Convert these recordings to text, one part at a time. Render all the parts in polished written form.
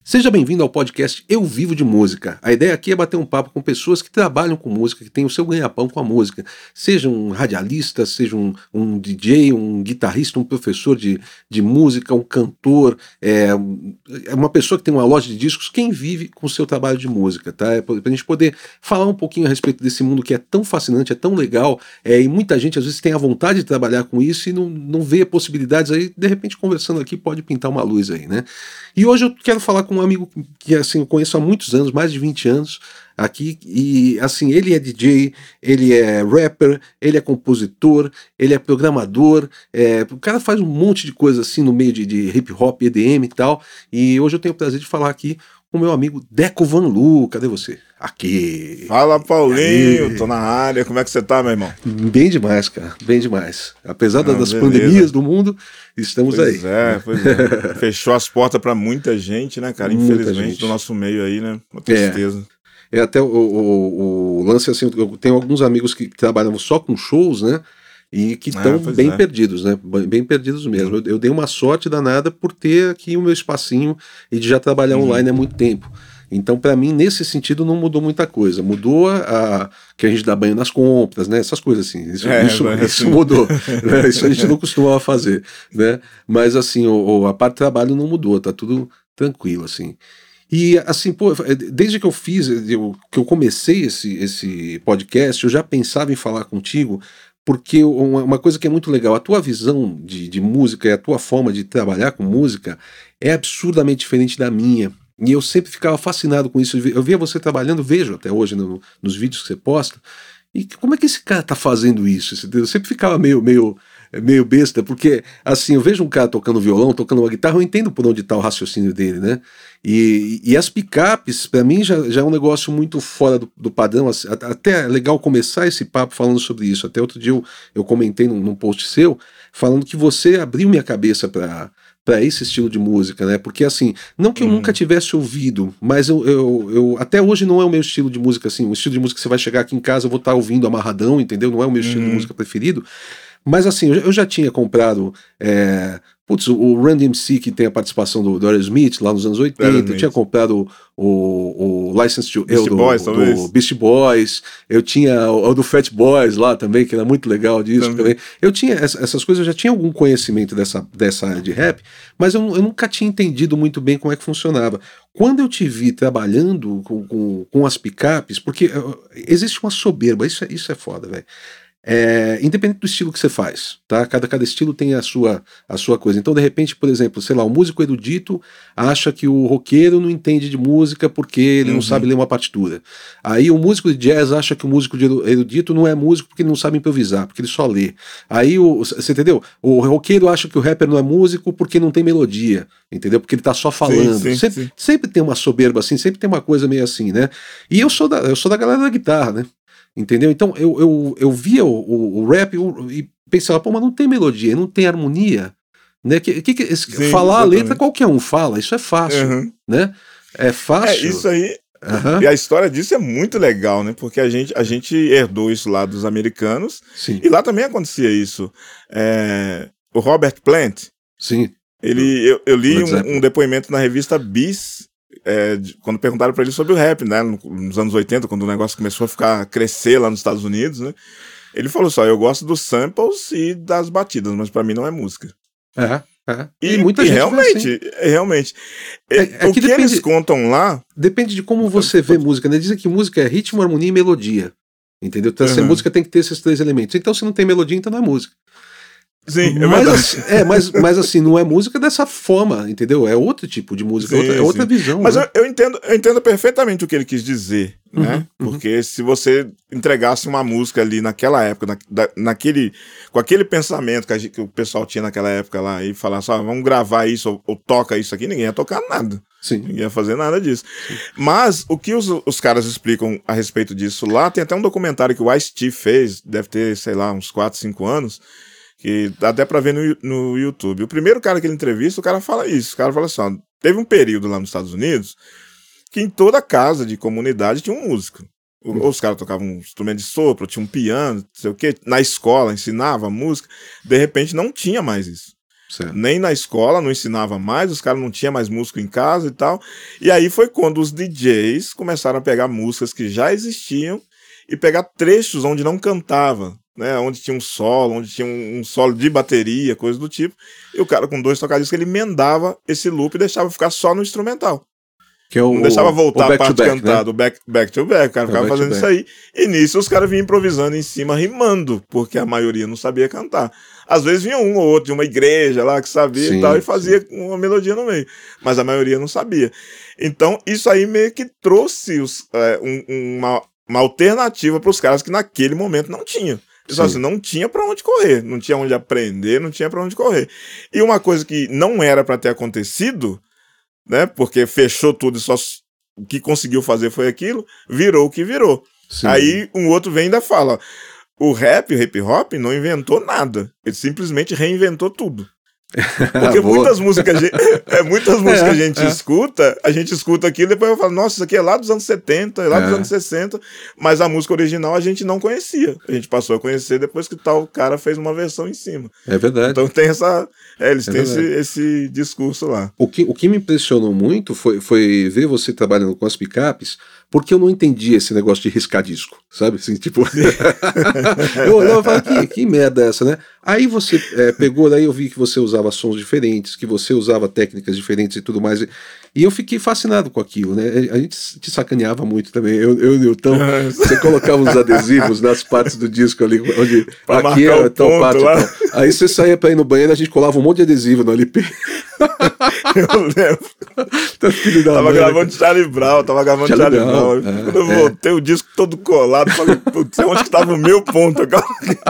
Seja bem-vindo ao podcast Eu Vivo de Música. A ideia aqui é bater um papo com pessoas que trabalham com música, que têm o seu ganha-pão com a música. Seja um radialista, seja um DJ, um guitarrista, um professor de música, um cantor, uma pessoa que tem uma loja de discos, quem vive com o seu trabalho de música, tá? É pra gente poder falar um pouquinho a respeito desse mundo que é tão fascinante, é tão legal, e muita gente às vezes tem a vontade de trabalhar com isso e não vê possibilidades aí, de repente conversando aqui pode pintar uma luz aí, né? E hoje eu quero falar com um amigo que assim, eu conheço há muitos anos, mais de 20 anos aqui, e assim, ele é DJ, ele é rapper, ele é compositor, ele é programador, o cara faz um monte de coisa assim no meio de hip hop, EDM e tal, e hoje eu tenho o prazer de falar aqui com o meu amigo Deco Van Lu. Cadê você? Aqui. Fala, Paulinho, tô na área, como é que você tá, meu irmão? Bem demais, cara, bem demais. Apesar das pandemias do mundo, estamos pois aí. Pois é. Fechou as portas pra muita gente, né, cara? Infelizmente, do nosso meio aí, né? Uma tristeza. Até o lance assim, eu tenho alguns amigos que trabalham só com shows, né? E que estão bem perdidos, né? Bem perdidos mesmo. Eu dei uma sorte danada por ter aqui o meu espacinho e de já trabalhar online há muito tempo. Então, para mim, nesse sentido, não mudou muita coisa. Mudou que a gente dá banho nas compras, né? Essas coisas assim. Isso mudou. Né? Isso a gente não costumava fazer, né? Mas, assim, a parte de trabalho não mudou. Tá tudo tranquilo, assim. E, assim, pô, desde que eu comecei esse podcast, eu já pensava em falar contigo, porque uma coisa que é muito legal, a tua visão de música e a tua forma de trabalhar com música é absurdamente diferente da minha. E eu sempre ficava fascinado com isso. Eu via você trabalhando, vejo até hoje nos vídeos que você posta. E como é que esse cara tá fazendo isso? Eu sempre ficava meio besta, porque assim, eu vejo um cara tocando violão, tocando uma guitarra, eu entendo por onde tá o raciocínio dele, né? E as picapes, para mim, já é um negócio muito fora do padrão. Até é legal começar esse papo falando sobre isso. Até outro dia eu comentei num post seu, falando que você abriu minha cabeça para esse estilo de música, né? Porque assim, não que eu nunca tivesse ouvido, mas eu até hoje não é o meu estilo de música, assim, o estilo de música que você vai chegar aqui em casa, eu vou estar ouvindo amarradão, entendeu? Não é o meu estilo de música preferido. Mas assim, eu já tinha comprado o Run DMC, que tem a participação do Aerosmith lá nos anos 80, eu tinha comprado o License to Ill do Beastie Boys, eu tinha o do Fat Boys lá também, que era muito legal disso também. Eu tinha essas coisas, eu já tinha algum conhecimento dessa área de rap, mas eu nunca tinha entendido muito bem como é que funcionava. Quando eu te vi trabalhando com as picapes, porque existe uma soberba, isso é foda, velho. Independente do estilo que você faz, tá? Cada estilo tem a sua coisa. Então, de repente, por exemplo, sei lá, o músico erudito acha que o roqueiro não entende de música porque ele não sabe ler uma partitura. Aí o músico de jazz acha que o músico erudito não é músico porque ele não sabe improvisar, porque ele só lê. Aí, você entendeu? O roqueiro acha que o rapper não é músico porque não tem melodia, entendeu? Porque ele tá só falando. Sempre tem uma soberba assim, sempre tem uma coisa meio assim, né? E eu sou da galera da guitarra, né? Entendeu? Então eu via o rap e pensava, pô, mas não tem melodia, não tem harmonia, né? Falar a letra qualquer um fala, isso é fácil, né? É fácil. Isso aí. E a história disso é muito legal, né? Porque a gente herdou isso lá dos americanos. Sim. E lá também acontecia isso. O Robert Plant. Sim. Eu li um depoimento na revista Bis. Quando perguntaram pra ele sobre o rap, né, nos anos 80, quando o negócio começou a crescer lá nos Estados Unidos, né, ele falou só, eu gosto dos samples e das batidas, mas pra mim não é música. E muita gente realmente. O que depende, eles contam lá... Depende de como você vê música, né? Dizem que música é ritmo, harmonia e melodia, entendeu? Então, a música tem que ter esses três elementos. Então, se não tem melodia, então não é música. Sim, mas assim, não é música dessa forma, entendeu? É outro tipo de música, outra visão. Mas né? eu entendo perfeitamente o que ele quis dizer, né? Porque se você entregasse uma música ali naquela época, com aquele pensamento que o pessoal tinha naquela época lá, e falasse, vamos gravar isso, ou toca isso aqui, ninguém ia tocar nada. Sim. Ninguém ia fazer nada disso. Sim. Mas o que os caras explicam a respeito disso lá, tem até um documentário que o Ice-T fez, deve ter, sei lá, uns 4, 5 anos, que dá até pra ver no YouTube. O primeiro cara que ele entrevista, o cara fala isso. O cara fala assim, teve um período lá nos Estados Unidos que em toda casa de comunidade tinha um músico. Ou os caras tocavam um instrumento de sopro, tinha um piano, não sei o quê. Na escola, ensinava música. De repente não tinha mais isso. Certo. Nem na escola, não ensinava mais, os caras não tinham mais músico em casa e tal. E aí foi quando os DJs começaram a pegar músicas que já existiam e pegar trechos onde não cantava, né? Onde tinha um solo, onde tinha um solo de bateria, coisa do tipo. E o cara com 2 tocadiscos, ele emendava esse loop e deixava ficar só no instrumental. Que é não deixava voltar a parte cantada, o back to back, o cara ficava fazendo isso aí. E nisso os caras vinham improvisando em cima, rimando, porque a maioria não sabia cantar. Às vezes vinha um ou outro de uma igreja lá que sabia e tal, e fazia uma melodia no meio. Mas a maioria não sabia. Então, isso aí meio que trouxe uma alternativa para os caras que naquele momento não tinham. Só assim, não tinha para onde correr, não tinha onde aprender, não tinha para onde correr. E uma coisa que não era para ter acontecido, né? Porque fechou tudo e só o que conseguiu fazer foi aquilo, virou o que virou. Sim. Aí um outro vem e ainda fala: o hip hop não inventou nada, ele simplesmente reinventou tudo. Porque muitas músicas a gente escuta, a gente escuta aquilo e depois eu falo, nossa, isso aqui é lá dos anos 70, é lá dos anos 60, mas a música original a gente não conhecia. A gente passou a conhecer depois que tal cara fez uma versão em cima. É verdade. Então tem eles têm esse discurso lá. O que me impressionou muito foi ver você trabalhando com as picapes, porque eu não entendi esse negócio de riscar disco, sabe? Assim, tipo... eu olhava e falava, que merda é essa, né? Aí você pegou, daí eu vi que você usava sons diferentes, que você usava técnicas diferentes e tudo mais, e eu fiquei fascinado com aquilo, né? A gente te sacaneava muito também, eu e o Nilton, você colocava uns adesivos nas partes do disco ali, onde aqui era tal parte, tal. Aí você saía pra ir no banheiro, a gente colava um monte de adesivo no LP. Eu lembro. Tava gravando Charlie Brown, Charlie Brown. Quando eu voltei, o disco todo colado, falei, putz, onde que tava o meu ponto agora?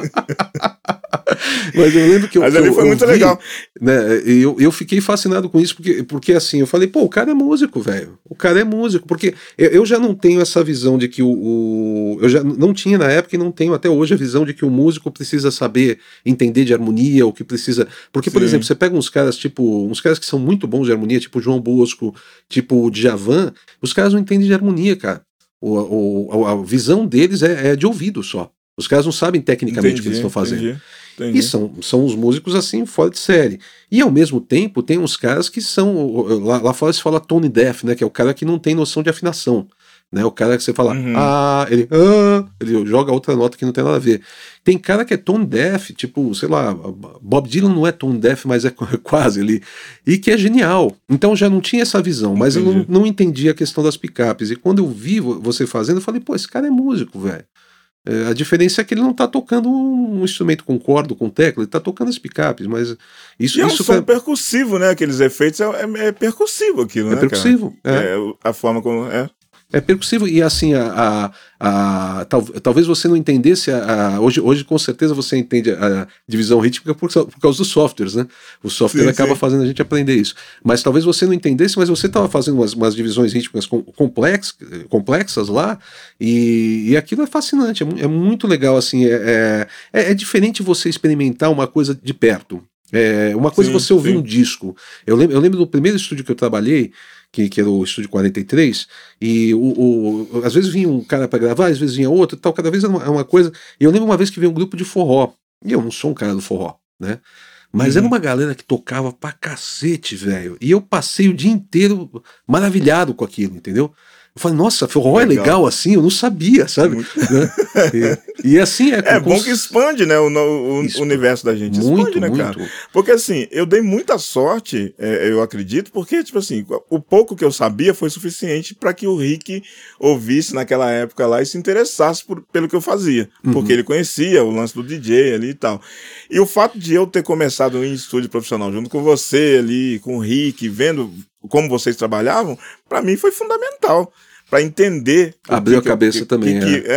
Mas eu lembro que Mas ali foi muito legal. Né, eu fiquei fascinado com isso, porque assim, eu falei, pô, o cara é músico, velho. O cara é músico, porque eu já não tenho essa visão de que eu já não tinha na época e não tenho até hoje a visão de que o músico precisa saber entender de harmonia, o que precisa... Porque, por exemplo, você pega uns caras que são muito bons de harmonia, tipo João Bosco, tipo o Djavan, os caras não entendem de harmonia, cara. A visão deles é de ouvido só. Os caras não sabem tecnicamente o que eles estão fazendo. Entendi. E são os músicos assim, fora de série. E ao mesmo tempo tem uns caras que são... Lá fora se fala tone deaf, né? Que é o cara que não tem noção de afinação. Né? O cara que você fala, ele joga outra nota que não tem nada a ver. Tem cara que é tone deaf, tipo, sei lá, Bob Dylan não é tone deaf, mas é quase ali, e que é genial. Então já não tinha essa visão, mas eu não entendia a questão das picapes. E quando eu vi você fazendo, eu falei, pô, esse cara é músico, velho. A diferença é que ele não tá tocando um instrumento com corda, com tecla, ele tá tocando as picapes, mas isso... E é um som percussivo, né? Aqueles efeitos, é percussivo aquilo, né, cara? É percussivo. A forma como... É percussivo e assim, talvez você não entendesse, hoje com certeza você entende a divisão rítmica por causa dos softwares, né? O software acaba fazendo a gente aprender isso. Mas talvez você não entendesse, mas você estava fazendo umas divisões rítmicas complexas lá, e aquilo é fascinante, é muito legal, assim, é diferente você experimentar uma coisa de perto. Uma coisa é você ouvir um disco. Eu lembro do primeiro estúdio que eu trabalhei, que era o Estúdio 43, e às vezes vinha um cara para gravar, às vezes vinha outro e tal, cada vez era uma coisa. E eu lembro uma vez que veio um grupo de forró, e eu não sou um cara do forró, né? Mas era uma galera que tocava pra cacete, velho. E eu passei o dia inteiro maravilhado com aquilo, entendeu? Eu falei, nossa, forró é legal assim, eu não sabia, sabe? Né? E assim é bom que expande, né, o universo da gente. Expande, né, cara? Porque assim, eu dei muita sorte, eu acredito, porque, tipo assim, o pouco que eu sabia foi suficiente para que o Rick ouvisse naquela época lá e se interessasse pelo que eu fazia. Porque ele conhecia o lance do DJ ali e tal. E o fato de eu ter começado em estúdio profissional junto com você ali, com o Rick, vendo como vocês trabalhavam, para mim foi fundamental para entender. Abriu a cabeça também.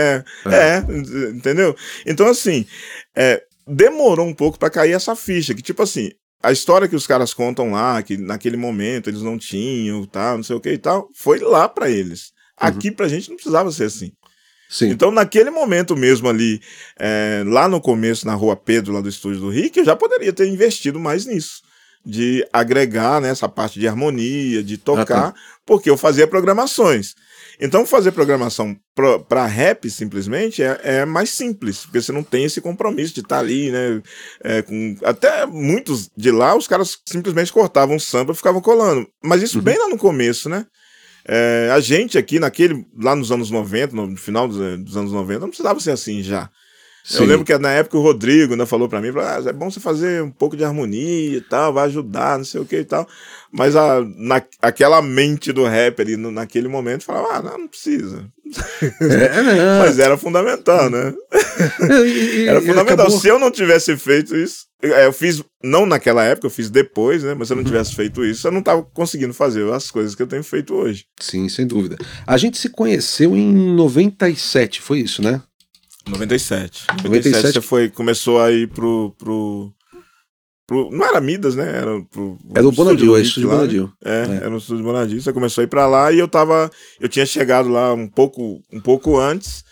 Entendeu? Então, assim, demorou um pouco para cair essa ficha, que tipo assim, a história que os caras contam lá, que naquele momento eles não tinham, tal, não sei o que e tal, foi lá para eles. Aqui pra gente não precisava ser assim. Sim. Então, naquele momento mesmo ali, lá no começo, na Rua Pedro, lá do estúdio do Rick, eu já poderia ter investido mais nisso. de agregar, né, essa parte de harmonia, de tocar, porque eu fazia programações. Então, fazer programação para rap, simplesmente, é mais simples, porque você não tem esse compromisso de estar ali, né? Até muitos de lá, os caras simplesmente cortavam o samba e ficavam colando. Mas isso bem lá no começo, né? A gente aqui, lá nos anos 90, no final dos anos 90, não precisava ser assim já. Sim. Eu lembro que na época o Rodrigo, né, falou pra mim, é bom você fazer um pouco de harmonia e tal, vai ajudar, não sei o que e tal. Mas aquela mente do rapper naquele momento falava, não precisa. Mas era fundamental, né? Era fundamental. Acabou. Se eu não tivesse feito isso, eu fiz, não naquela época, eu fiz depois, né? Mas se eu não tivesse feito isso, eu não tava conseguindo fazer as coisas que eu tenho feito hoje. Sim, sem dúvida. A gente se conheceu em 97, foi isso, né? 97 você começou a ir pro não era Midas, né? Era o Bonadil, o estúdio Bonadil. Era no estúdio Bonadil. Você começou a ir pra lá e eu tinha chegado lá um pouco antes,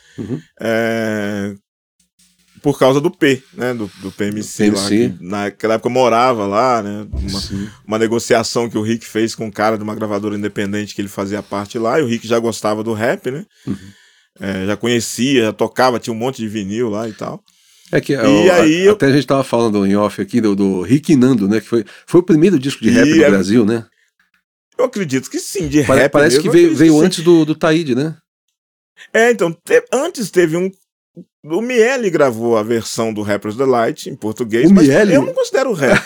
por causa do P, né? Do PMC lá. Que naquela época eu morava lá, né? Uma negociação que o Rick fez com um cara de uma gravadora independente que ele fazia parte lá, e o Rick já gostava do rap, né? Já conhecia, já tocava, tinha um monte de vinil lá e tal. Até a gente tava falando em off aqui do Rick e Nando, né? Que foi o primeiro disco de rap no Brasil, né? Eu acredito que sim, de rap. Parece mesmo, que veio antes do Taíde, né? Então, antes teve o Miele gravou a versão do Rappers Delight em português, mas eu não considero rap.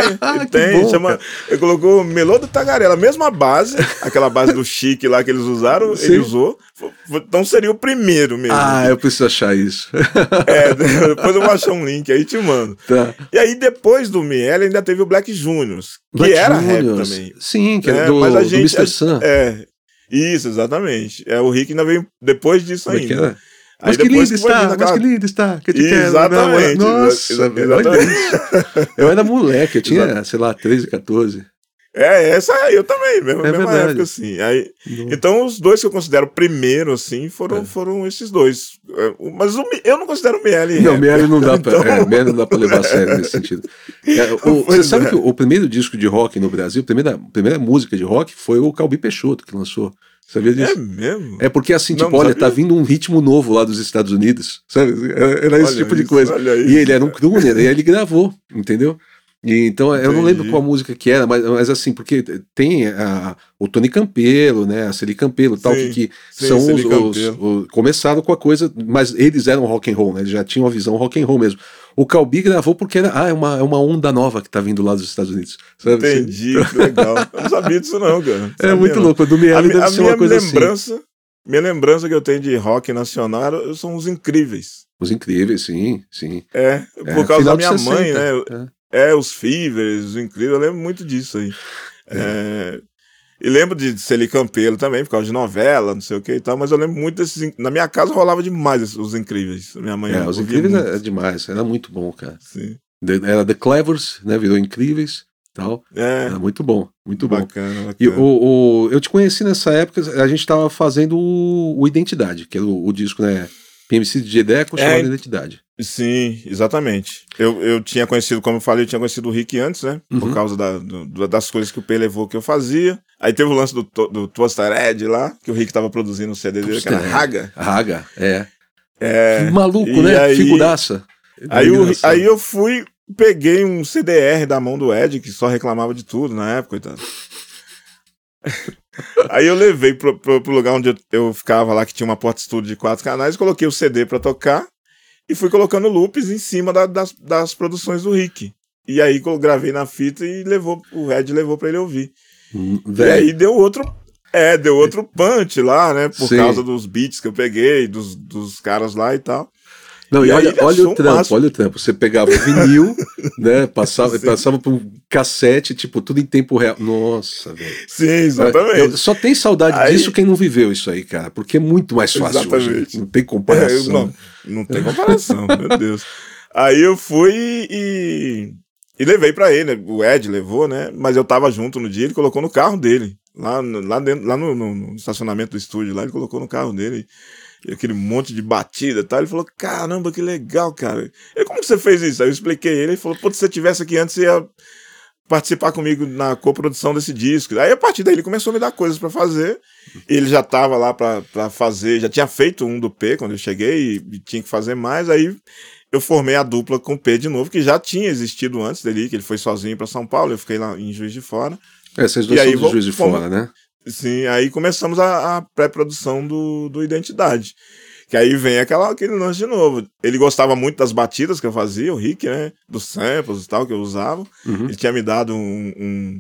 Ele colocou Melô do Tagarela, a mesma base, aquela base do Chique lá que eles usaram, ele usou. Então seria o primeiro mesmo. Eu preciso achar isso. Depois eu vou achar um link aí e te mando. Tá. E aí depois do Miele ainda teve o Black Juniors, que era rap também. Sim, que era do Mr. Sun. Isso, exatamente. O Rick ainda veio depois disso ainda. Mas que lindo está, que eu te quero. Exatamente. Nossa, exatamente. Eu era moleque, eu tinha, sei lá, 13, 14. Essa aí, eu também, mesma época, assim. Então, os dois que eu considero primeiro, assim, foram esses dois. Mas eu não considero o Miele. Não, Miele não dá Miele não dá pra levar a sério nesse sentido. Você sabe que o primeiro disco de rock no Brasil, a primeira música de rock foi o Calbi Peixoto que lançou. Sabia disso? É mesmo? É porque assim, tipo, olha, tá vindo um ritmo novo lá dos Estados Unidos, sabe? Era esse tipo de coisa. E ele era um crooner, e aí ele gravou, entendeu? E então, eu não lembro qual música que era, mas assim, porque tem o Tony Campelo, né, a Celi Campelo, tal, que são os começaram com a coisa, mas eles eram rock and roll, né? Eles já tinham uma visão rock and roll mesmo. O Calbi gravou porque é uma onda nova que tá vindo lá dos Estados Unidos. Sabe? Entendi, que legal. Eu não sabia disso não, cara. É muito louco. Do Miele deve ser uma coisa assim. Minha lembrança que eu tenho de rock nacional são os Incríveis. Os Incríveis, sim. Por causa da minha mãe, né? Os Fevers, os Incríveis, eu lembro muito disso aí. E lembro de Celi Campelo também, por causa de novela, não sei o que e tal, mas eu lembro muito desses. Na minha casa rolava demais os Incríveis. Minha mãe os Incríveis é demais, era muito bom, cara. Sim. Era The Clevers, né? Virou Incríveis e tal. Era muito bom, muito bacana, bom. E eu te conheci nessa época, a gente tava fazendo o Identidade, que era o disco, né? PMC DJ Deco chamado Identidade. Sim, exatamente. Eu tinha conhecido, como eu falei, eu tinha conhecido o Rick antes, né? Por causa das coisas que o P levou que eu fazia. Aí teve o lance do Toastered lá, que o Rick tava produzindo o CD dele, que era Raga. Raga, maluco, né? Aí, figuraça. Aí eu peguei um CDR da mão do Ed, que só reclamava de tudo na época, coitado. Aí eu levei pro lugar onde eu ficava lá, que tinha uma porta estúdio de 4 canais, coloquei o CD pra tocar e fui colocando loops em cima das produções do Rick. E aí gravei na fita e o Ed levou pra ele ouvir. E aí deu outro punch lá, né? Por causa dos beats que eu peguei, dos caras lá e tal. Não, e olha o trampo. Você pegava o vinil, né? Passava por um cassete, tipo, tudo em tempo real. Nossa, velho. Sim, exatamente. Só tem saudade disso quem não viveu isso aí, cara. Porque é muito mais fácil hoje. Não tem comparação. Não tem comparação, meu Deus. Aí eu fui e levei pra ele, né? O Ed levou, né? Mas eu tava junto no dia, ele colocou no carro dele. Lá no estacionamento do estúdio, lá ele colocou no carro dele. E aquele monte de batida e tal. Ele falou, caramba, que legal, cara. E como que você fez isso? Aí eu expliquei ele falou, pô, se você tivesse aqui antes, participar comigo na coprodução desse disco. Aí a partir daí ele começou a me dar coisas pra fazer. Ele já tava lá pra fazer, já tinha feito um do P quando eu cheguei e tinha que fazer mais. Aí eu formei a dupla com o P de novo, que já tinha existido antes dele, que ele foi sozinho pra São Paulo, eu fiquei lá em Juiz de Fora. Vocês dois são de Juiz de Fora, né? Sim, aí começamos a pré-produção do Identidade. Que aí vem aquele lance de novo. Ele gostava muito das batidas que eu fazia, o Rick, né? Dos samples e tal que eu usava. Ele tinha me dado um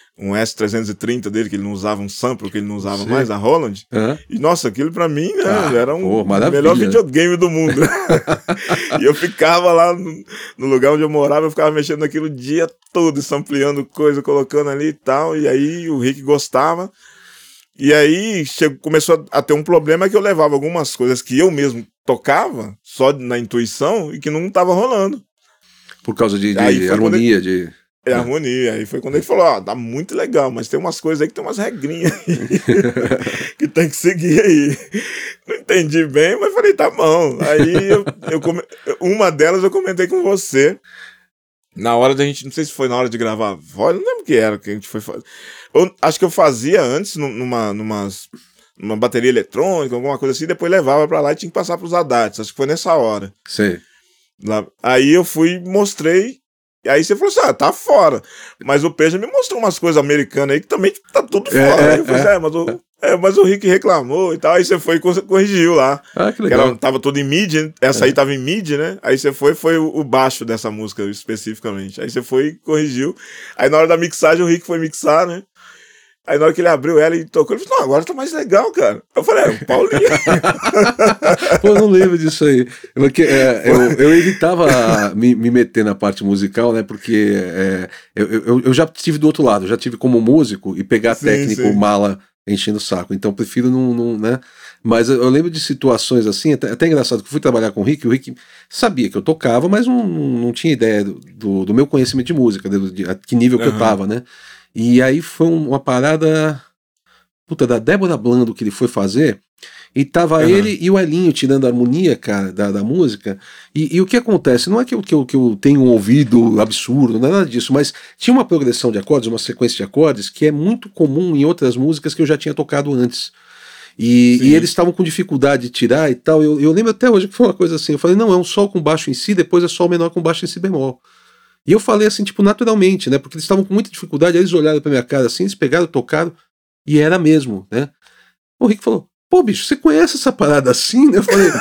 S330 dele, que ele não usava, um sample que ele não usava mais, a Roland. E nossa, aquilo pra mim, né, era o melhor videogame do mundo. E eu ficava lá no lugar onde eu morava, eu ficava mexendo naquilo o dia todo, sampleando coisa, colocando ali e tal. E aí o Rick gostava. E aí começou a ter um problema que eu levava algumas coisas que eu mesmo tocava, só na intuição, e que não tava rolando. Por causa de harmonia, harmonia. Aí foi quando ele falou, tá muito legal, mas tem umas coisas aí que tem umas regrinhas aí que tem que seguir aí. Não entendi bem, mas falei, tá bom. Aí uma delas eu comentei com você. Na hora da gente, não sei se foi na hora de gravar a voz, não lembro o que era que a gente foi fazer. Acho que eu fazia antes numa bateria eletrônica, alguma coisa assim, depois levava pra lá e tinha que passar pros Haddad. Acho que foi nessa hora. Sim. Aí eu mostrei, e aí você falou assim, tá fora. Mas o Peja me mostrou umas coisas americanas aí que também tá tudo fora. Aí eu falei mas o Rick reclamou e tal. Aí você foi e corrigiu lá. Que legal. Tava tudo em mid, essa aí tava em mid, né? Aí você foi o baixo dessa música especificamente. Aí você foi e corrigiu. Aí na hora da mixagem o Rick foi mixar, né? Aí na hora que ele abriu ela e tocou, ele falou, não, agora tá mais legal, cara. Eu falei, o Paulinho. Pô, eu não lembro disso aí. Porque, eu evitava me meter na parte musical, né? Porque eu já tive do outro lado, já tive como músico e pegar técnico, mala enchendo o saco. Então prefiro não, né? Mas eu lembro de situações assim, até engraçado, que eu fui trabalhar com o Rick sabia que eu tocava, mas não tinha ideia do meu conhecimento de música, de a que nível que eu tava, né? E aí foi uma parada da Débora Blando que ele foi fazer, e tava ele e o Elinho tirando a harmonia, cara, da música, e o que acontece, não é que eu tenho um ouvido absurdo, não é nada disso, mas tinha uma progressão de acordes, uma sequência de acordes que é muito comum em outras músicas que eu já tinha tocado antes. E eles estavam com dificuldade de tirar e tal. Eu lembro até hoje que foi uma coisa assim, eu falei, não, é um sol com baixo em si, depois é sol menor com baixo em si bemol. E eu falei assim, tipo, naturalmente, né? Porque eles estavam com muita dificuldade, aí eles olharam pra minha cara assim, eles pegaram, tocaram, e era mesmo, né? O Rick falou, pô, bicho, você conhece essa parada assim, né? Eu falei,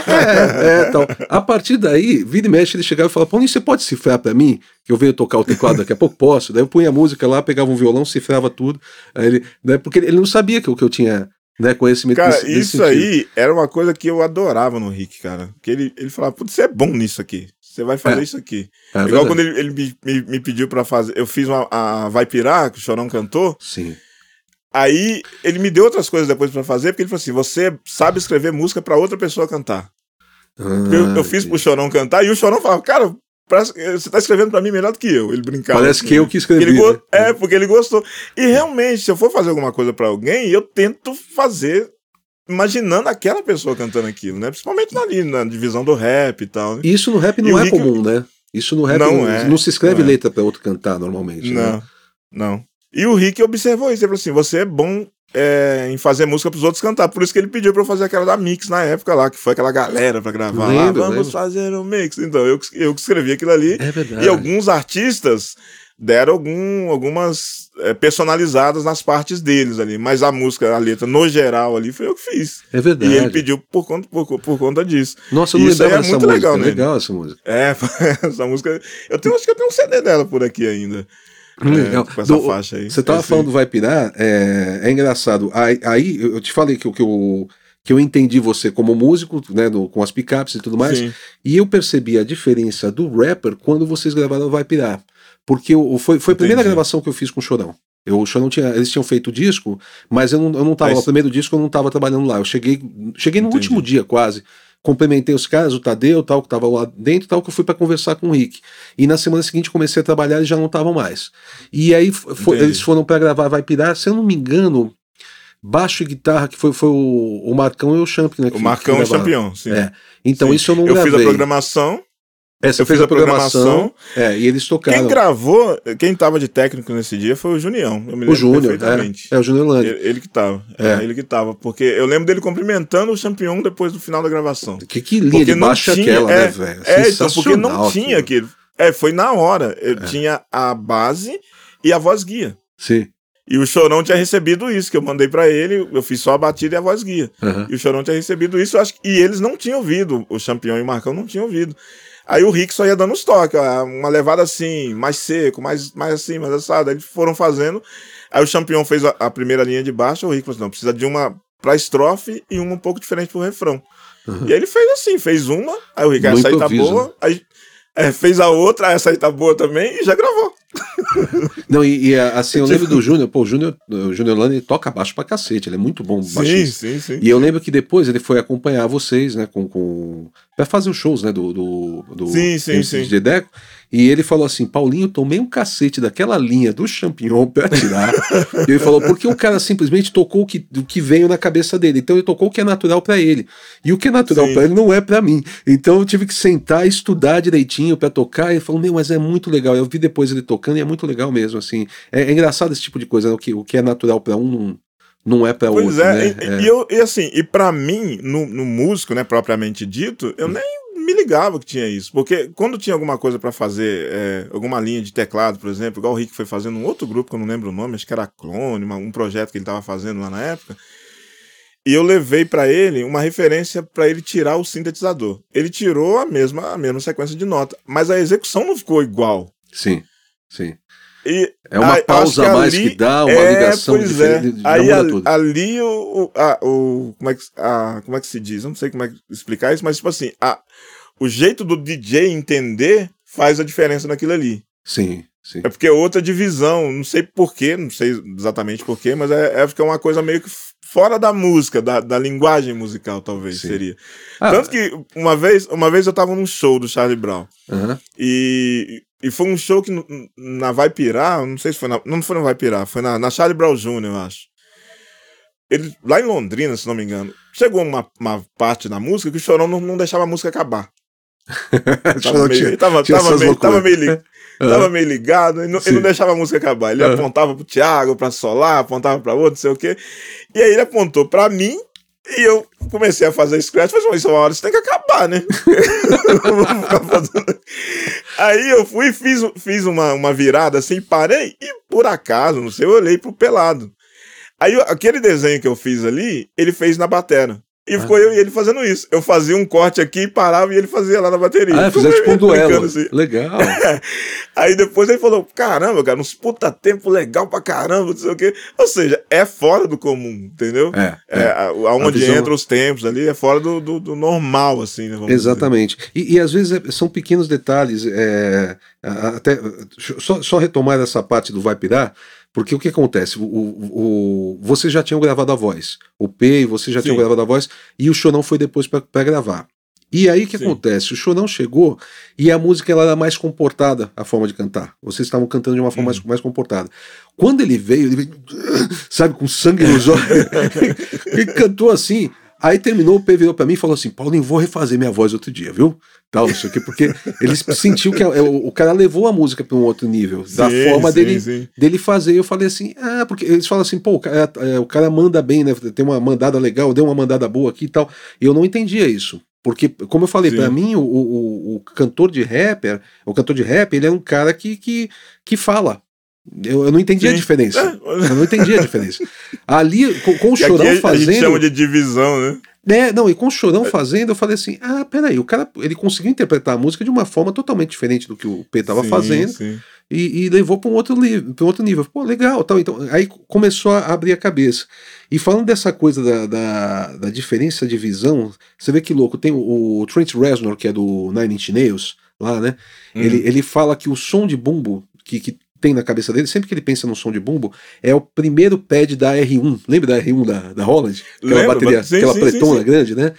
tal. A partir daí, vira e mexe, ele chegava e falava, Paulinho, você pode cifrar pra mim? Que eu venho tocar o teclado daqui a pouco, posso. Daí eu punha a música lá, pegava um violão, cifrava tudo. Aí ele, né? Porque ele não sabia que eu tinha, né, conhecimento desse isso sentido. Aí era uma coisa que eu adorava no Rick, cara. Que ele falava, putz, você é bom nisso aqui. Você vai fazer isso aqui. Igual verdade. Quando ele me pediu pra fazer. Eu fiz a Vai Pirar, que o Chorão cantou. Sim. Aí ele me deu outras coisas depois pra fazer, porque ele falou assim: você sabe escrever música pra outra pessoa cantar. Eu fiz pro Chorão cantar e o Chorão falava, cara, você tá escrevendo pra mim melhor do que eu. Ele brincava. Parece que eu que escrevi. Porque ele gostou. E realmente, se eu for fazer alguma coisa pra alguém, eu tento fazer imaginando aquela pessoa cantando aquilo, né? Principalmente na divisão do rap e tal. Né? Isso no rap não é comum, né? Isso no rap não se escreve letra pra outro cantar normalmente. Não. E o Rick observou isso. Ele falou assim: você é bom em fazer música pros outros cantar. Por isso que ele pediu pra eu fazer aquela da Mix na época lá, que foi aquela galera pra gravar. Vamos fazer um mix. Então, eu que escrevi aquilo ali. É verdade. E alguns artistas deram algumas personalizadas nas partes deles ali, mas a música, a letra, no geral ali, foi eu que fiz. É verdade. E ele pediu por conta disso. Nossa, eu não lembrava dessa muito música. Legal, né? Legal essa música. Essa música, acho que eu tenho um CD dela por aqui ainda. Legal. Com essa faixa aí. Você tava falando do Vai Pirar, é engraçado. Aí eu te falei que eu entendi você como músico, né, com as picapes e tudo mais, Sim. E eu percebi a diferença do rapper quando vocês gravaram Vai Pirar. Porque foi a primeira gravação que eu fiz com o Chorão. O Chorão eles tinham feito o disco, mas eu não tava, o primeiro disco eu não tava trabalhando lá. Eu cheguei no último dia quase, complementei os caras, o Tadeu, tal, que tava lá dentro, tal, que eu fui para conversar com o Rick. E na semana seguinte comecei a trabalhar e eles já não estavam mais. E aí eles foram para gravar Vai Pirar, se eu não me engano, baixo e guitarra, que foi o Marcão e o Champion, né? O Marcão e o Champion, sim. Então sim. Isso eu não gravei. Eu fiz a programação. Você fez a programação. E eles tocaram. Quem gravou, quem tava de técnico nesse dia foi o Junião. Eu me lembro o Júnior, perfeitamente. O Júnior Landi. Ele que tava. Ele que tava. Porque eu lembro dele cumprimentando o Champignon depois do final da gravação. Que linha de baixo é aquela, né, velho? Então, porque não tinha aquilo. Foi na hora. Eu tinha a base e a voz guia. Sim. E o Chorão tinha recebido isso, que eu mandei pra ele, eu fiz só a batida e a voz guia. E o Chorão tinha recebido isso, e eles não tinham ouvido, o Champignon e o Marcão não tinham ouvido. Aí o Rick só ia dando os toques, uma levada assim, mais seco, mais assim, mais assado. Aí eles foram fazendo. Aí o Champignon fez a primeira linha de baixo, o Rick falou assim, não, precisa de uma pra estrofe e uma um pouco diferente pro refrão. E aí ele fez assim, fez uma, aí o Rick, essa aí tá boa, aí fez a outra, essa aí tá boa também, e já gravou. Não, assim, eu lembro do Júnior, o Júnior Landi toca baixo pra cacete, ele é muito bom baixista. Sim. E eu lembro que depois ele foi acompanhar vocês, né, pra fazer os shows, né, do de Deco, e ele falou assim, Paulinho, tomei um cacete daquela linha do Champignon pra tirar. E ele falou, porque o cara simplesmente tocou o que veio na cabeça dele, então ele tocou o que é natural pra ele, e o que é natural pra ele não é pra mim, então eu tive que sentar e estudar direitinho pra tocar, e ele falou, mas é muito legal, eu vi depois ele tocando e é muito legal mesmo, assim, é engraçado esse tipo de coisa, né? O que é natural pra um não é pra outro, né? E pra mim, no músico, né, propriamente dito, eu nem me ligava que tinha isso, porque quando tinha alguma coisa pra fazer, alguma linha de teclado, por exemplo, igual o Rick foi fazendo um outro grupo, que eu não lembro o nome, acho que era Clone, um projeto que ele tava fazendo lá na época, e eu levei pra ele uma referência pra ele tirar o sintetizador. Ele tirou a mesma sequência de nota, mas a execução não ficou igual. Sim. E é uma pausa a mais ali, que dá, uma ligação diferente. Aí ali como é que se diz? Eu não sei como é que explicar isso, mas tipo assim, o jeito do DJ entender faz a diferença naquilo ali. Sim. É porque é outra divisão, não sei porquê, não sei exatamente porquê, mas porque é uma coisa meio que fora da música, da linguagem musical, talvez, seria. Tanto que uma vez eu tava num show do Charlie Brown, e foi um show que na Vai Pirar, não sei se foi não foi na Vai Pirar, foi na Charlie Brown Jr., eu acho. Ele, lá em Londrina, se não me engano, chegou uma parte da música que o Chorão não deixava a música acabar. Tava meio ligado, ele não deixava a música acabar. Ele apontava pro Thiago, pra Solar, apontava pra outro, não sei o quê. E aí ele apontou pra mim e eu comecei a fazer scratch. Falei, mas uma hora isso tem que acabar, né? Aí eu fui e fiz uma virada assim, parei e por acaso, não sei, eu olhei pro Pelado. Aí aquele desenho que eu fiz ali, ele fez na batera. E ficou eu e ele fazendo isso. Eu fazia um corte aqui e parava e ele fazia lá na bateria. Fazia tipo um duelo. Assim. Legal. Aí depois ele falou, caramba, cara, uns puta tempo legal pra caramba, não sei o quê. Ou seja, é fora do comum, entendeu? Onde entram os tempos ali, é fora do normal, assim, né? Exatamente. E às vezes são pequenos detalhes. Até só retomar essa parte do Vai Pirar. Porque o que acontece? Vocês já tinham gravado a voz. O P e você já tinham gravado a voz. E o Chorão foi depois para gravar. E aí o que acontece? O Chorão chegou e a música ela era mais comportada, a forma de cantar. Vocês estavam cantando de uma forma mais comportada. Quando ele veio, sabe, com sangue nos olhos. Ele cantou assim. Aí terminou, o P virou pra mim e falou assim, Paulinho, vou refazer minha voz outro dia, viu? Tal, não sei o quê, porque ele sentiu que o cara levou a música para um outro nível, da forma dele fazer. Eu falei assim, porque eles falam assim, pô, o cara manda bem, né? Tem uma mandada legal, deu uma mandada boa aqui e tal. E eu não entendia isso. Porque, como eu falei, pra mim, o cantor de rap, ele é um cara que fala. Eu não entendi a diferença. Eu não entendi a diferença. Ali, com o Chorão fazendo... A gente chama de divisão, né? E com o Chorão fazendo, eu falei assim, peraí, o cara, ele conseguiu interpretar a música de uma forma totalmente diferente do que o P tava fazendo, e levou para um outro nível. Pô, legal, tal. Então, aí começou a abrir a cabeça. E falando dessa coisa da diferença de visão, você vê que louco, tem o Trent Reznor, que é do Nine Inch Nails, lá, né? Ele fala que o som de bumbo que tem na cabeça dele, sempre que ele pensa no som de bumbo, é o primeiro pad da R1. Lembra da R1 da Holland? Aquela bateria, aquela pretona grande, né?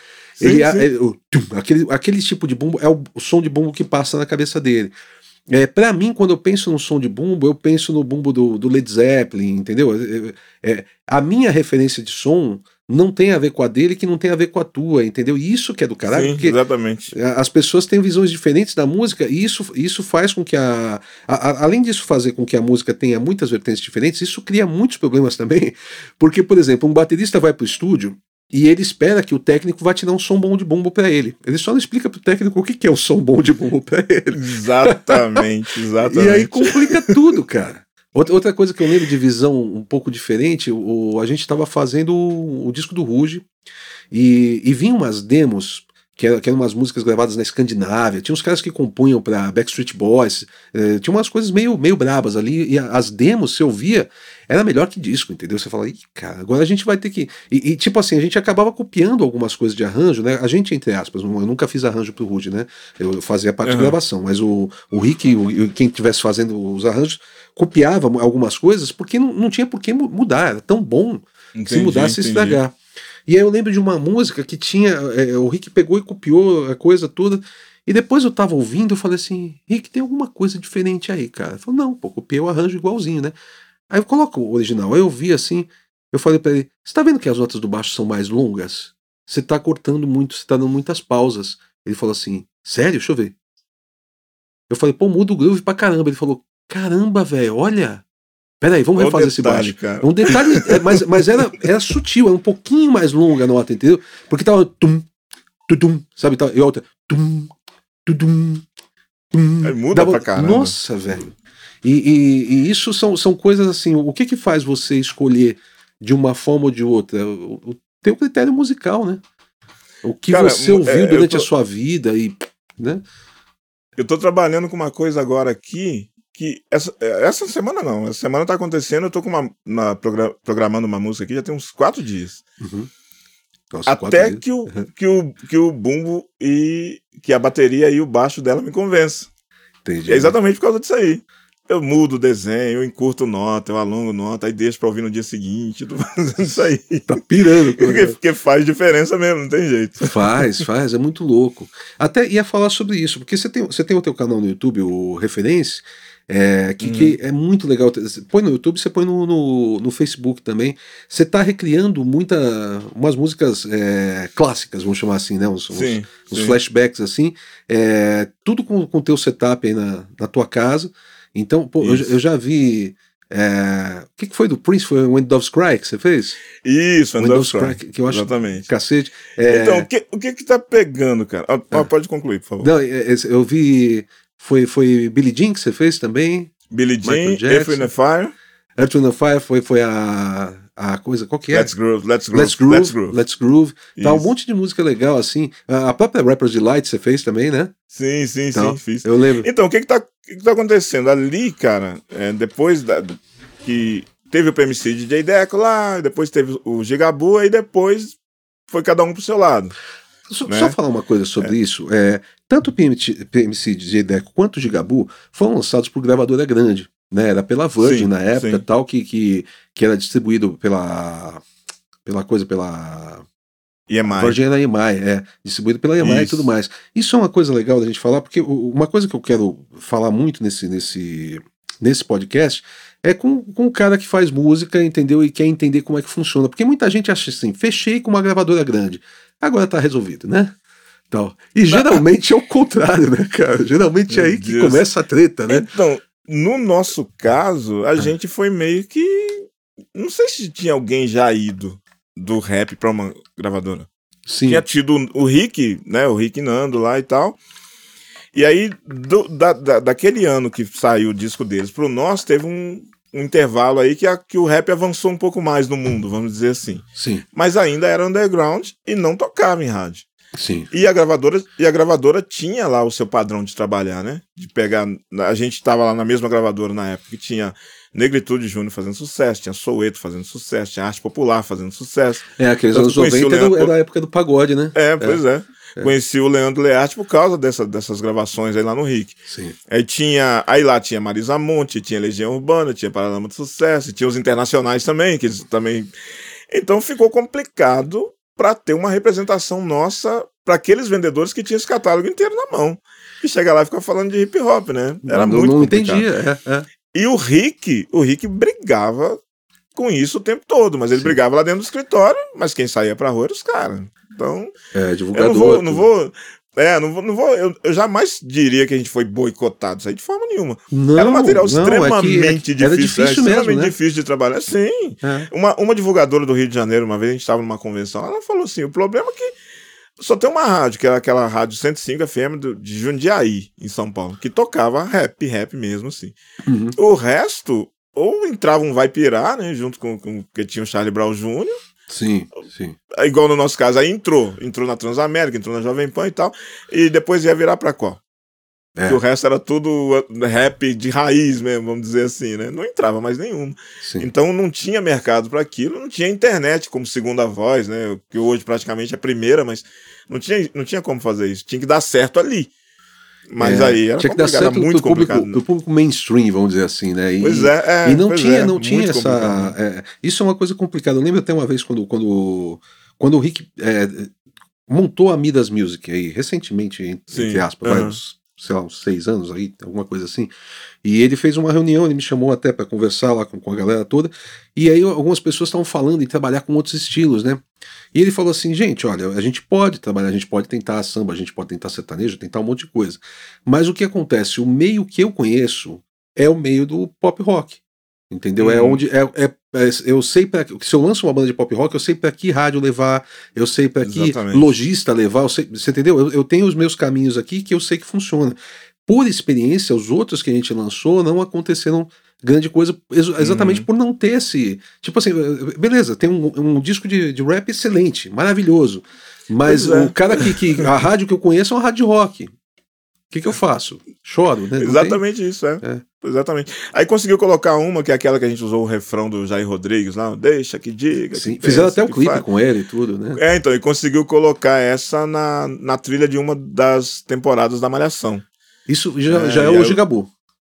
Aquele tipo de bumbo é o som de bumbo que passa na cabeça dele. Pra mim, quando eu penso no som de bumbo, eu penso no bumbo do Led Zeppelin, entendeu? A minha referência de som não tem a ver com a dele, que não tem a ver com a tua, entendeu? E isso que é do caralho, Sim, porque exatamente. as pessoas têm visões diferentes da música, e isso faz com que além disso fazer com que a música tenha muitas vertentes diferentes, isso cria muitos problemas também, porque, por exemplo, um baterista vai pro estúdio e ele espera que o técnico vá tirar um som bom de bumbo pra ele. Ele só não explica pro técnico o que é o som bom de bumbo pra ele. Exatamente. E aí complica tudo, cara. Outra coisa que eu lembro de visão um pouco diferente, a gente estava fazendo o disco do Ruge e vinham umas demos que eram umas músicas gravadas na Escandinávia, tinha uns caras que compunham para Backstreet Boys, tinha umas coisas meio brabas ali, e as demos, você ouvia, era melhor que disco, entendeu? Você fala, ih, cara, agora a gente vai ter que... E tipo assim, a gente acabava copiando algumas coisas de arranjo, né? A gente, entre aspas, eu nunca fiz arranjo pro Ruge, né? Eu fazia parte de gravação, mas o Rick, quem estivesse fazendo os arranjos, copiava algumas coisas, porque não tinha por que mudar, era tão bom que se mudasse estragar. E aí eu lembro de uma música que tinha, o Rick pegou e copiou a coisa toda, e depois eu tava ouvindo, eu falei assim, Rick, tem alguma coisa diferente aí, cara? Ele falou, não, pô, copiei o arranjo igualzinho, né? Aí eu coloco o original, aí eu vi assim, eu falei pra ele, você tá vendo que as notas do baixo são mais longas? Você tá cortando muito, você tá dando muitas pausas. Ele falou assim, sério? Deixa eu ver. Eu falei, pô, muda o groove pra caramba. Ele falou, caramba, velho, olha... Peraí, vamos refazer esse baixo. Cara. Um detalhe, mas era sutil, era um pouquinho mais longa a nota, entendeu? Porque tava tum, tudum, sabe? E outra tum, tudum, tum. Muda pra caramba. Nossa, velho. E isso são coisas assim, o que faz você escolher de uma forma ou de outra? O teu critério musical, né? O que você ouviu durante a sua vida e... né? Eu tô trabalhando com uma coisa agora aqui, que essa semana não, essa semana tá acontecendo, eu tô com programando uma música aqui já tem uns 4 dias. Uhum. Nossa, até que o bumbo e que a bateria e o baixo dela me convença. Entendi. É exatamente por causa disso aí. Eu mudo o desenho, eu encurto nota, eu alongo nota, aí deixo pra ouvir no dia seguinte, tô fazendo isso aí. Tá pirando. Porque faz diferença mesmo, não tem jeito. Faz, é muito louco. Até ia falar sobre isso, porque você tem o teu canal no YouTube, o Referência, que é muito legal. Você põe no YouTube, você põe no Facebook também. Você tá recriando umas músicas clássicas, vamos chamar assim, né? Uns flashbacks assim. Tudo com o teu setup aí na tua casa. Então, pô, eu já vi. O que foi do Prince? Foi When Doves Cry que você fez? Isso, When Doves Cry. Que eu acho exatamente. Cacete. Então, o que tá pegando, cara? Pode concluir, por favor. Não, eu vi. Foi Billie Jean que você fez também? Billie Jean, Earth, Wind and Fire. Earth, Wind and Fire foi a coisa. Qual que é? Let's Groove. Tá um monte de música legal, assim. A própria Rapper's Delight você fez também, né? Sim, fiz. Eu lembro. Então, o que tá acontecendo? Ali, cara, depois que teve o PMC DJ Deco lá, depois teve o Gigabu, e depois foi cada um pro seu lado. Só falar uma coisa sobre isso. Tanto o PMC DJ Deco quanto o Gigabu foram lançados por gravadora grande. Né? Era pela Virgin na época, tal, que era distribuído pela EMI. Virgin era EMI, distribuído pela EMI e tudo mais. Isso é uma coisa legal da gente falar, porque uma coisa que eu quero falar muito nesse podcast é com o cara que faz música, entendeu? E quer entender como é que funciona. Porque muita gente acha assim, fechei com uma gravadora grande, agora tá resolvido, né? Então, e geralmente é o contrário, né, cara? Geralmente é aí que começa a treta, né? Então, no nosso caso, a gente foi meio que... Não sei se tinha alguém já ido do rap pra uma gravadora. Sim. Tinha tido o Rick, né? O Rick Nando lá e tal. E aí, daquele ano que saiu o disco deles pro nosso, teve um intervalo aí que o rap avançou um pouco mais no mundo, vamos dizer assim. Sim. Mas ainda era underground e não tocava em rádio. Sim. E a gravadora tinha lá o seu padrão de trabalhar, né? De pegar... A gente estava lá na mesma gravadora na época que tinha Negritude Júnior fazendo sucesso, tinha Soweto fazendo sucesso, tinha Arte Popular fazendo sucesso. Aqueles anos 90 era a época do pagode, né? Pois é. Conheci o Leandro Learte por causa dessas gravações aí lá no Rick. Sim. Aí lá tinha Marisa Monte, tinha Legião Urbana, tinha Paralama de Sucesso, tinha os internacionais também, que eles também... Então ficou complicado para ter uma representação nossa para aqueles vendedores que tinham esse catálogo inteiro na mão. E chega lá e fica falando de hip hop, né? Era muito complicado. Não entendia. E o Rick brigava com isso o tempo todo, mas ele brigava lá dentro do escritório, mas quem saía pra rua era os caras. Então, divulgador. Eu jamais diria que a gente foi boicotado, isso aí de forma nenhuma. Não, era um material extremamente difícil. Era difícil mesmo, extremamente né? difícil de trabalhar. Sim. Uma divulgadora do Rio de Janeiro, uma vez a gente estava numa convenção, ela falou assim, o problema é que só tem uma rádio, que era aquela rádio 105 FM de Jundiaí, em São Paulo, que tocava rap mesmo, assim. Uhum. O resto, ou entrava um Vai Pirar, né, junto com que tinha o Charlie Brown Jr., Sim. igual no nosso caso, aí entrou na Transamérica, entrou na Jovem Pan e tal, e depois ia virar pra qual? Porque o resto era tudo rap de raiz mesmo, vamos dizer assim, né? Não entrava mais nenhum. Sim. Então não tinha mercado para aquilo, não tinha internet como segunda voz, né? Que hoje praticamente é a primeira, mas não tinha como fazer isso. Tinha que dar certo ali. Mas aí era tinha que dar certo muito pro público mainstream, vamos dizer assim, né? E, pois é. E não tinha essa... isso é uma coisa complicada. Eu lembro até uma vez quando o Rick montou a Midas Music aí, recentemente, entre aspas, sei lá, uns 6 anos aí, alguma coisa assim. E ele fez uma reunião, ele me chamou até para conversar lá com a galera toda, e aí algumas pessoas estavam falando em trabalhar com outros estilos, né? E ele falou assim, gente, olha, a gente pode trabalhar, a gente pode tentar samba, a gente pode tentar sertanejo, tentar um monte de coisa. Mas o que acontece? O meio que eu conheço é o meio do pop rock. Entendeu? É onde eu sei se eu lanço uma banda de pop rock, eu sei para que rádio levar, eu sei para que lojista levar, você entendeu? Eu tenho os meus caminhos aqui que eu sei que funciona. Por experiência, os outros que a gente lançou não aconteceram grande coisa exatamente por não ter esse... Tipo assim, beleza, tem um disco de rap excelente, maravilhoso, mas o cara que a rádio que eu conheço é uma rádio de rock. O que eu faço? Choro, né? Exatamente isso, Exatamente. Aí conseguiu colocar uma, que é aquela que a gente usou o refrão do Jair Rodrigues lá, deixa que diga. Sim, que fizeram até o clipe com ele e tudo, né? Então, ele conseguiu colocar essa na trilha de uma das temporadas da Malhação. Isso já é o Gigabu.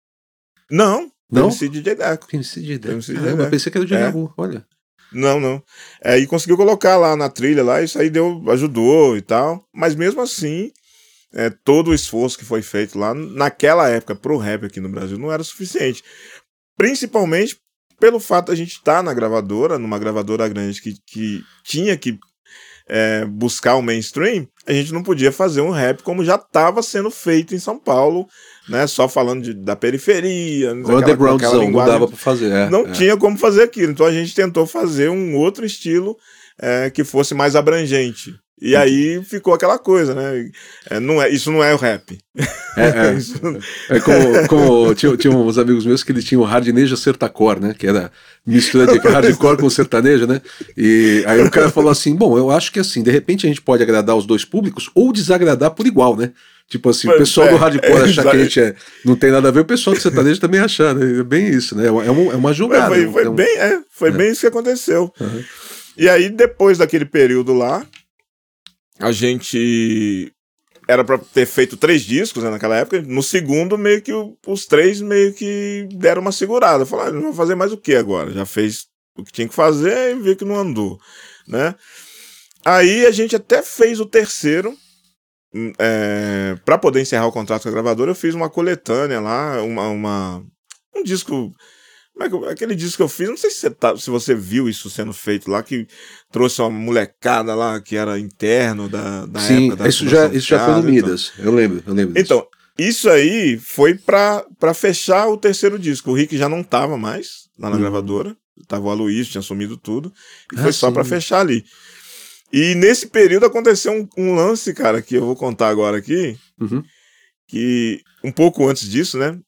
Não? MC DJ Deco. MC DJ Deco. Eu pensei que era o Gigabu, olha. Não. E conseguiu colocar lá na trilha, lá, isso aí ajudou e tal, mas mesmo assim... todo o esforço que foi feito lá naquela época pro rap aqui no Brasil não era suficiente, principalmente pelo fato de a gente estar numa gravadora grande que tinha que buscar o mainstream. A gente não podia fazer um rap como já estava sendo feito em São Paulo, né, só falando da periferia, o undergroundzão, não dava para fazer. Não tinha como fazer aquilo, então a gente tentou fazer um outro estilo que fosse mais abrangente. E aí ficou aquela coisa, né? Isso não é o rap. Como tinha uns amigos meus que eles tinham hardneja sertacore, né? Que era mistura de hardcore com sertanejo, né? E aí o cara falou assim, bom, eu acho que assim, de repente a gente pode agradar os dois públicos ou desagradar por igual, né? Tipo assim, o pessoal do hardcore achar que a gente não tem nada a ver, o pessoal do sertanejo também achar, né? É bem isso, né? É uma jogada. Foi bem isso que aconteceu. Uhum. E aí, depois daquele período lá, a gente era pra ter feito 3 discos, né, naquela época. No segundo, meio que os 3 meio que deram uma segurada. Falaram, não vou fazer mais o que agora? Já fez o que tinha que fazer e viu que não andou, né? Aí a gente até fez o terceiro, para poder encerrar o contrato com a gravadora. Eu fiz uma coletânea lá, um disco... Aquele disco que eu fiz, não sei se você viu isso sendo feito lá, que trouxe uma molecada lá que era interno da época da isso já foi no Midas, eu lembro disso. Então, isso aí foi pra fechar o terceiro disco. O Rick já não tava mais lá na gravadora, tava o Aloysio, tinha sumido tudo, e foi só pra fechar ali. E nesse período aconteceu um lance, cara, que eu vou contar agora aqui, que um pouco antes disso, né,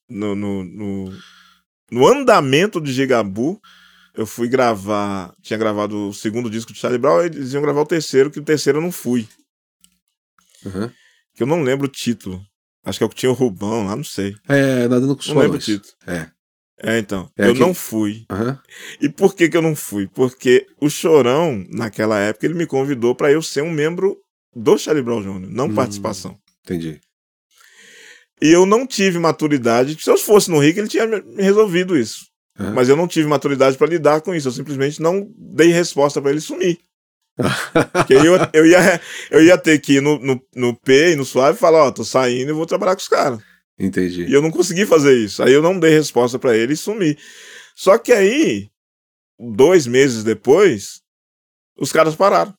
no andamento de Gigabu, eu fui gravar... Tinha gravado o segundo disco de Charlie Brown, e eles iam gravar o terceiro, que o terceiro eu não fui. Que eu não lembro o título. Acho que é o que tinha o Rubão lá, não sei. Nadando com Não lembro o título. Então. Eu não fui. E por que eu não fui? Porque o Chorão, naquela época, ele me convidou para eu ser um membro do Charlie Brown Jr., não participação. Entendi. E eu não tive maturidade. Se eu fosse no Rick, ele tinha resolvido isso. Mas eu não tive maturidade para lidar com isso. Eu simplesmente não dei resposta para ele sumir. Porque eu ia ter que ir no P e no Suave e falar, tô saindo e vou trabalhar com os caras. Entendi. E eu não consegui fazer isso. Aí eu não dei resposta para ele e sumi. Só que aí 2 meses depois, os caras pararam.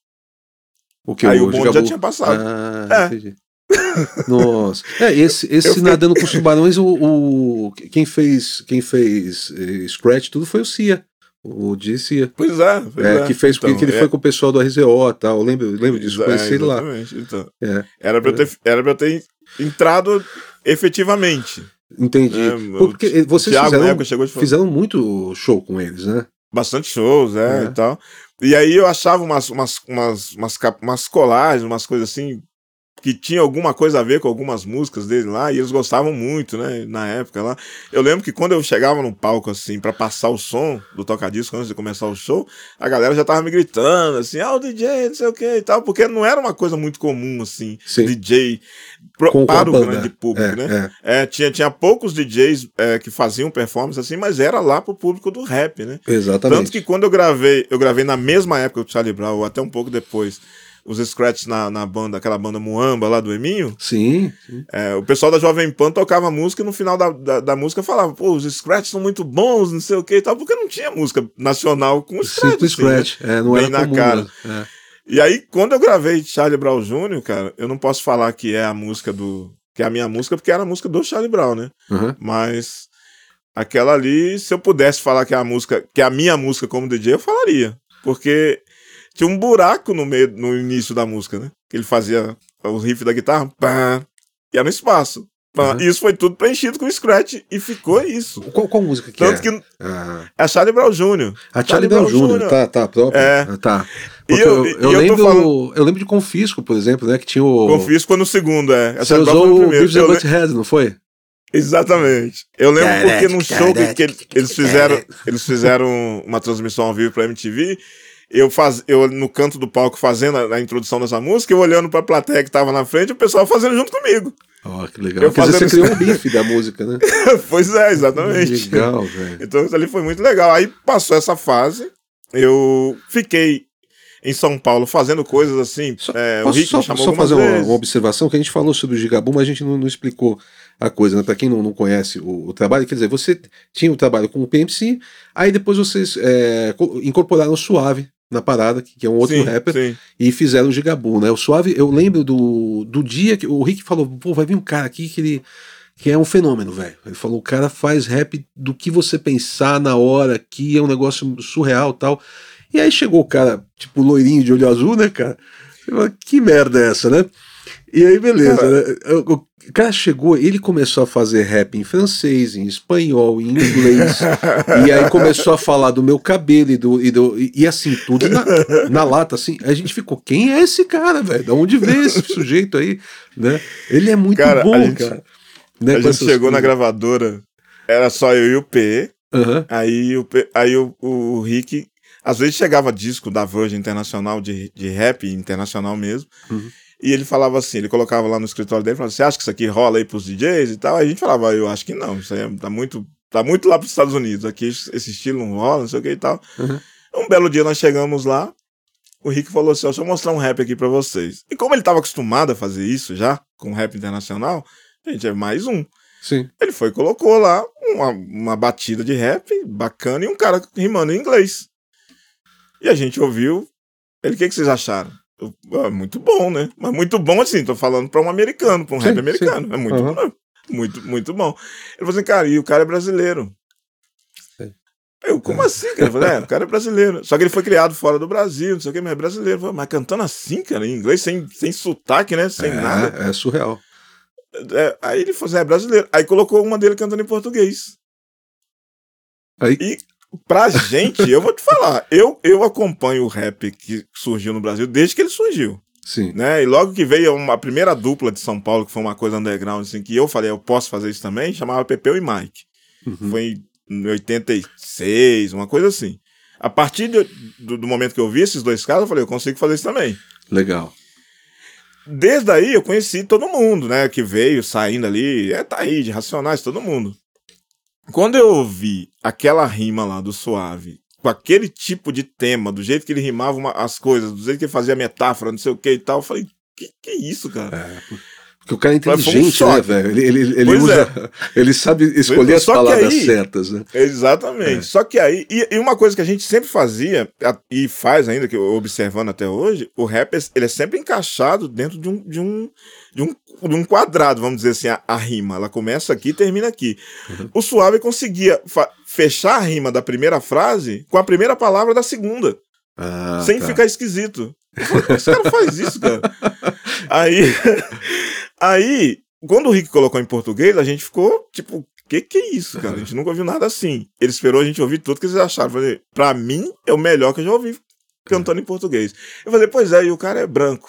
Aí o bonde já tinha passado. Entendi. Nossa. Esse Nadando com os Tubarões, quem fez Scratch tudo foi o Cia. O Jay Cia. Pois é. Que fez então, porque ele foi com o pessoal do RZO e tal. Lembro disso, conheci ele lá. Então, era pra eu ter entrado efetivamente. Entendi. Porque vocês fizeram muito show com eles, né? Bastante shows, e tal. E aí eu achava umas colagens, umas coisas assim, que tinha alguma coisa a ver com algumas músicas dele lá, e eles gostavam muito, né, na época lá. Eu lembro que quando eu chegava no palco, assim, pra passar o som do toca-disco antes de começar o show, a galera já tava me gritando, assim, o DJ, não sei o que e tal, porque não era uma coisa muito comum, assim, Sim. DJ para o grande público, né? Tinha poucos DJs que faziam performance, assim, mas era lá pro público do rap, né? Exatamente. Tanto que quando eu gravei na mesma época do Charlie Brown, ou até um pouco depois, os scratches na banda, aquela banda Muamba lá do Eminho. Sim. O pessoal da Jovem Pan tocava música e no final da música falava, pô, os scratches são muito bons, não sei o que e tal, porque não tinha música nacional com scratch. Sim, scratch, né? Não bem era na comum, cara. E aí, quando eu gravei Charlie Brown Jr., cara, eu não posso falar que é a música que é a minha música, porque era a música do Charlie Brown, né? Mas aquela ali, se eu pudesse falar que é a minha música como DJ, eu falaria. Porque tinha um buraco no início da música, né? Que ele fazia o riff da guitarra, pá, e era no espaço. E isso foi tudo preenchido com scratch e ficou isso. Qual música que Tanto que é a Charlie Brown Jr. A Charlie Brown Jr. Tá, próprio. Tá. E eu lembro de Confisco, por exemplo, né? Que tinha o. Confisco no segundo, Você usou o Beavis and Butthead, não foi? Exatamente. Eu lembro porque num show que eles fizeram uma transmissão ao vivo pra MTV. Eu no canto do palco fazendo a introdução dessa música, eu olhando pra plateia que tava na frente, o pessoal fazendo junto comigo. Que legal. Quer dizer, você criou um riff da música, né? Pois é, exatamente. Legal, velho. Então isso ali foi muito legal. Aí passou essa fase, eu fiquei em São Paulo fazendo coisas assim. O Rick me chamou só fazer vezes. uma observação, que a gente falou sobre o Gigaboom, mas a gente não explicou a coisa, né? Para quem não conhece o trabalho, quer dizer, você tinha o trabalho com o PMC, aí depois vocês incorporaram o Suave na parada, que é um outro rapper, e fizeram o Gigaboom, né? O Suave, eu lembro do dia que o Rick falou, pô, vai vir um cara aqui que é um fenômeno, velho. Ele falou, o cara faz rap do que você pensar na hora, que é um negócio surreal e tal. E aí chegou o cara, tipo, loirinho de olho azul, né, cara? Que merda é essa, né? E aí, beleza, né? O cara chegou, ele começou a fazer rap em francês, em espanhol, em inglês, e aí começou a falar do meu cabelo e assim, tudo na lata, assim. A gente ficou, quem é esse cara, velho? Da onde veio esse sujeito aí, né? Ele é muito bom, cara. Né? A gente chegou na gravadora, era só eu e o P, aí o Rick, às vezes chegava disco da Virgin Internacional, de rap internacional mesmo, e ele falava assim, ele colocava lá no escritório dele, falava, você acha que isso aqui rola aí pros DJs e tal? Aí a gente falava, eu acho que não, isso aí tá muito lá pros Estados Unidos, aqui esse estilo não rola, não sei o que e tal. Um belo dia nós chegamos lá, o Rick falou assim, deixa eu mostrar um rap aqui pra vocês. E como ele tava acostumado a fazer isso já, com rap internacional, gente, é mais um. Sim. Ele foi e colocou lá uma batida de rap bacana e um cara rimando em inglês. E a gente ouviu. Ele, o que vocês acharam? Muito bom, né? Mas muito bom assim, tô falando pra um americano, pra um rap americano. É muito bom. Muito bom. Ele falou assim, cara, e o cara é brasileiro. Eu, como assim, cara? Eu falei, o cara é brasileiro. Só que ele foi criado fora do Brasil, não sei o que, mas é brasileiro. Falei, mas cantando assim, cara, em inglês, sem sotaque, né? Sem nada. É surreal. Aí ele falou assim, é brasileiro. Aí colocou uma dele cantando em português. E pra gente, eu vou te falar, eu acompanho o rap que surgiu no Brasil desde que ele surgiu. Sim. Né? E logo que veio a primeira dupla de São Paulo, que foi uma coisa underground, assim, que eu falei, eu posso fazer isso também, chamava Pepeu e Mike. Foi em 86, uma coisa assim. A partir do momento que eu vi esses dois caras, eu falei, eu consigo fazer isso também. Legal. Desde aí eu conheci todo mundo, né, que veio saindo ali, tá aí, de Racionais, todo mundo. Quando eu ouvi aquela rima lá do Suave, com aquele tipo de tema, do jeito que ele rimava as coisas, do jeito que ele fazia metáfora, não sei o que e tal, eu falei, que é isso, cara? Porque o cara é inteligente, né, velho? Ele sabe escolher as palavras certas, né? Exatamente. Só que aí, e uma coisa que a gente sempre fazia, e faz ainda, que eu observando até hoje, o rap, ele é sempre encaixado dentro de um quadrado, vamos dizer assim, a rima. Ela começa aqui e termina aqui. O Suave conseguia fechar a rima da primeira frase com a primeira palavra da segunda. Sem ficar esquisito. Eu falei, como esse cara faz isso, cara? Aí, quando o Rick colocou em português, a gente ficou tipo, que é isso, cara? A gente nunca ouviu nada assim. Ele esperou a gente ouvir tudo que eles acharam. Eu falei, pra mim, é o melhor que eu já ouvi cantando em português. Eu falei, pois é, e o cara é branco.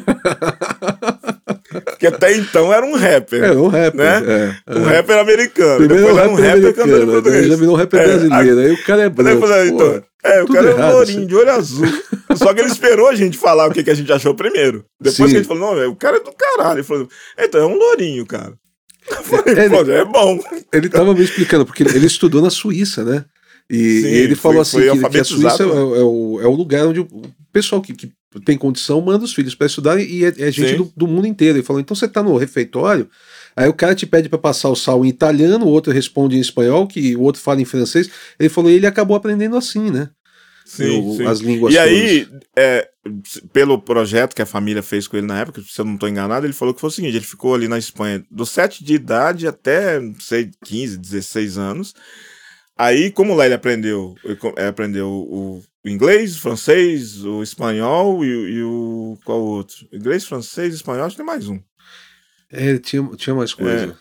Porque até então era um rapper. Era um rapper, né? Um rapper americano. Primeiro depois era um rapper cantando em português. Já virou um rapper brasileiro. Aí o cara é branco. O cara é um lourinho, de olho azul. Só que ele esperou a gente falar o que a gente achou primeiro. Depois que a gente falou, não, o cara é do caralho. Ele falou, então é um lourinho, cara. Eu falei, é bom. Ele tava me explicando, porque ele estudou na Suíça, né? E ele falou assim que a Suíça é o lugar onde o pessoal que tem condição manda os filhos para estudar e é gente do mundo inteiro. Ele falou, então você tá no refeitório, aí o cara te pede para passar o sal em italiano, o outro responde em espanhol, que o outro fala em francês. Ele falou, e ele acabou aprendendo assim, né? Sim. As línguas e aí, pelo projeto que a família fez com ele na época, se eu não estou enganado, ele falou que foi o seguinte, ele ficou ali na Espanha dos 7 de idade até, não sei, 15, 16 anos. Aí, como lá ele aprendeu o inglês, o francês, o espanhol e o... qual outro? Inglês, francês, espanhol, acho que tem mais um. Tinha mais coisa.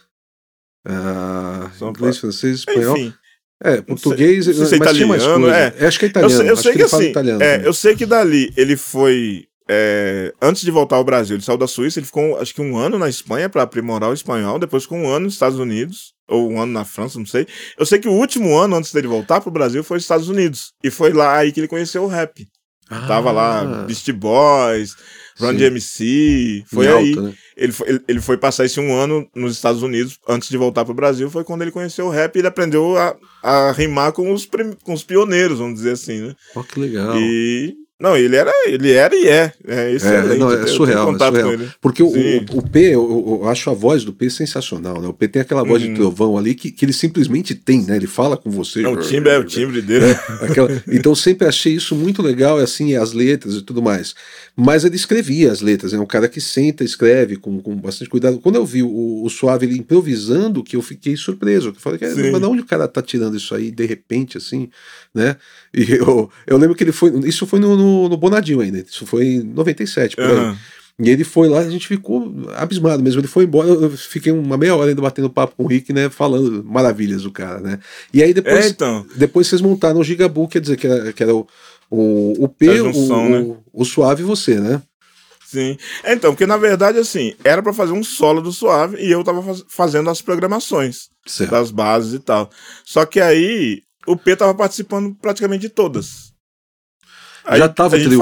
Inglês, francês, espanhol... Enfim. Português, não sei, mas italiano, tinha mais coisa. Acho que é italiano. Eu sei que assim, italiano, eu sei que dali ele foi... antes de voltar ao Brasil, ele saiu da Suíça, ele ficou acho que 1 ano na Espanha para aprimorar o espanhol, depois ficou 1 ano nos Estados Unidos, ou 1 ano na França, não sei. Eu sei que o último ano antes dele voltar pro Brasil foi nos Estados Unidos, e foi lá aí que ele conheceu o rap. Tava lá Beastie Boys, Run DMC, foi aí. Alta, né? Ele foi passar esse 1 ano nos Estados Unidos antes de voltar pro Brasil, foi quando ele conheceu o rap e ele aprendeu a rimar com os pioneiros, vamos dizer assim, né? Que legal. Não, ele era e é excelente. É surreal. Porque o P, eu acho a voz do P sensacional, né? O P tem aquela voz de trovão ali que ele simplesmente tem, né? Ele fala com você. O timbre dele. Então sempre achei isso muito legal, assim, as letras e tudo mais. Mas ele escrevia as letras, é um cara que senta, escreve com bastante cuidado. Quando eu vi o Suave ele improvisando, que eu fiquei surpreso. Eu falei, mas de onde o cara tá tirando isso aí de repente, assim, né? E eu lembro que isso foi no Bonadinho ainda, isso foi em 97, por aí. E ele foi lá, a gente ficou abismado mesmo, ele foi embora, eu fiquei uma meia hora ainda batendo papo com o Rick, né, falando maravilhas do cara, né. E aí depois vocês montaram o Gigabu, quer dizer, que era o P, junção, né? O Suave e você, né. Sim, então, porque na verdade, assim, era pra fazer um solo do Suave e eu tava fazendo as programações das bases e tal. Só que aí o P tava participando praticamente de todas. Aí já tava a gente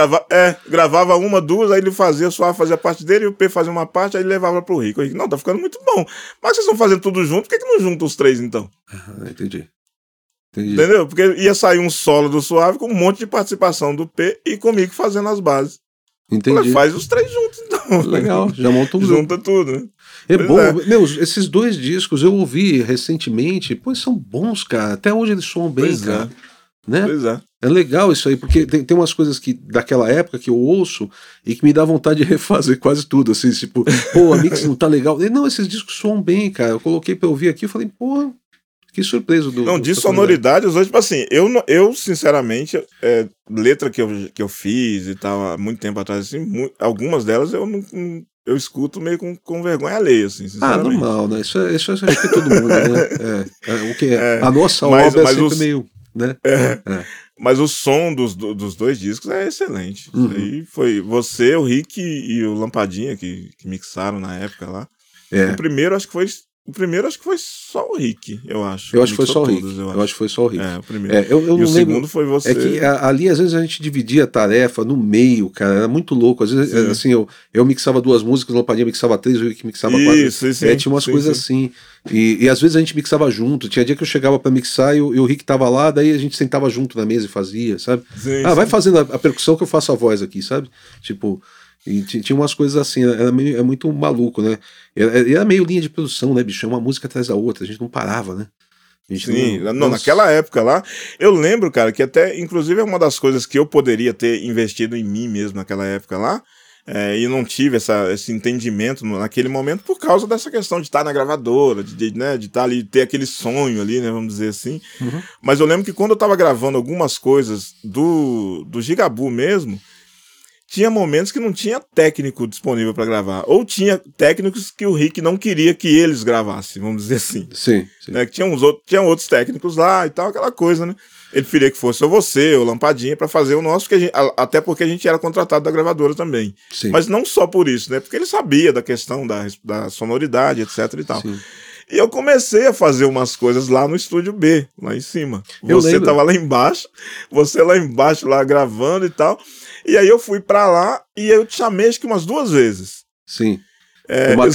gravava 1, 2, aí ele fazia, o Suave fazia parte dele, e o P fazia uma parte, aí ele levava pro Rico. Rico, não, tá ficando muito bom. Mas vocês estão fazendo tudo junto, por que não juntam os 3 então? Entendi. Entendeu? Porque ia sair um solo do Suave com um monte de participação do P e comigo fazendo as bases. Entendi. Faz os 3 juntos então. Legal, já monta um grupo. Junta tudo, né? É bom, esses 2 discos eu ouvi recentemente, são bons, cara. Até hoje eles soam bem, cara. Né? Pois é. É legal isso aí, porque tem umas coisas daquela época que eu ouço e que me dá vontade de refazer quase tudo, assim, tipo, a mix não tá legal. Não, esses discos soam bem, cara. Eu coloquei pra ouvir aqui e falei, que surpresa. De sonoridade, os dois, tipo assim, eu sinceramente, letra que eu fiz e tal, há muito tempo atrás, assim, algumas delas eu escuto meio com vergonha alheia, assim, sinceramente. Normal, né? Isso acho que todo mundo, né? A nossa obra é sempre meio... Né? Mas o som dos 2 discos é excelente. Isso aí foi você, o Rick e o Lampadinha que mixaram na época lá. O primeiro acho que foi só o Rick, eu acho. Eu acho que foi só o Rick. Eu acho que foi só o Rick. O primeiro. Eu e o segundo foi você. É que ali às vezes a gente dividia a tarefa no meio, cara. Era muito louco. Às vezes, assim, eu mixava 2 músicas, o Lampadinha mixava 3, o Rick mixava 4. Tinha umas coisas assim. E às vezes a gente mixava junto. Tinha dia que eu chegava pra mixar e o Rick tava lá, daí a gente sentava junto na mesa e fazia, sabe? Vai fazendo a percussão que eu faço a voz aqui, sabe? Tipo... E tinha umas coisas assim, é muito maluco, né? Era meio linha de produção, né, bicho? Uma música atrás da outra, a gente não parava, né? Sim, não, naquela época lá, eu lembro, cara, que até, inclusive, é uma das coisas que eu poderia ter investido em mim mesmo naquela época lá, e não tive esse entendimento naquele momento por causa dessa questão de estar na gravadora, de estar ali, ter aquele sonho ali, né, vamos dizer assim. Uhum. Mas eu lembro que quando eu tava gravando algumas coisas do Gigabu mesmo, tinha momentos que não tinha técnico disponível para gravar, ou tinha técnicos que o Rick não queria que eles gravassem, vamos dizer assim. Sim. Né, que tinha outros técnicos lá e tal, aquela coisa, né? Ele queria que fosse ou você, ou Lampadinha, para fazer o nosso, até porque a gente era contratado da gravadora também. Sim. Mas não só por isso, né? Porque ele sabia da questão da sonoridade, etc e tal. Sim. E eu comecei a fazer umas coisas lá no estúdio B, lá em cima. Você tava lá embaixo, lá gravando e tal. E aí eu fui pra lá e eu te chamei acho que umas 2 vezes. Sim. Você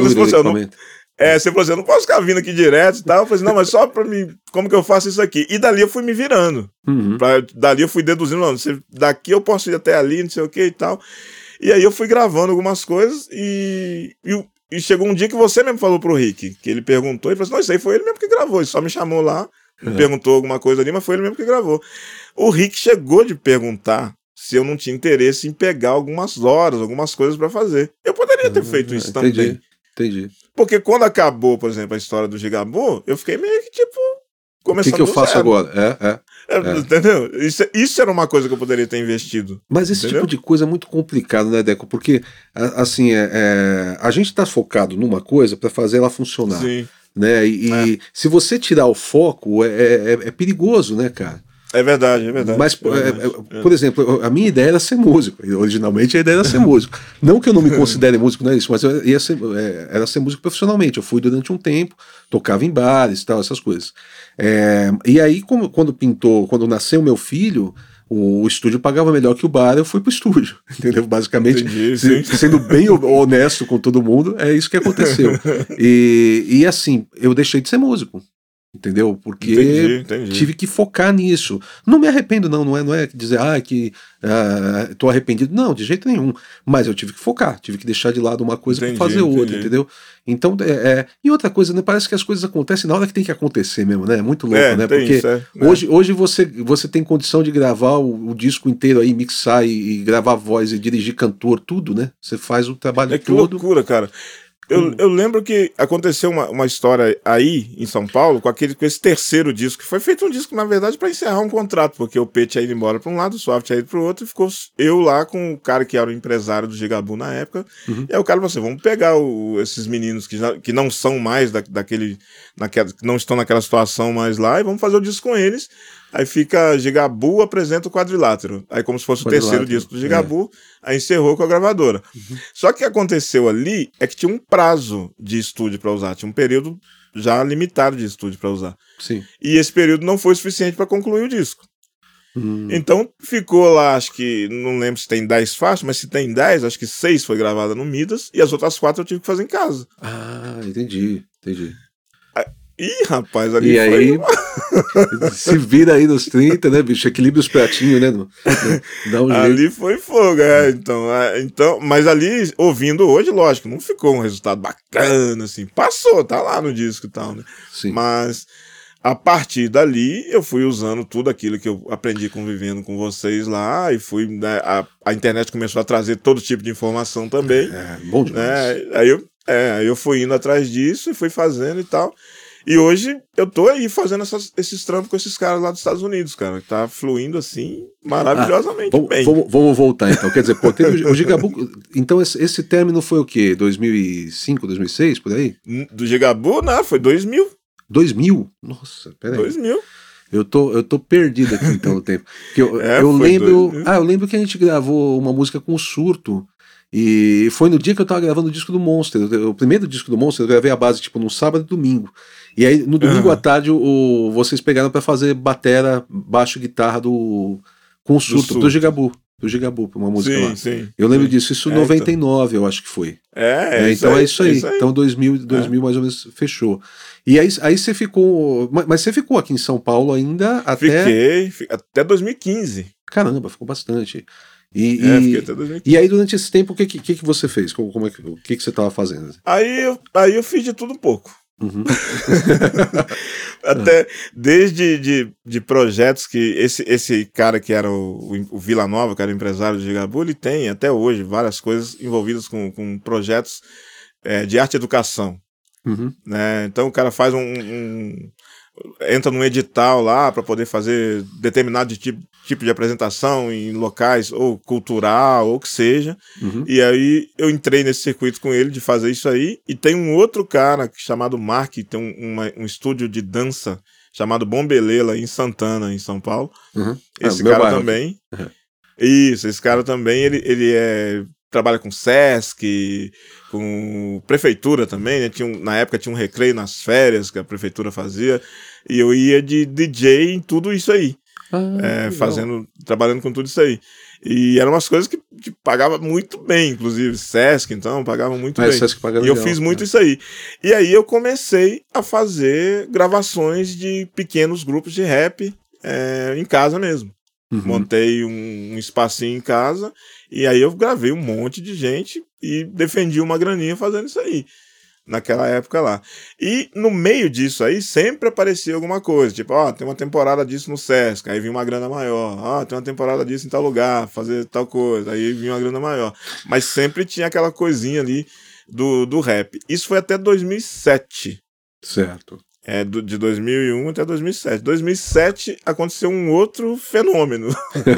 falou assim, eu não posso ficar vindo aqui direto e tal. Eu falei assim, não, mas só pra mim, como que eu faço isso aqui? E dali eu fui me virando. Uhum. Dali eu fui deduzindo, não, daqui eu posso ir até ali, não sei o que e tal. E aí eu fui gravando algumas coisas e chegou um dia que você mesmo falou pro Rick, que ele perguntou, e falou assim, não, isso aí foi ele mesmo que gravou, ele só me chamou lá, me perguntou alguma coisa ali, mas foi ele mesmo que gravou. O Rick chegou de perguntar se eu não tinha interesse em pegar algumas horas, algumas coisas pra fazer. Eu poderia ter feito isso também. Entendi. Porque quando acabou, por exemplo, a história do Gigabu, eu fiquei meio que tipo, começando o que eu faço zero. agora? Entendeu? Isso era uma coisa que eu poderia ter investido. Mas esse tipo de coisa é muito complicado, né, Deco? Porque, assim, a gente tá focado numa coisa para fazer ela funcionar. Sim. Né? E se você tirar o foco, é perigoso, né, cara? É verdade. Mas, por exemplo, a minha ideia era ser músico. Originalmente a ideia era ser músico. Não que eu não me considere músico, não é isso, mas era ser músico profissionalmente. Eu fui durante um tempo, tocava em bares e tal, essas coisas. E aí, quando nasceu meu filho, o estúdio pagava melhor que o bar, eu fui pro estúdio, entendeu? Basicamente, sendo bem honesto com todo mundo, é isso que aconteceu. E assim, eu deixei de ser músico. Entendeu? Porque tive que focar nisso. Não me arrependo, não é dizer que tô arrependido. Não, de jeito nenhum. Mas eu tive que focar, tive que deixar de lado uma coisa para fazer outra, entendeu? Então, e outra coisa, né? Parece que as coisas acontecem na hora que tem que acontecer mesmo, né? É muito louco, né? Porque hoje você tem condição de gravar o disco inteiro aí, mixar e gravar voz e dirigir cantor, tudo, né? Você faz o trabalho todo. Que loucura, cara. Eu lembro que aconteceu uma história aí em São Paulo com esse terceiro disco, que foi feito um disco, na verdade, para encerrar um contrato, porque o P tinha ido embora para um lado, o Suave tinha ido para o outro, e ficou eu lá com o cara que era o empresário do Gigabu na época. E aí o cara falou assim, vamos pegar esses meninos que não são mais que não estão naquela situação mais lá, e vamos fazer o disco com eles. Aí fica Gigabu apresenta o Quadrilátero. Aí como se fosse o terceiro disco do Gigabu, aí encerrou com a gravadora. Só que o que aconteceu ali é que tinha um prazo de estúdio para usar, tinha um período já limitado de estúdio para usar. Sim. E esse período não foi suficiente para concluir o disco. Então ficou lá, acho que, não lembro se tem 10 faixas, mas se tem 10, acho que 6 foi gravada no Midas e as outras 4 eu tive que fazer em casa. Ah, entendi. Ih, rapaz, ali e aí, se vira aí nos 30, né, bicho? Equilibra os pratinhos, né? Dá um ali jeito. foi fogo, então, mas ali, ouvindo hoje, lógico, não ficou um resultado bacana, assim. Passou, tá lá no disco e tal, né? Sim. Mas a partir dali, eu fui usando tudo aquilo que eu aprendi convivendo com vocês lá, e fui, né, a internet começou a trazer todo tipo de informação também. Bom demais. Aí eu fui indo atrás disso e fui fazendo e tal. E hoje eu tô aí fazendo esses trampos com esses caras lá dos Estados Unidos, cara. Tá fluindo assim maravilhosamente bem. Vamos voltar então. Quer dizer, o Gigabu. Então esse término foi o quê? 2005, 2006, por aí? Do Gigabu, não, foi 2000. 2000? Nossa, peraí. 2000. Eu tô perdido aqui então no tempo. Eu lembro. Eu lembro que a gente gravou uma música com o Surto. E foi no dia que eu tava gravando o disco do Monster. O primeiro disco do Monster, eu gravei a base tipo no sábado e domingo. E aí no domingo à tarde vocês pegaram pra fazer batera, baixo e guitarra com o Surto, do Gigabu, pra uma música lá. Sim, eu lembro disso, isso em 99 eu acho que foi. Então é isso aí. Então 2000 mais ou menos fechou. E aí você ficou... Mas você ficou aqui em São Paulo ainda até... Fiquei até 2015. Caramba, ficou bastante. Fiquei até 2015. E aí, durante esse tempo, o que você fez? O que você estava fazendo? Aí eu fiz de tudo um pouco. Uhum. Até desde de projetos que esse cara que era o Vila Nova, que era o empresário de Gigabu, ele tem até hoje várias coisas envolvidas com projetos de arte e educação. Uhum. Né? Então o cara faz entra num edital lá para poder fazer determinado tipo de apresentação em locais ou cultural ou o que seja. Uhum. E aí eu entrei nesse circuito com ele de fazer isso aí. E tem um outro cara chamado Mark, que tem um estúdio de dança chamado Bombelela em Santana, em São Paulo. Uhum. Esse cara também. Uhum. Isso, esse cara também, ele trabalha com Sesc, com prefeitura também, né? Na época tinha um recreio nas férias que a prefeitura fazia, e eu ia de DJ em tudo isso aí, trabalhando com tudo isso aí. E eram umas coisas que pagava muito bem, inclusive Sesc, então, pagava muito bem. Sesc paga e eu fiz muito isso aí. E aí eu comecei a fazer gravações de pequenos grupos de rap em casa mesmo. Uhum. Montei um espacinho em casa e aí eu gravei um monte de gente e defendi uma graninha fazendo isso aí, naquela época lá. E no meio disso aí sempre aparecia alguma coisa, tipo, tem uma temporada disso no Sesc, aí vinha uma grana maior, tem uma temporada disso em tal lugar, fazer tal coisa, aí vinha uma grana maior. Mas sempre tinha aquela coisinha ali do rap. Isso foi até 2007. Certo. De 2001 até 2007. 2007 aconteceu um outro fenômeno.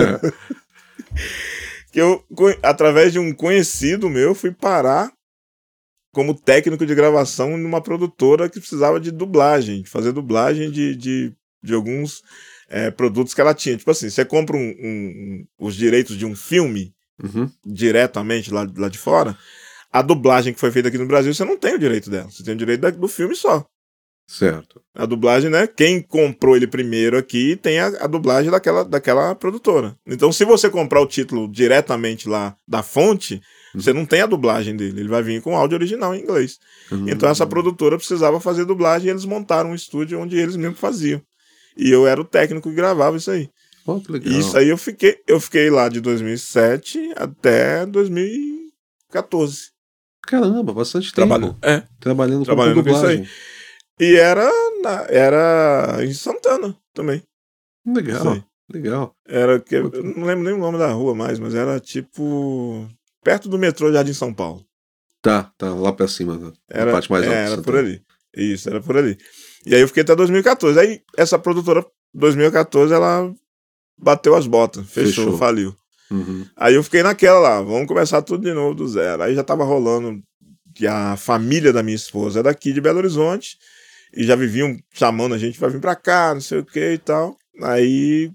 Que eu, através de um conhecido meu, fui parar como técnico de gravação numa produtora que precisava de dublagem, de fazer dublagem de alguns produtos que ela tinha. Tipo assim, você compra os direitos de um filme diretamente lá de fora, a dublagem que foi feita aqui no Brasil, você não tem o direito dela. Você tem o direito do filme só. Certo. A dublagem, né? Quem comprou ele primeiro aqui tem a dublagem daquela produtora. Então, se você comprar o título diretamente lá da fonte, você não tem a dublagem dele. Ele vai vir com áudio original em inglês. Então, essa produtora precisava fazer dublagem e eles montaram um estúdio onde eles mesmos faziam. E eu era o técnico que gravava isso aí. Oh, que legal. E isso aí eu fiquei lá de 2007 até 2014. Caramba, bastante tempo. Trabalhando com dublagem. Com isso aí. E era em Santana também. Legal. Era que eu não lembro nem o nome da rua mais, mas era tipo perto do metrô Jardim São Paulo. Tá lá pra cima, era, parte mais alta. Era por ali. Isso, era por ali. E aí eu fiquei até 2014. Aí essa produtora, 2014, ela bateu as botas, fechou. Faliu. Aí eu fiquei naquela lá, vamos começar tudo de novo do zero. Aí já tava rolando que a família da minha esposa é daqui de Belo Horizonte. E já viviam chamando a gente pra vir pra cá, não sei o que e tal. Aí,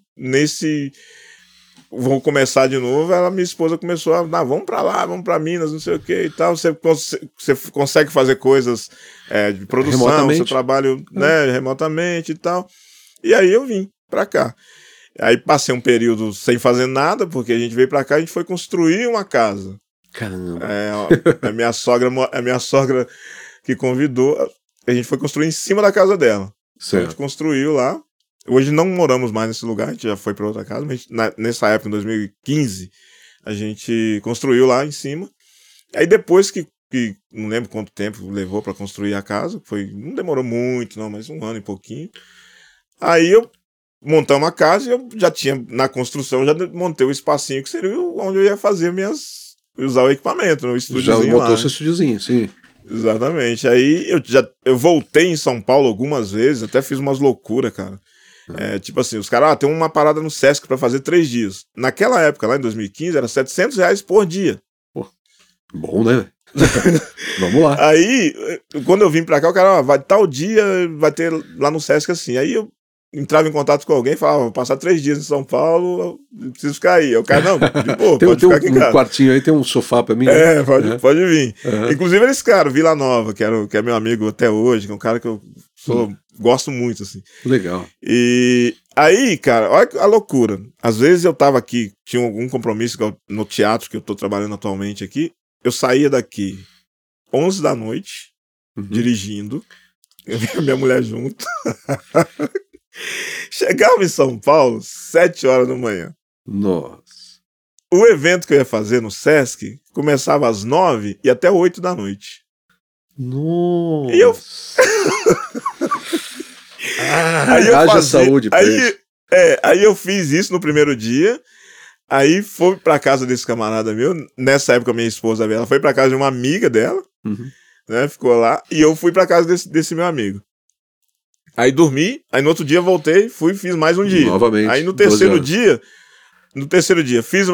vou começar de novo, minha esposa começou a, vamos pra lá, vamos pra Minas, não sei o que e tal. Você consegue fazer coisas de produção, seu trabalho remotamente e tal. E aí eu vim pra cá. Aí passei um período sem fazer nada, porque a gente veio pra cá e a gente foi construir uma casa. Caramba. A minha sogra que convidou... A gente foi construir em cima da casa dela. Certo. A gente construiu lá. Hoje não moramos mais nesse lugar, a gente já foi para outra casa, mas nessa época, em 2015, a gente construiu lá em cima. Aí depois que não lembro quanto tempo levou para construir a casa, não demorou muito, não, mas 1 ano e pouquinho. Aí eu montamos a casa e eu já tinha, na construção, já montei o espacinho que seria onde eu ia fazer usar o equipamento, o estúdiozinho. Já montou seu estúdiozinho, sim. Exatamente. Aí eu voltei em São Paulo algumas vezes, até fiz umas loucuras, cara. Tipo assim, os caras, tem uma parada no Sesc pra fazer 3 dias. Naquela época, lá em 2015, era R$700 por dia. Pô, bom, né? Vamos lá. Aí, quando eu vim pra cá, o cara, vai tal dia, vai ter lá no Sesc assim. Aí eu entrava em contato com alguém e falava, vou passar 3 dias em São Paulo, preciso ficar aí. O cara, não, de boa, pode ficar aqui em casa. Um quartinho aí, tem um sofá pra mim? Pode vir. Inclusive esse cara, Vila Nova, que é meu amigo até hoje, que é um cara que eu gosto muito, assim. Legal. E aí, cara, olha a loucura. Às vezes eu tava aqui, tinha algum compromisso no teatro que eu tô trabalhando atualmente aqui, eu saía daqui 11 da noite, dirigindo, minha mulher junto. Chegava em São Paulo 7 horas da manhã. Nossa. o evento que eu ia fazer no Sesc começava às 9 e até 8 da noite. Nossa! E eu... aí eu haja saúde, aí eu fiz isso no primeiro dia. Aí fui pra casa desse camarada meu. Nessa época, minha esposa, ela foi pra casa de uma amiga dela, né? Ficou lá. E eu fui pra casa desse meu amigo. Aí dormi. Aí no outro dia voltei, fiz mais um dia. Novamente. Aí no terceiro dia, fiz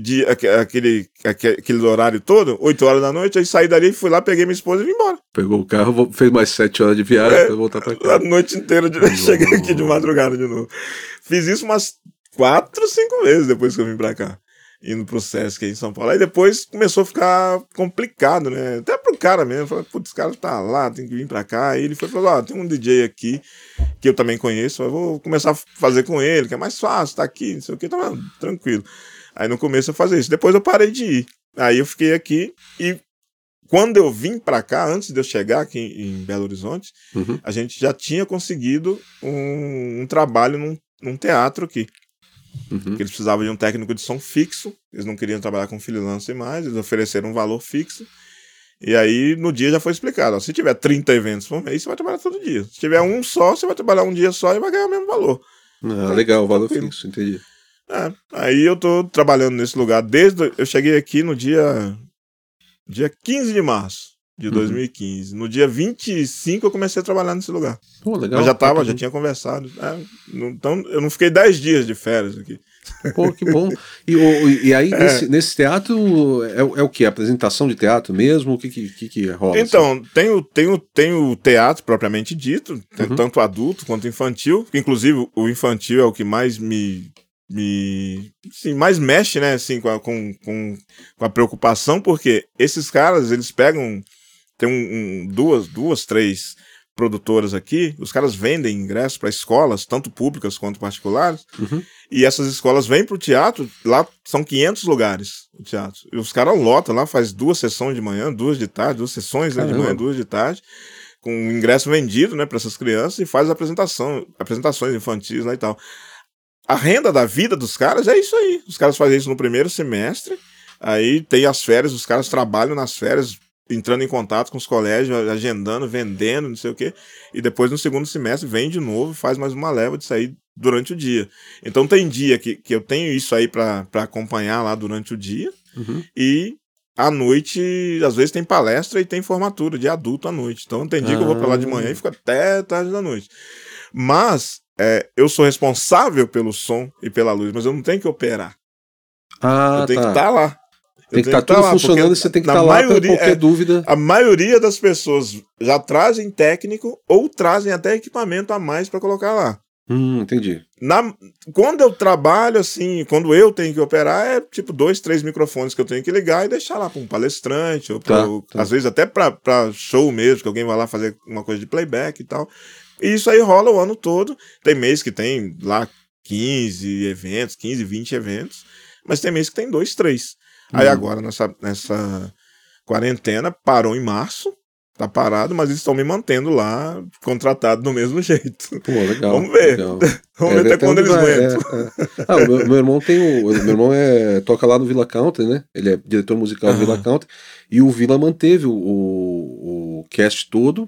aquele horário todo, 8 horas da noite. Aí saí dali, fui lá, peguei minha esposa e vim embora. Pegou o carro, fez mais 7 horas de viagem pra voltar pra casa. A noite inteira, cheguei aqui de madrugada de novo. Fiz isso umas 4, 5 vezes depois que eu vim pra cá, indo pro Sesc aí em São Paulo. Aí depois começou a ficar complicado, né? Até pro cara mesmo. Falei, putz, esse cara tá lá, tem que vir pra cá. Aí ele falou, tem um DJ aqui que eu também conheço, eu vou começar a fazer com ele, que é mais fácil, tá aqui, não sei o que, tá tranquilo. Aí no começo eu fazia isso. Depois eu parei de ir. Aí eu fiquei aqui e quando eu vim pra cá, antes de eu chegar aqui em Belo Horizonte, a gente já tinha conseguido um trabalho num teatro aqui. Porque eles precisavam de um técnico de som fixo, eles não queriam trabalhar com freelancer mais, eles ofereceram um valor fixo, e aí no dia já foi explicado, ó, se tiver 30 eventos por mês, você vai trabalhar todo dia, se tiver um só, você vai trabalhar um dia só e vai ganhar o mesmo valor. Legal, o valor fixo, entendi. Aí eu tô trabalhando nesse lugar eu cheguei aqui no dia 15 de março de 2015. No dia 25 eu comecei a trabalhar nesse lugar. Pô, legal. Mas já tinha conversado. Então eu não fiquei 10 dias de férias aqui. Pô, que bom. E aí, nesse teatro, é o que? Apresentação de teatro mesmo? O que rola? Então, assim? tem o teatro propriamente dito, tanto adulto quanto infantil. Inclusive, o infantil é o que mais mais mexe, né, assim, com a preocupação, porque esses caras, eles pegam... Tem duas, 3 produtoras aqui, os caras vendem ingressos para escolas, tanto públicas quanto particulares, e essas escolas vêm pro teatro, lá são 500 lugares o teatro, e os caras lotam lá, faz 2 sessões de manhã, 2 de tarde, 2 sessões, né, de manhã, 2 de tarde, com o ingresso vendido, né, para essas crianças, e faz apresentações infantis lá e tal. A renda da vida dos caras é isso aí, os caras fazem isso no primeiro semestre, aí tem as férias, os caras trabalham nas férias, entrando em contato com os colégios, agendando, vendendo, não sei o quê, e depois no segundo semestre vem de novo, faz mais uma leva de sair durante o dia. Então tem dia que eu tenho isso aí pra acompanhar lá durante o dia, e à noite, às vezes tem palestra e tem formatura de adulto à noite. Então tem dia que eu vou pra lá de manhã e fico até tarde da noite. Mas eu sou responsável pelo som e pela luz, mas eu não tenho que operar. Eu tenho que estar lá. Tem que estar tudo funcionando e você tem que estar lá para qualquer dúvida. A maioria das pessoas já trazem técnico ou trazem até equipamento a mais para colocar lá. Entendi. Quando eu trabalho assim, quando eu tenho que operar, é tipo 2, 3 microfones que eu tenho que ligar e deixar lá para um palestrante, ou às vezes até para show mesmo, que alguém vai lá fazer uma coisa de playback e tal. E isso aí rola o ano todo. Tem mês que tem lá 15 eventos, 15, 20 eventos, mas tem mês que tem 2, 3. Aí agora, nessa quarentena, parou em março, tá parado, mas eles estão me mantendo lá, contratado do mesmo jeito. Pô, legal. Vamos ver. Legal. Vamos ver até quando eles aguentam. O meu irmão meu irmão toca lá no Villa Country, né? Ele é diretor musical do Villa Country, e o Villa manteve o cast todo,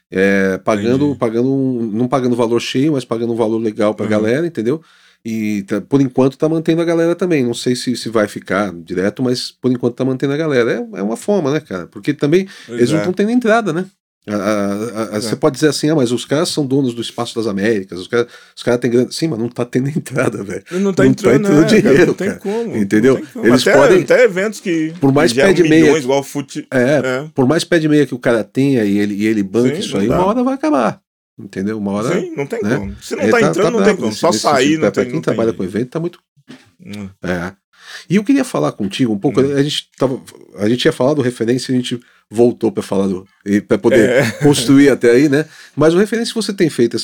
não pagando valor cheio, mas pagando um valor legal pra galera, entendeu? E por enquanto tá mantendo a galera também. Não sei se vai ficar direto, mas por enquanto tá mantendo a galera. É uma forma, né, cara? Porque também eles não estão tendo entrada, né? Você pode dizer assim, mas os caras são donos do Espaço das Américas, os caras têm grande. Sim, mas não tá tendo entrada, velho. Não tá entrando dinheiro, cara, não tem como. Entendeu? Não tem como. Eles podem. Até eventos que. Por mais pé de meia. Igual fute. Por mais pé de meia que o cara tenha e ele banque isso aí, uma hora vai acabar. Entendeu? Uma hora. Sim, não tem como. Se não tá entrando, não tem como. Só sair, não tem. Pra quem trabalha com evento, tá muito. E eu queria falar contigo um pouco. A gente ia falar do Referência e a gente voltou para falar para poder construir até aí, né? Mas o Referência, você tem feito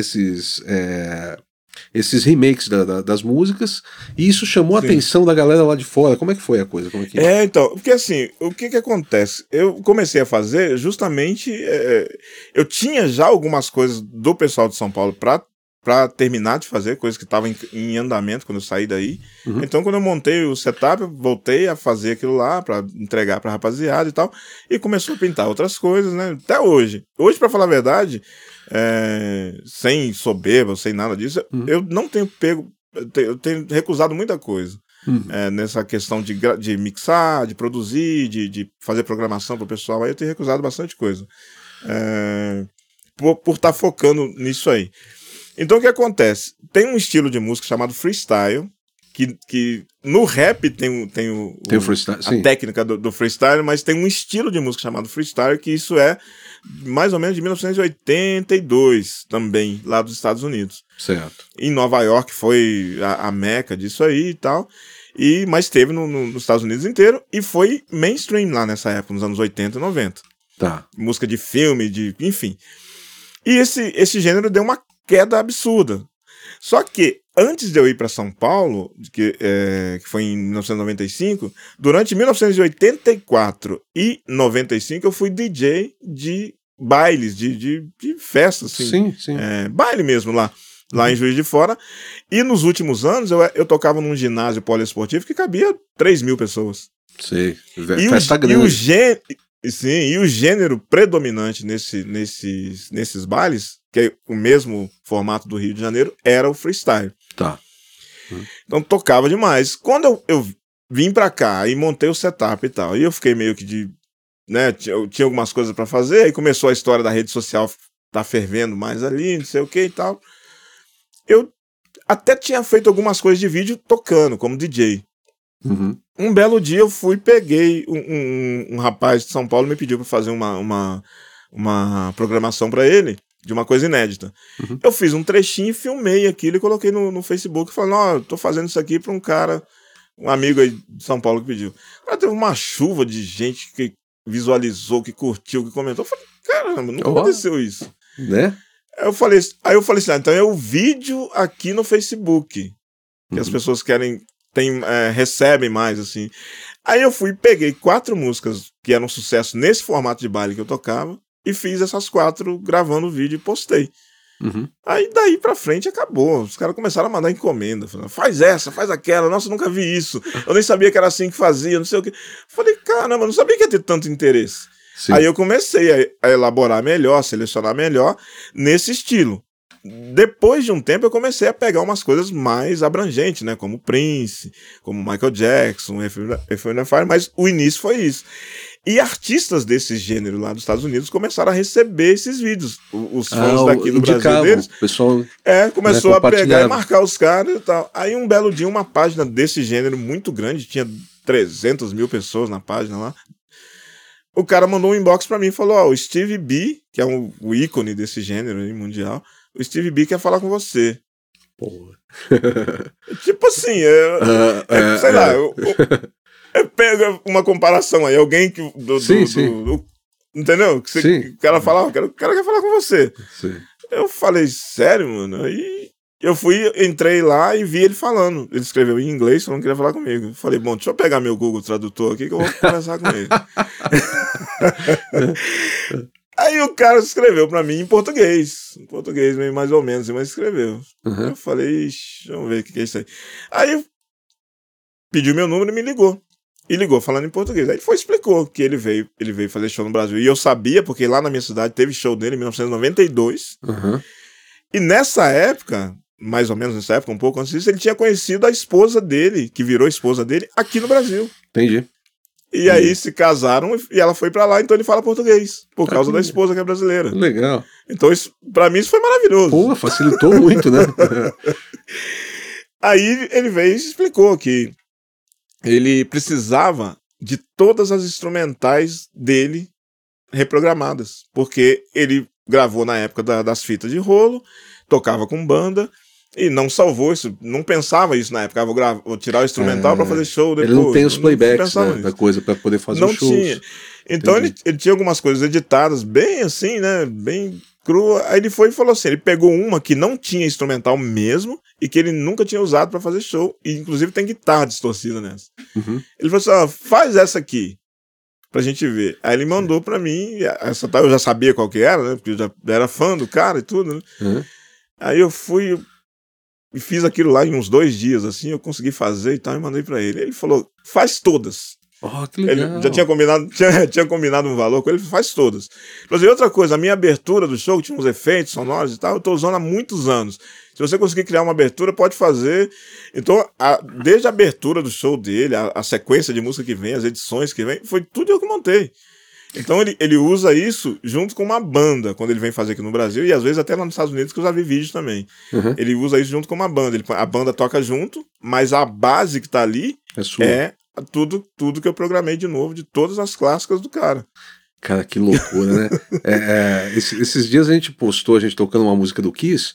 esses remakes das músicas, e isso chamou a atenção da galera lá de fora. Como é que foi a coisa? Como é que... então, porque assim, o que acontece? Eu comecei a fazer justamente, eu tinha já algumas coisas do pessoal de São Paulo para para terminar de fazer, coisa que estava em andamento quando eu saí daí. Então, quando eu montei o setup, eu voltei a fazer aquilo lá para entregar pra rapaziada e tal, e começou a pintar outras coisas, né? Até hoje. Hoje, para falar a verdade, sem soberba, sem nada disso, eu não tenho pego, eu tenho recusado muita coisa. Nessa questão de mixar, de produzir, de fazer programação pro pessoal, aí eu tenho recusado bastante coisa. Por estar focando nisso aí. Então o que acontece? Tem um estilo de música chamado freestyle, que no rap tem o freestyle, a técnica do freestyle, mas tem um estilo de música chamado freestyle, que isso é mais ou menos de 1982 também, lá dos Estados Unidos. Certo. Em Nova York foi a meca disso aí e tal, mas teve nos Estados Unidos inteiro e foi mainstream lá nessa época, nos anos 80 e 90. Tá. Música de filme, enfim. E esse gênero deu uma queda absurda. Só que, antes de eu ir para São Paulo, que foi em 1995, durante 1984 e 95, eu fui DJ de bailes, de festas, assim. Sim. Baile mesmo lá em Juiz de Fora. E nos últimos anos, eu tocava num ginásio poliesportivo que cabia 3.000 pessoas. Sei. Festa grande. E o gênero predominante nesses bailes, que é o mesmo formato do Rio de Janeiro, era o freestyle. Tá. Então tocava demais. Quando eu vim pra cá e montei o setup e tal, e eu fiquei meio que eu tinha algumas coisas pra fazer, aí começou a história da rede social tá fervendo mais ali, não sei o que e tal. Eu até tinha feito algumas coisas de vídeo tocando, como DJ. Um belo dia eu peguei um rapaz de São Paulo, me pediu pra fazer uma programação pra ele de uma coisa inédita. Eu fiz um trechinho, filmei aquilo e coloquei no Facebook, falando, eu tô fazendo isso aqui pra um cara, um amigo aí de São Paulo que pediu. Aí teve uma chuva de gente que visualizou, que curtiu, que comentou. Eu falei, caramba, nunca aconteceu isso. Né? Aí eu falei assim, então é o vídeo aqui no Facebook, que as pessoas recebem mais, assim. Aí eu peguei 4 músicas que eram sucesso nesse formato de baile que eu tocava e fiz essas 4 gravando o vídeo e postei. Aí daí pra frente acabou. Os caras começaram a mandar encomenda, falando, faz essa, faz aquela, nossa, eu nunca vi isso, eu nem sabia que era assim que fazia, não sei o que. Falei, caramba, eu não sabia que ia ter tanto interesse. Sim. Aí eu comecei a elaborar melhor, selecionar melhor nesse estilo. Depois de um tempo eu comecei a pegar umas coisas mais abrangentes, né, como Prince, como Michael Jackson, F.N.F., mas o início foi isso. E artistas desse gênero lá dos Estados Unidos começaram a receber esses vídeos. Os fãs daqui do Brasil deles. O pessoal começou a pegar e marcar os caras e tal. Aí um belo dia uma página desse gênero muito grande, tinha 300.000 pessoas na página lá. O cara mandou um inbox pra mim e falou, o Stevie B, que é o ícone desse gênero aí, mundial, o Stevie B quer falar com você. Porra. Tipo assim, sei lá, pega uma comparação aí, alguém que entendeu? O cara fala, o cara quer falar com você. Sim. Eu falei, sério, mano? Aí entrei lá e vi ele falando. Ele escreveu em inglês, falando que queria falar comigo. Eu falei, bom, deixa eu pegar meu Google Tradutor aqui que eu vou conversar com ele. Aí o cara escreveu pra mim em português meio mais ou menos, mas escreveu. Eu falei, deixa eu ver o que é isso aí. Aí pediu meu número e me ligou. E ligou falando em português. Aí explicou que ele veio fazer show no Brasil. E eu sabia, porque lá na minha cidade teve show dele em 1992. E nessa época, mais ou menos nessa época, um pouco antes disso, ele tinha conhecido a esposa dele, que virou esposa dele, aqui no Brasil. Entendi. E aí se casaram e ela foi pra lá, então ele fala português, por causa da esposa que é brasileira. Legal. Então, pra mim, isso foi maravilhoso. Pô, facilitou muito, né? Aí ele veio e explicou que ele precisava de todas as instrumentais dele reprogramadas, porque ele gravou na época das fitas de rolo, tocava com banda, e não salvou isso, não pensava isso na época, vou tirar o instrumental pra fazer show depois. Ele não tem os playbacks, né, da coisa pra poder fazer os shows. Não tinha. Então ele tinha algumas coisas editadas bem assim, né, bem crua. Aí ele foi e falou assim, ele pegou uma que não tinha instrumental mesmo e que ele nunca tinha usado pra fazer show, e inclusive tem guitarra distorcida nessa. Ele falou assim, faz essa aqui pra gente ver. Aí ele mandou pra mim, essa eu já sabia qual que era, né, porque eu já era fã do cara e tudo, né. Aí eu fui e fiz aquilo lá em uns 2 dias, assim, eu consegui fazer e tal, e mandei pra ele. Ele falou, faz todas. Oh, que legal. Ele já tinha combinado um valor com ele, faz todas. Inclusive, outra coisa, a minha abertura do show, que tinha uns efeitos sonoros e tal, eu tô usando há muitos anos. Se você conseguir criar uma abertura, pode fazer. Então, desde a abertura do show dele, a sequência de música que vem, as edições que vem, foi tudo eu que montei. Então ele usa isso junto com uma banda, quando ele vem fazer aqui no Brasil, e às vezes até lá nos Estados Unidos, que eu já vi vídeos também. Uhum. Ele usa isso junto com uma banda. A banda toca junto, mas a base que tá ali é tudo que eu programei de novo, de todas as clássicas do cara. Cara, que loucura, né? Esses dias a gente tocando uma música do Kiss,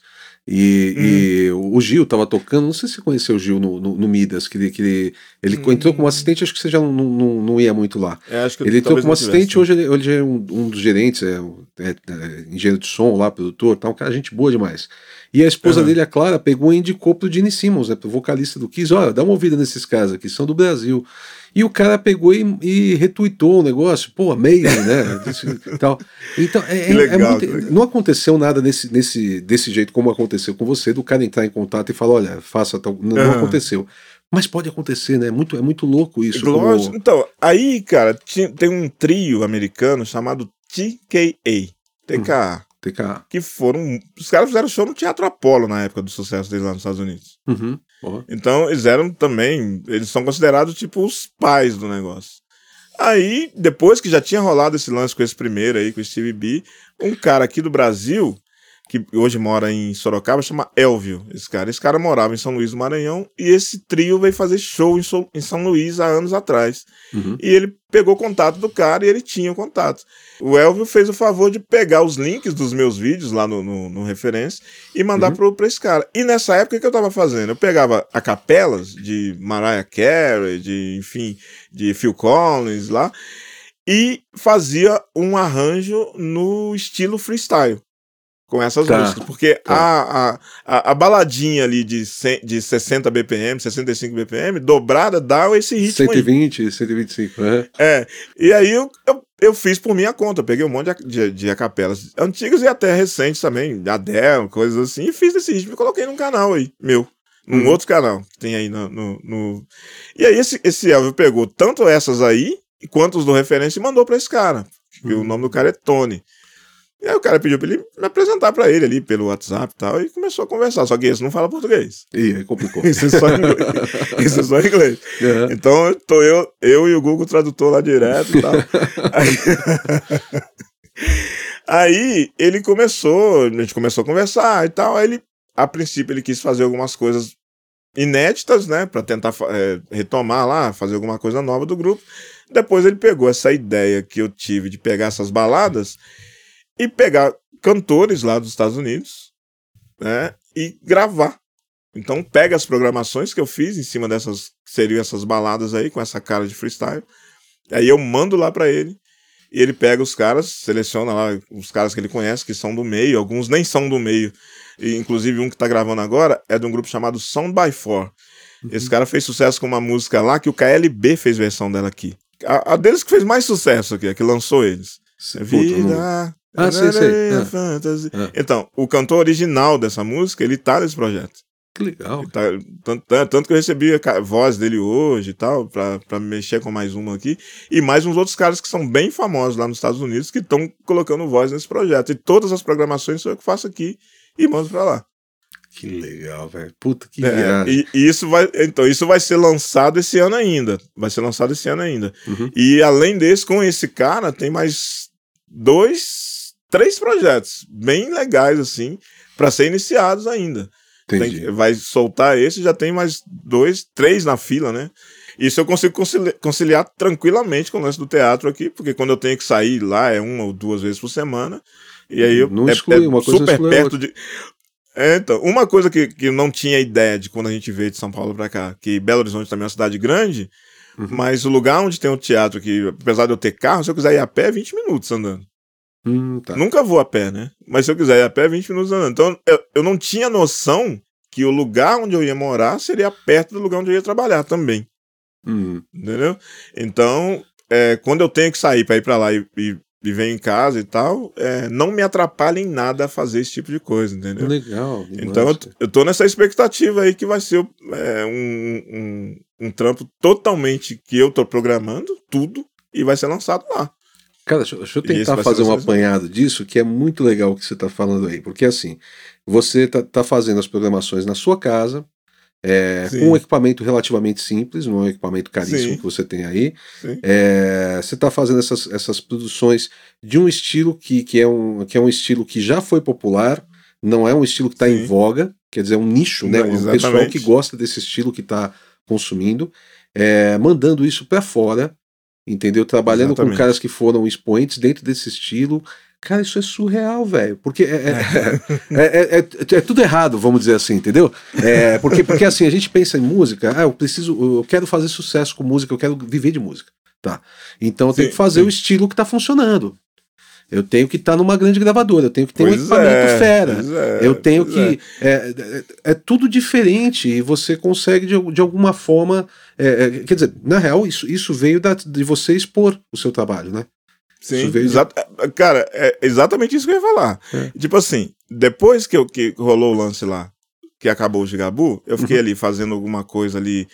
e o Gil tava tocando, não sei se você conheceu o Gil no Midas, que ele entrou como assistente, acho que você já não ia muito lá. Acho que ele entrou como assistente, hoje ele é um dos gerentes, engenheiro de som lá, produtor, tá, um cara, gente boa demais. E a esposa dele, a Clara, pegou e indicou pro Gene Simmons, né, pro vocalista do Kiss, olha, dá uma ouvida nesses caras aqui, são do Brasil. E o cara pegou e retweetou o negócio, pô, amazing, né? Tal. Então, legal, não aconteceu nada desse jeito como aconteceu com você, do cara entrar em contato e falar, olha, faça tal. Não aconteceu. Mas pode acontecer, né? É muito louco isso. Lógico. Como... Então, aí, cara, tem um trio americano chamado TKA. TKA. Que foram... Os caras fizeram show no Teatro Apollo na época do sucesso deles lá nos Estados Unidos. Uhum. Então, eles são considerados tipo os pais do negócio. Aí, depois que já tinha rolado esse lance com esse primeiro aí, com o Stevie B, um cara aqui do Brasil, que hoje mora em Sorocaba, chama Elvio, esse cara morava em São Luís do Maranhão, e esse trio veio fazer show em São Luís há anos atrás. Uhum. E ele pegou o contato do cara e ele tinha o contato. O Elvio fez o favor de pegar os links dos meus vídeos lá no Referência e mandar pra esse cara. E nessa época, o que eu tava fazendo? Eu pegava a capelas de Mariah Carey, de Phil Collins lá, e fazia um arranjo no estilo freestyle. Com essas músicas, porque a baladinha ali de 60 BPM, 65 BPM, dobrada, dá esse ritmo 120, aí. 125, né? E aí eu fiz por minha conta, peguei um monte de acapelas antigas e até recentes também, Adele, coisas assim, e fiz esse ritmo e coloquei num canal aí, meu. Num outro canal que tem aí no... E aí esse Elvio pegou tanto essas aí, quanto os do Referência e mandou pra esse cara, que o nome do cara é Tony. E aí o cara pediu pra ele me apresentar pra ele ali pelo WhatsApp e tal, e começou a conversar, só que esse não fala português. Ih, aí complicou. Isso é só em inglês. Uhum. Então tô eu e o Google Tradutor lá direto e tal. Aí a gente começou a conversar e tal, aí a princípio ele quis fazer algumas coisas inéditas, né, pra tentar retomar lá, fazer alguma coisa nova do grupo. Depois ele pegou essa ideia que eu tive de pegar essas baladas e pegar cantores lá dos Estados Unidos, né, e gravar. Então pega as programações que eu fiz em cima dessas, que seriam essas baladas aí, com essa cara de freestyle, aí eu mando lá pra ele, e ele pega os caras, seleciona lá os caras que ele conhece, que são do meio, alguns nem são do meio, e inclusive um que tá gravando agora é de um grupo chamado Sound by Four. Esse cara fez sucesso com uma música lá, que o KLB fez versão dela aqui. A deles que fez mais sucesso aqui, a que lançou eles. Vida... sei. Fantasy. Então, o cantor original dessa música, ele tá nesse projeto. Que legal. Tanto que eu recebi a voz dele hoje e tal, pra mexer com mais uma aqui, e mais uns outros caras que são bem famosos lá nos Estados Unidos, que estão colocando voz nesse projeto. E todas as programações sou eu que faço aqui e mando pra lá. Que legal, velho. Puta que viagem. E isso vai ser lançado esse ano ainda. Uhum. E além desse, com esse cara, tem mais 3 projetos bem legais, assim, para ser iniciados ainda. Vai soltar esse, já tem mais 3 na fila, né? Isso eu consigo conciliar tranquilamente com o lance do teatro aqui, porque quando eu tenho que sair lá é 1 ou 2 vezes por semana, e aí não exclui, uma coisa super perto de... Então, uma coisa que eu não tinha ideia de quando a gente veio de São Paulo pra cá, que Belo Horizonte também é uma cidade grande, mas o lugar onde tem o teatro, que apesar de eu ter carro, se eu quiser ir a pé, é 20 minutos andando. Tá. Nunca vou a pé, né? Mas se eu quiser ir a pé, 20 minutos andando. Então, eu não tinha noção que o lugar onde eu ia morar seria perto do lugar onde eu ia trabalhar também. Entendeu? Então, quando eu tenho que sair para ir para lá e e venho em casa e tal, não me atrapalha em nada a fazer esse tipo de coisa, entendeu? Legal. Então eu tô nessa expectativa aí que vai ser um trampo totalmente que eu tô programando, tudo, e vai ser lançado lá. Cara, deixa eu tentar fazer um apanhado disso, que é muito legal o que você está falando aí. Porque assim, você tá fazendo as programações na sua casa, com um equipamento relativamente simples, não é um equipamento caríssimo que você tem aí. Você está fazendo essas produções de um estilo que é um estilo que já foi popular, não é um estilo que está em voga, quer dizer, é um nicho, né? Um pessoal que gosta desse estilo que está consumindo, mandando isso para fora, entendeu? Trabalhando com caras que foram expoentes dentro desse estilo. Cara, isso é surreal, velho. Porque é tudo errado, vamos dizer assim, entendeu? Porque assim, a gente pensa em música, eu quero fazer sucesso com música, eu quero viver de música. Tá. Então eu tenho que fazer o estilo que tá funcionando. Eu tenho que estar numa grande gravadora, eu tenho que ter um equipamento fera. Eu tenho que. É tudo diferente e você consegue de alguma forma. Quer dizer, na real, isso veio de você expor o seu trabalho, né? Sim, cara, é exatamente isso que eu ia falar. Tipo assim, depois que rolou o lance lá, que acabou o Gigabu, eu fiquei ali fazendo alguma coisa ali,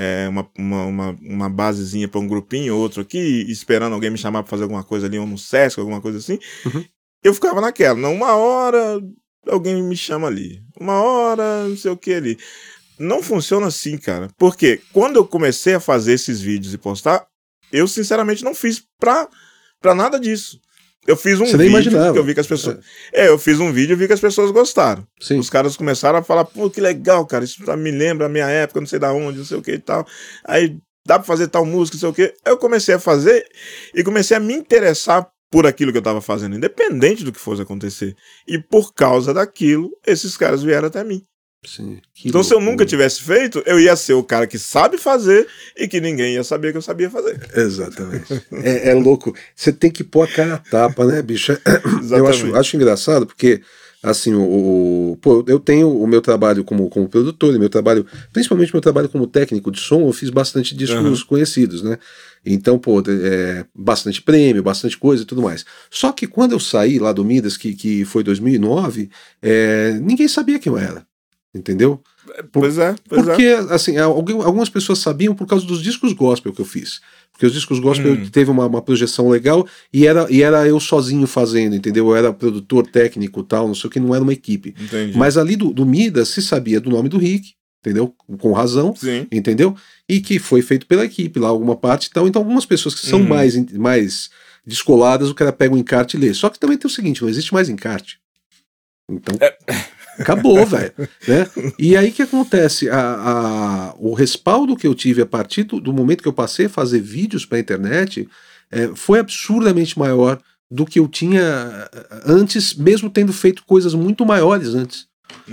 uma basezinha pra um grupinho, outro aqui, esperando alguém me chamar pra fazer alguma coisa ali, ou no Sesc, alguma coisa assim. Eu ficava naquela, não, uma hora alguém me chama ali, uma hora não sei o que ali. Não funciona assim, cara, porque quando eu comecei a fazer esses vídeos e postar, eu sinceramente não fiz pra nada disso. Eu fiz um vídeo que eu vi que as pessoas... eu fiz um vídeo e vi que as pessoas gostaram. Sim. Os caras começaram a falar, pô, que legal, cara, isso me lembra a minha época, não sei da onde, não sei o que e tal. Aí, dá pra fazer tal música, não sei o que. Eu comecei a fazer e comecei a me interessar por aquilo que eu tava fazendo, independente do que fosse acontecer. E por causa daquilo, esses caras vieram até mim. Sim, então, se eu nunca tivesse feito, eu ia ser o cara que sabe fazer e que ninguém ia saber que eu sabia fazer. Exatamente. É louco. Você tem que pôr a cara a tapa, né, bicho? Eu acho engraçado porque, assim, eu tenho o meu trabalho como produtor, principalmente meu trabalho como técnico de som, eu fiz bastante discos conhecidos, né? Então, bastante prêmio, bastante coisa e tudo mais. Só que quando eu saí lá do Midas, que foi 2009, ninguém sabia quem eu era. Entendeu? Porque, assim, algumas pessoas sabiam por causa dos discos gospel que eu fiz. Porque os discos gospel teve uma projeção legal e era eu sozinho fazendo, entendeu? Eu era produtor técnico e tal, não sei o que, não era uma equipe. Entendi. Mas ali do Midas se sabia do nome do Rick, entendeu? Com razão, entendeu? E que foi feito pela equipe lá, alguma parte e tal. Então algumas pessoas que são mais descoladas, o cara pega um encarte e lê. Só que também tem o seguinte, não existe mais encarte. Então... acabou, velho, né? E aí o que acontece? O respaldo que eu tive a partir do momento que eu passei a fazer vídeos para a internet foi absurdamente maior do que eu tinha antes, mesmo tendo feito coisas muito maiores antes.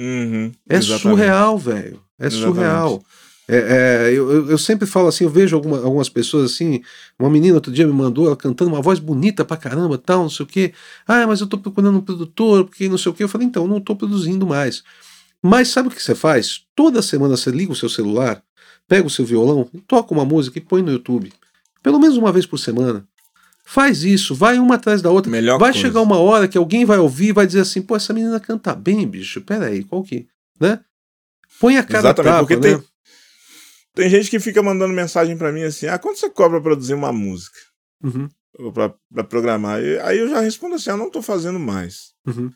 Surreal, velho. Surreal. Eu sempre falo assim, eu vejo algumas pessoas assim, uma menina outro dia me mandou, ela cantando uma voz bonita pra caramba, tal, não sei o que, mas eu tô procurando um produtor, porque não sei o que, eu falei, então, eu não tô produzindo mais. Mas sabe o que você faz? Toda semana você liga o seu celular, pega o seu violão, toca uma música e põe no YouTube, pelo menos uma vez por semana. Faz isso, vai uma atrás da outra. Vai chegar uma hora que alguém vai ouvir e vai dizer assim, pô, essa menina canta bem, bicho, peraí, qual que, né? Põe a cara a tapa, porque né? Tem gente que fica mandando mensagem pra mim assim, quanto você cobra pra produzir uma música? Ou pra programar? Aí eu já respondo assim, eu não tô fazendo mais.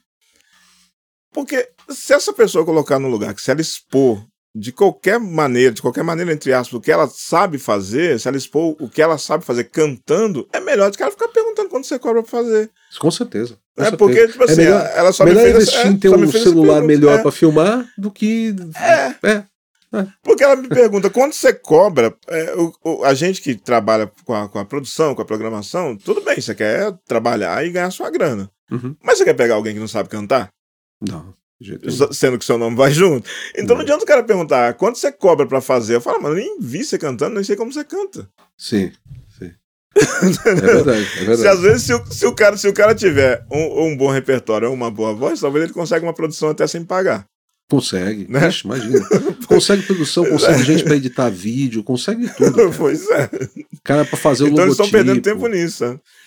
Porque se essa pessoa colocar no lugar, que se ela expor de qualquer maneira entre aspas, o que ela sabe fazer, se ela expor o que ela sabe fazer cantando, é melhor do que ela ficar perguntando quanto você cobra pra fazer. Com certeza. Porque, tipo assim, ela só melhor me fez... investir em ter um celular melhor pra filmar do que... Porque ela me pergunta, quando você cobra, a gente que trabalha com a produção, com a programação, tudo bem, você quer trabalhar e ganhar sua grana. Mas você quer pegar alguém que não sabe cantar? Não. Sendo que seu nome vai junto. Então não adianta o cara perguntar, quanto você cobra pra fazer? Eu falo, mano, eu nem vi você cantando, nem sei como você canta. Sim. É verdade. Se às vezes se o cara tiver um bom repertório ou uma boa voz, talvez ele consiga uma produção até sem pagar. Consegue, né? Ixi, imagina. Consegue produção, consegue gente pra editar vídeo, consegue tudo. Cara. Pois é. Cara pra fazer o logotipo. Então eles estão perdendo tempo nisso. Né?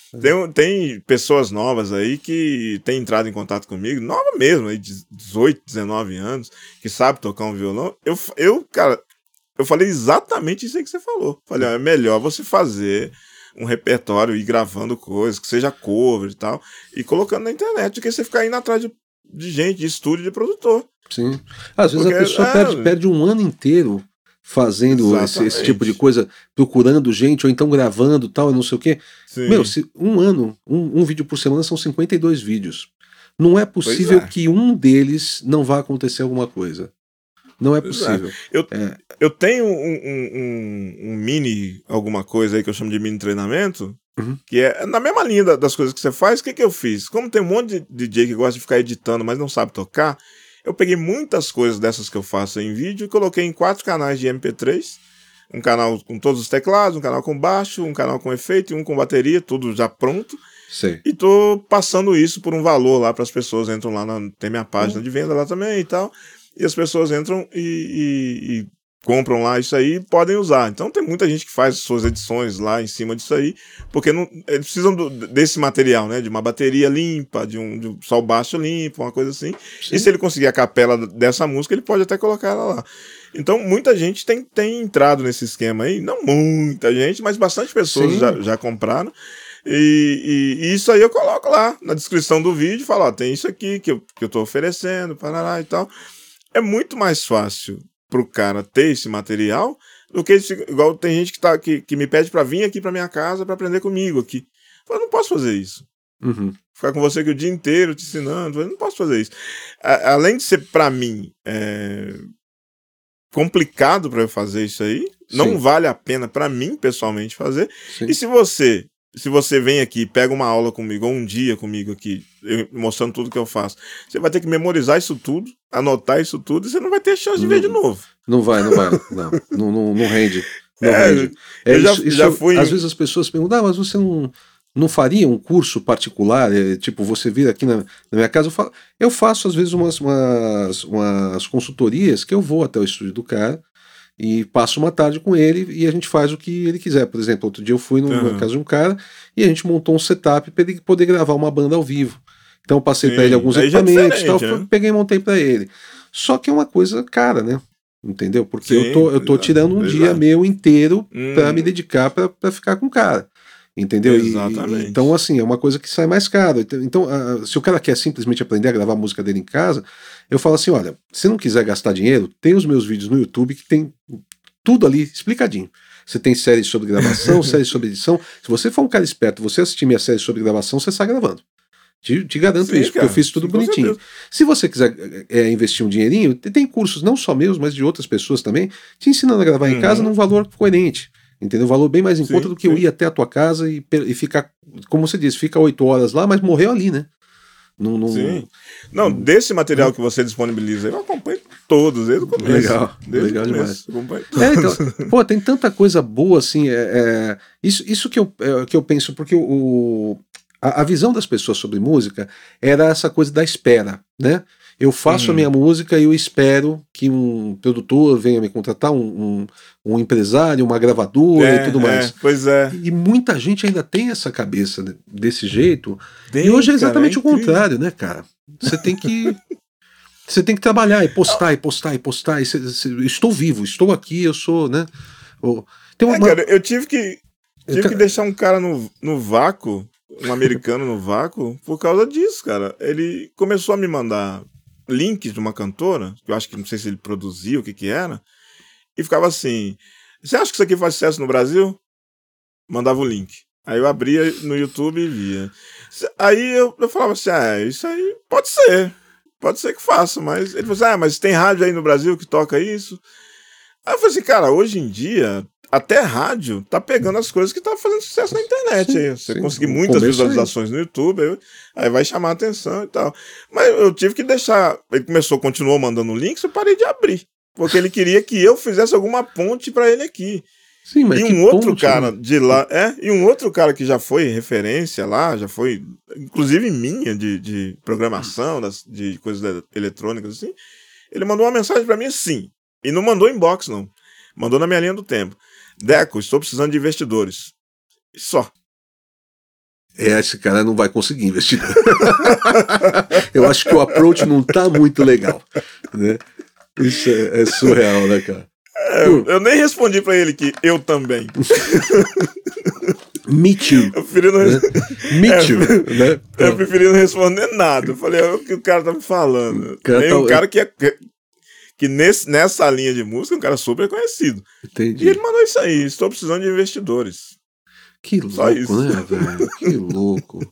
Tem pessoas novas aí que têm entrado em contato comigo, nova mesmo, aí de 18, 19 anos, que sabe tocar um violão. Cara, eu falei exatamente isso aí que você falou. Falei, é melhor você fazer um repertório, ir gravando coisas, que seja cover e tal, e colocando na internet, do que você ficar indo atrás de gente, de estúdio, de produtor. Sim. Às vezes a pessoa perde um ano inteiro fazendo esse tipo de coisa, procurando gente, ou então gravando tal, não sei o quê. Sim. Meu, um ano, um vídeo por semana são 52 vídeos. Não é possível que um deles não vá acontecer alguma coisa. Não é possível. Eu tenho um mini alguma coisa aí que eu chamo de mini treinamento, que é na mesma linha das coisas que você faz. O que eu fiz? Como tem um monte de DJ que gosta de ficar editando, mas não sabe tocar, eu peguei muitas coisas dessas que eu faço em vídeo e coloquei em 4 canais de MP3. Um canal com todos os teclados, um canal com baixo, um canal com efeito e um com bateria, tudo já pronto. Sim. E tô passando isso por um valor lá para as pessoas. Entram lá, tem minha página de venda lá também e tal. E as pessoas entram e compram lá isso aí e podem usar. Então tem muita gente que faz suas edições lá em cima disso aí, porque eles precisam desse material, né? De uma bateria limpa, de só o baixo limpo, uma coisa assim. Sim. E se ele conseguir a capela dessa música, ele pode até colocar ela lá. Então muita gente tem entrado nesse esquema aí, não muita gente, mas bastante pessoas já compraram. E isso aí eu coloco lá na descrição do vídeo, falo, ó, tem isso aqui que eu tô oferecendo, parará e tal. É muito mais fácil pro cara ter esse material do que igual tem gente que me pede pra vir aqui pra minha casa pra aprender comigo aqui. Eu falo, não posso fazer isso. Ficar com você aqui o dia inteiro te ensinando, eu não posso fazer isso. Além de ser pra mim complicado pra eu fazer isso aí, não vale a pena pra mim pessoalmente fazer. Sim. E se você vem aqui, pega uma aula comigo, ou um dia comigo aqui, mostrando tudo que eu faço, você vai ter que memorizar isso tudo, anotar isso tudo, e você não vai ter chance de ver de novo. Não vai. Não rende. Não rende. Eu já fui... Às vezes as pessoas perguntam, mas você não faria um curso particular? Tipo, você vir aqui na minha casa, eu faço às vezes umas consultorias que eu vou até o estúdio do cara, e passo uma tarde com ele e a gente faz o que ele quiser. Por exemplo, outro dia eu fui na casa de um cara e a gente montou um setup para ele poder gravar uma banda ao vivo. Então eu passei para ele alguns equipamentos e tal, peguei e montei para ele. Só que é uma coisa cara, né? Entendeu? Porque eu tô tirando um dia meu inteiro para me dedicar para ficar com o cara. Entendeu? Exatamente. Então, assim, é uma coisa que sai mais caro. Então, se o cara quer simplesmente aprender a gravar a música dele em casa, eu falo assim, olha, se não quiser gastar dinheiro, tem os meus vídeos no YouTube que tem tudo ali explicadinho. Você tem séries sobre gravação, séries sobre edição. Se você for um cara esperto, você assistir minha série sobre gravação, você sai gravando. Te garanto isso, porque eu fiz tudo bonitinho. Se você quiser investir um dinheirinho, tem cursos, não só meus, mas de outras pessoas também, te ensinando a gravar em casa num valor coerente. Entendeu? Um valor bem mais em conta do que eu ir até a tua casa e ficar, como você disse, fica 8 horas lá, mas morreu ali, né? Não, desse material que você disponibiliza, eu acompanho todos, desde o começo. Legal demais. Então, tem tanta coisa boa, assim, isso que eu penso, porque a visão das pessoas sobre música era essa coisa da espera, né? Eu faço a minha música e eu espero que um produtor venha me contratar, um empresário, uma gravadora e tudo mais. Pois é. E muita gente ainda tem essa cabeça desse jeito. E hoje é exatamente o contrário, né, cara? Você tem que trabalhar e postar. Estou vivo, estou aqui, eu sou, né? Cara, eu tive que deixar um cara no vácuo, um americano no vácuo, por causa disso, cara. Ele começou a me mandar links de uma cantora, que eu acho que não sei se ele produzia, o que era, e ficava assim, você acha que isso aqui faz sucesso no Brasil? Mandava o link. Aí eu abria no YouTube e via. Aí eu falava assim, isso aí pode ser que faça, mas ele falou assim, mas tem rádio aí no Brasil que toca isso? Aí eu falei assim, cara, hoje em dia até rádio tá pegando as coisas que tá fazendo sucesso na internet. Aí você conseguir muitas visualizações no YouTube, aí vai chamar a atenção e tal. Mas eu tive que deixar. Ele continuou mandando links, eu parei de abrir. Porque ele queria que eu fizesse alguma ponte pra ele aqui. Sim, mas e um outro cara de lá. E um outro cara que já foi referência lá, já foi, inclusive minha, de programação, de coisas eletrônicas assim. Ele mandou uma mensagem pra mim assim. E não mandou inbox, não. Mandou na minha linha do tempo. Deco, estou precisando de investidores. Só. esse cara não vai conseguir investir. Eu acho que o approach não tá muito legal, né? Isso é surreal, né, cara? Eu nem respondi pra ele que eu também. Me too. Eu preferi não, Me too, né? Eu preferi não responder nada. Eu falei, o que o cara tá me falando. Tem um cara que nessa linha de música é um cara super conhecido. Entendi. E ele mandou isso aí, estou precisando de investidores. Que louco, né, velho? Que louco.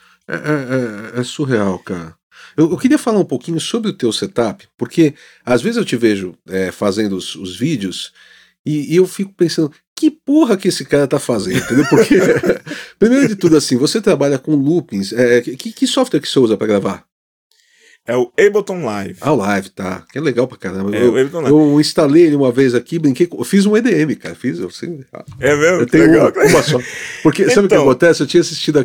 É surreal, cara. Eu queria falar um pouquinho sobre o teu setup, porque às vezes eu te vejo fazendo os vídeos e eu fico pensando, que porra que esse cara tá fazendo, entendeu? Porque, primeiro de tudo, assim, você trabalha com loopings, que software que você usa pra gravar? É o Ableton Live. Ah, o Live, tá. Que é legal pra caramba. Eu instalei ele uma vez aqui, brinquei, eu fiz um EDM, cara. É mesmo? Eu tenho uma só. Porque, então, sabe o que acontece? Eu tinha assistido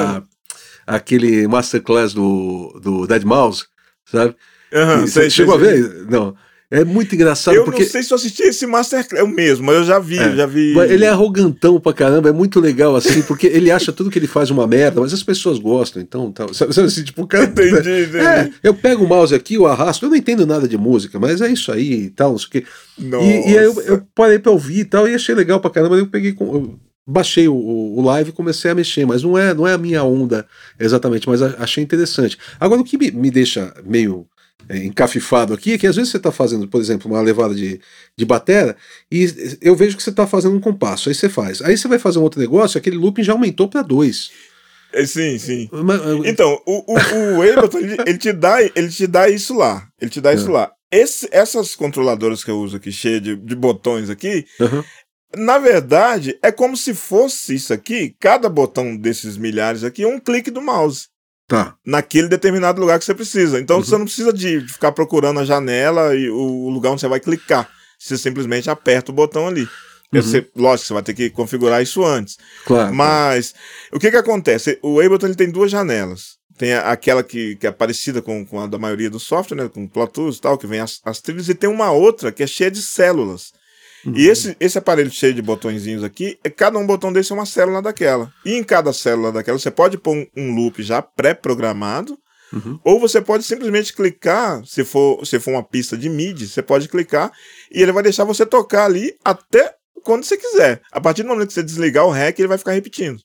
aquele masterclass do Dead Mouse, sabe? Você chegou a ver? Não. É muito engraçado. Eu não sei se eu assisti esse masterclass, eu mesmo, mas eu já vi. Ele é arrogantão pra caramba, é muito legal, assim, porque ele acha tudo que ele faz uma merda, mas as pessoas gostam, então. Sabe assim, tipo, o cara. Entendi. Eu pego o mouse aqui, eu arrasto, eu não entendo nada de música, mas é isso aí e tal, não sei o quê. E aí eu parei pra ouvir e tal, e achei legal pra caramba, eu baixei o Live e comecei a mexer, mas não é a minha onda exatamente, mas achei interessante. Agora, o que me deixa meio encafifado aqui é que às vezes você está fazendo, por exemplo, uma levada de batera e eu vejo que você está fazendo um compasso, aí você faz. Aí você vai fazer um outro negócio, aquele looping já aumentou para 2. Sim. Então, o Ableton, ele te dá isso lá. Ele te dá isso lá. Essas controladoras que eu uso aqui, cheias de botões aqui, na verdade, é como se fosse isso aqui, cada botão desses milhares aqui é um clique do mouse. Tá. Naquele determinado lugar que você precisa. Então você não precisa de ficar procurando a janela e o lugar onde você vai clicar. Você simplesmente aperta o botão ali. Lógico, você vai ter que configurar isso antes. Claro. Mas o que acontece? O Ableton ele tem 2 janelas. Tem aquela que é parecida com a da maioria do software, né? Com Pro Tools e tal, que vem as trilhas, e tem uma outra que é cheia de células. E esse aparelho cheio de botõezinhos aqui, cada um botão desse é uma célula daquela. E em cada célula daquela você pode pôr um loop já pré-programado, ou você pode simplesmente clicar, se for uma pista de MIDI, você pode clicar e ele vai deixar você tocar ali até quando você quiser. A partir do momento que você desligar o REC, ele vai ficar repetindo.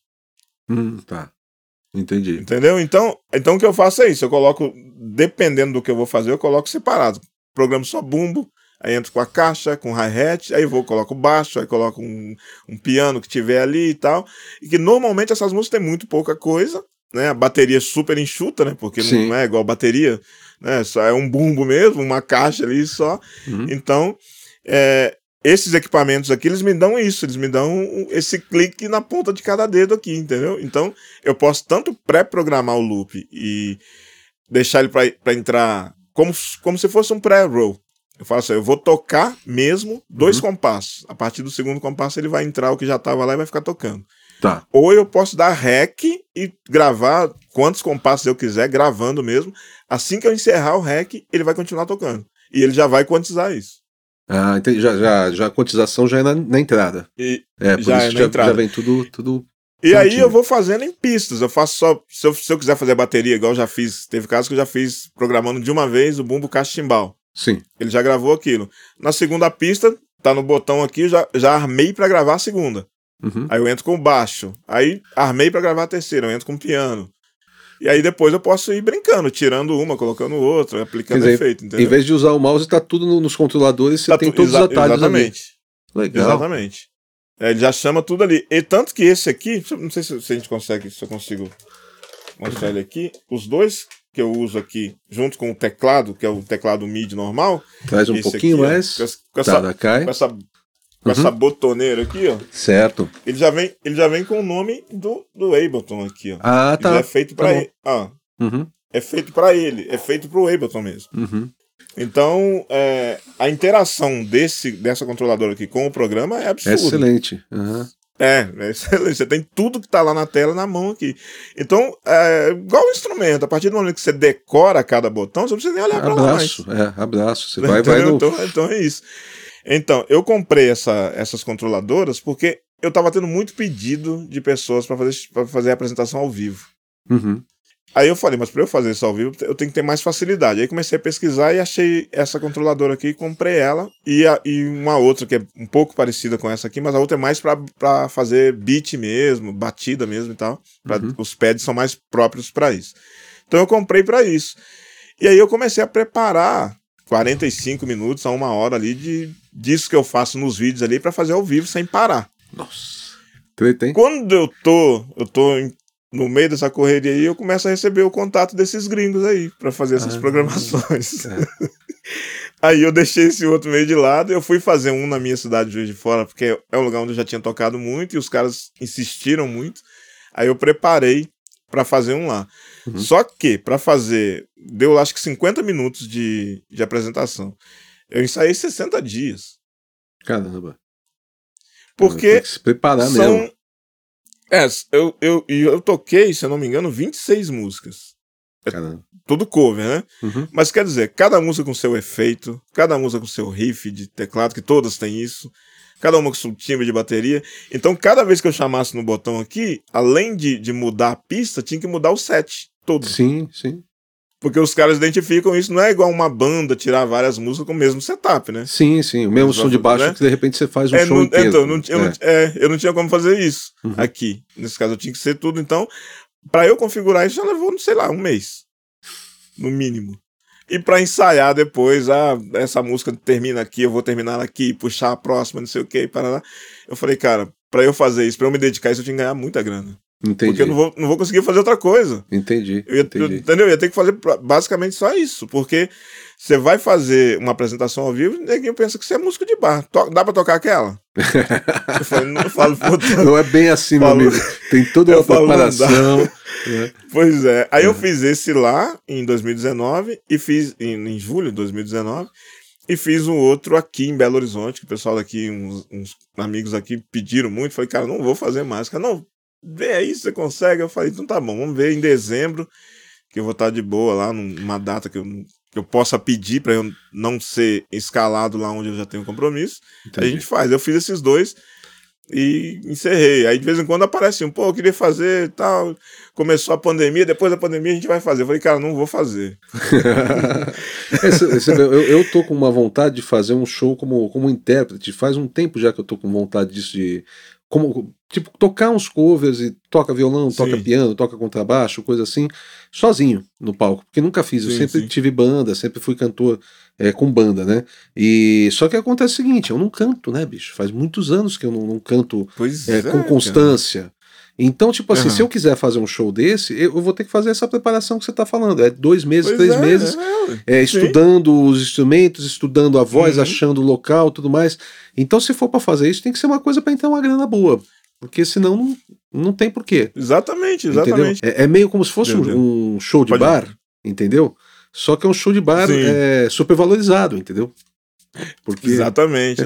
Tá. Entendi. Entendeu? Então o que eu faço é isso, eu coloco, dependendo do que eu vou fazer, eu coloco separado. Programo só bumbo, aí entro com a caixa, com hi-hat, aí coloco o baixo, aí coloco um piano que tiver ali e tal. E que normalmente essas músicas têm muito pouca coisa, né? A bateria é super enxuta, né? Porque não é igual bateria, né? Só é um bumbo mesmo, uma caixa ali só. Então, esses equipamentos aqui, eles me dão isso, eles me dão esse clique na ponta de cada dedo aqui, entendeu? Então, eu posso tanto pré-programar o loop e deixar ele para entrar como se fosse um pré-roll. Eu falo assim, eu vou tocar mesmo 2 compassos. A partir do segundo compasso ele vai entrar o que já estava lá e vai ficar tocando. Tá. Ou eu posso dar REC e gravar quantos compassos eu quiser, gravando mesmo. Assim que eu encerrar o REC, ele vai continuar tocando. E ele já vai quantizar isso. Ah, entendi. Já a quantização já é na entrada. Por já isso é na entrada. Já vem tudo. E aí eu vou fazendo em pistas. Eu faço só. Se eu quiser fazer bateria, igual eu já fiz. Teve casos que eu já fiz programando de uma vez o bumbo caixa timbal. Sim. Ele já gravou aquilo. Na segunda pista, tá no botão aqui, eu já armei pra gravar a segunda. Aí eu entro com o baixo. Aí armei pra gravar a terceira, eu entro com o piano. E aí depois eu posso ir brincando, tirando uma, colocando outra, aplicando efeito, entendeu? Em vez de usar o mouse, tá tudo nos controladores, você tem todos os atalhos exatamente. Ali. Legal. Exatamente. Ele já chama tudo ali. E tanto que esse aqui, não sei se a gente consegue, se eu consigo mostrar ele aqui, os dois que eu uso aqui, junto com o teclado, que é o teclado MIDI normal. Traz um pouquinho aqui, mais. Com essa botoneira aqui, ó. Certo. Ele já vem com o nome do Ableton aqui, ó. Ah, tá. Ele já é feito pra ele. É feito pra ele. É feito pro Ableton mesmo. Então, a interação dessa controladora aqui com o programa é absurda. Excelente. É excelente. Você tem tudo que tá lá na tela na mão aqui. Então, igual o instrumento, a partir do momento que você decora cada botão, você não precisa nem olhar pra lá mais. Abraço. Você vai no... Então é isso. Então, eu comprei essas controladoras porque eu tava tendo muito pedido de pessoas pra fazer a apresentação ao vivo. Uhum. Aí eu falei, mas pra eu fazer isso ao vivo, eu tenho que ter mais facilidade. Aí comecei a pesquisar e achei essa controladora aqui, comprei ela. E uma outra que é um pouco parecida com essa aqui, mas a outra é mais pra fazer beat mesmo, batida mesmo e tal. Os pads são mais próprios pra isso. Então eu comprei pra isso. E aí eu comecei a preparar 45 minutos a 1 hora ali disso que eu faço nos vídeos ali pra fazer ao vivo sem parar. Nossa. Quando eu tô no meio dessa correria aí, eu começo a receber o contato desses gringos aí pra fazer essas programações. Aí eu deixei esse outro meio de lado, eu fui fazer um na minha cidade de Juiz de Fora, porque é um lugar onde eu já tinha tocado muito e os caras insistiram muito. Aí eu preparei pra fazer um lá. Só que, pra fazer, deu acho que 50 minutos de apresentação. Eu ensaiei 60 dias. Caramba. Porque tem que se preparar mesmo. Eu toquei, se eu não me engano, 26 músicas. Caramba. Tudo cover, né? Mas quer dizer, cada música com seu efeito, cada música com seu riff de teclado, que todas têm isso, cada uma com seu timbre de bateria. Então, cada vez que eu chamasse no botão aqui, além de mudar a pista, tinha que mudar o set todo. Sim, sim. Porque os caras identificam isso, não é igual uma banda tirar várias músicas com o mesmo setup, né? Sim, sim. O mesmo som de baixo, né? Que de repente você faz um show inteiro. Então, eu não tinha como fazer isso aqui. Nesse caso, eu tinha que ser tudo. Então, pra eu configurar isso, já levou, sei lá, 1 mês. No mínimo. E pra ensaiar depois, essa música termina aqui, eu vou terminar aqui, puxar a próxima, não sei o que, para lá. Eu falei, cara, pra eu fazer isso, pra eu me dedicar a isso, eu tinha que ganhar muita grana. Entendi. Porque eu não vou conseguir fazer outra coisa. Entendi. Entendeu? Eu ia ter que fazer basicamente só isso. Porque você vai fazer uma apresentação ao vivo e ninguém pensa que você é músico de bar. Dá pra tocar aquela? Eu falei, não é bem assim, meu amigo. Tem toda uma preparação. Né? Pois é. Aí eu fiz esse lá em 2019 e fiz em julho de 2019. E fiz um outro aqui em Belo Horizonte, que o pessoal daqui, uns amigos aqui pediram muito. Falei, cara, não vou fazer mais. Cara, não, vê aí se você consegue. Eu falei, então tá bom, vamos ver em dezembro, que eu vou estar de boa lá, numa data que eu possa pedir pra eu não ser escalado lá onde eu já tenho compromisso. Entendi. A gente faz. Eu fiz esses 2 e encerrei. Aí de vez em quando aparece eu queria fazer tal. Começou a pandemia, depois da pandemia a gente vai fazer. Eu falei, cara, não vou fazer. Eu tô com uma vontade de fazer um show como intérprete. Faz um tempo já que eu tô com vontade disso, tipo, tocar uns covers e toca violão, toca piano, toca contrabaixo, coisa assim, sozinho no palco, porque nunca fiz, eu sempre tive banda, sempre fui cantor com banda, né? E só que acontece o seguinte, eu não canto, né, bicho? Faz muitos anos que eu não canto com constância. Cara. Então, tipo assim, se eu quiser fazer um show desse, eu vou ter que fazer essa preparação que você tá falando. 2 meses, 3 meses, estudando os instrumentos, estudando a voz, achando o local, tudo mais. Então, se for pra fazer isso, tem que ser uma coisa pra entrar uma grana boa. Porque senão não tem porquê. Exatamente. É meio como se fosse um show de bar, entendeu? Só que é um show de bar super valorizado, entendeu? Porque... Exatamente.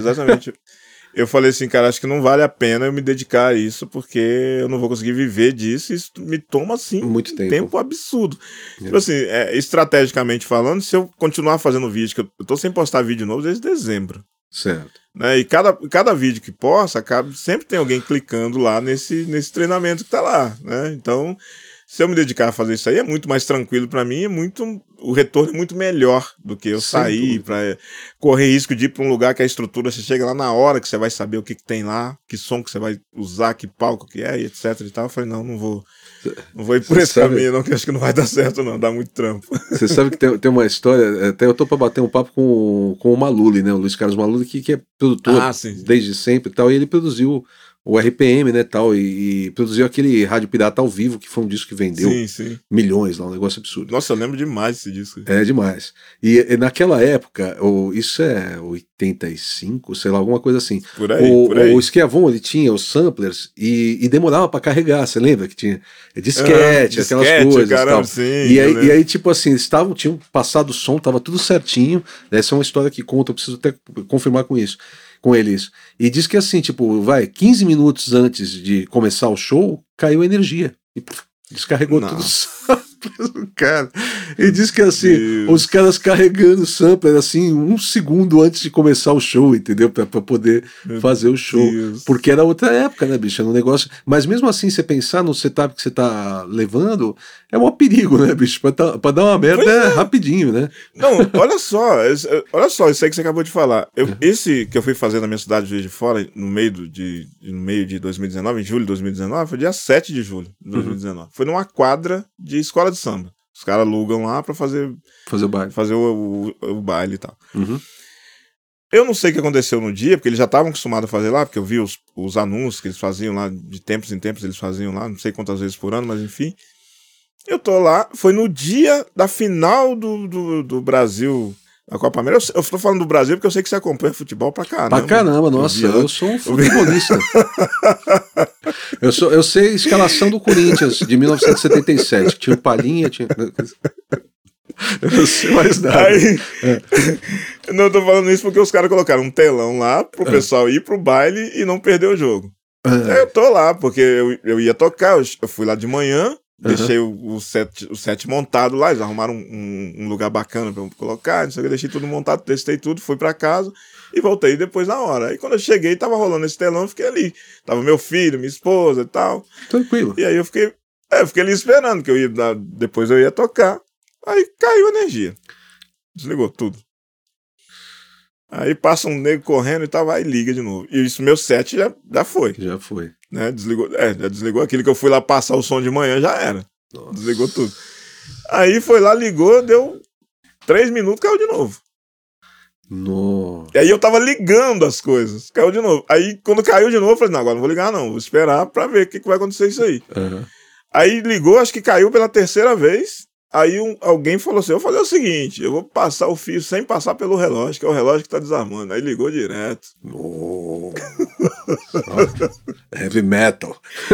Eu falei assim, cara, acho que não vale a pena eu me dedicar a isso, porque eu não vou conseguir viver disso, e isso me toma, assim, muito tempo absurdo. Tipo assim, estrategicamente falando, se eu continuar fazendo vídeo, que eu tô sem postar vídeo novo desde dezembro. Certo. Né? E cada vídeo que posta, sempre tem alguém clicando lá nesse treinamento que tá lá, né? Então, se eu me dedicar a fazer isso aí, é muito mais tranquilo pra mim, o retorno é muito melhor do que eu sair pra correr risco de ir pra um lugar que a estrutura, você chega lá na hora que você vai saber o que tem lá, que som que você vai usar, que palco que é, e etc e tal. Eu falei, não vou ir por esse caminho não, que acho que não vai dar certo não, dá muito trampo. Você sabe que tem uma história, até eu tô pra bater um papo com o Maluli, né, o Luiz Carlos Maluli, que é produtor desde sempre e tal, e ele produziu o RPM, né, tal, e produziu aquele Rádio Pirata ao Vivo, que foi um disco que vendeu milhões lá, um negócio absurdo. Nossa, eu lembro demais desse disco. É demais. E naquela época, isso é 85, sei lá, alguma coisa assim. Por aí. O Schiavon, ele tinha os samplers e demorava pra carregar, você lembra? Que tinha disquete, aquelas coisas. Caramba, tal. E aí, tipo assim, eles tinham passado o som, tava tudo certinho. Essa é uma história que conta, eu preciso até confirmar com ele isso. E diz que assim, tipo, 15 minutos antes de começar o show, caiu a energia. E descarregou tudo. samples do cara. E diz que assim, os caras carregando o sampler assim, 1 segundo antes de começar o show, entendeu? Pra poder fazer o show. Porque era outra época, né, bicho? Era um negócio. Mas mesmo assim, você pensar no setup que você tá levando, é um perigo, né, bicho? Pra dar uma merda é rapidinho, né? Não, olha só, isso aí que você acabou de falar. Esse que eu fui fazer na minha cidade de Juiz de Fora, no meio de 2019, em julho de 2019, foi dia 7 de julho de 2019. Foi numa quadra de escola de samba. Os caras alugam lá pra fazer o baile. Fazer o baile e tal. Eu não sei o que aconteceu no dia, porque eles já estavam acostumados a fazer lá, porque eu vi os anúncios que eles faziam lá, de tempos em tempos eles faziam lá, não sei quantas vezes por ano, mas enfim. Eu tô lá, foi no dia da final do Brasil, da Copa América. Eu tô falando do Brasil porque eu sei que você acompanha futebol pra caramba. Pra caramba, nossa, eu sou um futebolista. eu sei a escalação do Corinthians de 1977, tinha o Palhinha, tinha... Eu não sei mais nada. Aí, não, eu tô falando isso porque os caras colocaram um telão lá pro pessoal ir pro baile e não perder o jogo. Aí eu tô lá, porque eu ia tocar, eu fui lá de manhã, deixei o set montado lá, eles arrumaram um lugar bacana pra eu colocar, não sei o que, deixei tudo montado, testei tudo, fui pra casa e voltei depois na hora. Aí quando eu cheguei, tava rolando esse telão, eu fiquei ali. Tava meu filho, minha esposa e tal. Tranquilo. E aí eu fiquei ali esperando, que depois eu ia tocar. Aí caiu a energia. Desligou tudo. Aí passa um nego correndo e tal, vai e liga de novo. E isso, meu set já foi. Já foi. Né? Já desligou. Aquilo que eu fui lá passar o som de manhã já era. Nossa. Desligou tudo. Aí foi lá, ligou, deu 3 minutos, caiu de novo. Nossa. E aí eu tava ligando as coisas. Caiu de novo. Aí quando caiu de novo, eu falei, não, agora não vou ligar não. Vou esperar pra ver o que vai acontecer isso aí. Aí ligou, acho que caiu pela 3ª vez. Aí alguém falou assim, eu vou fazer o seguinte, eu vou passar o fio sem passar pelo relógio, que é o relógio que tá desarmando. Aí ligou direto. Heavy metal.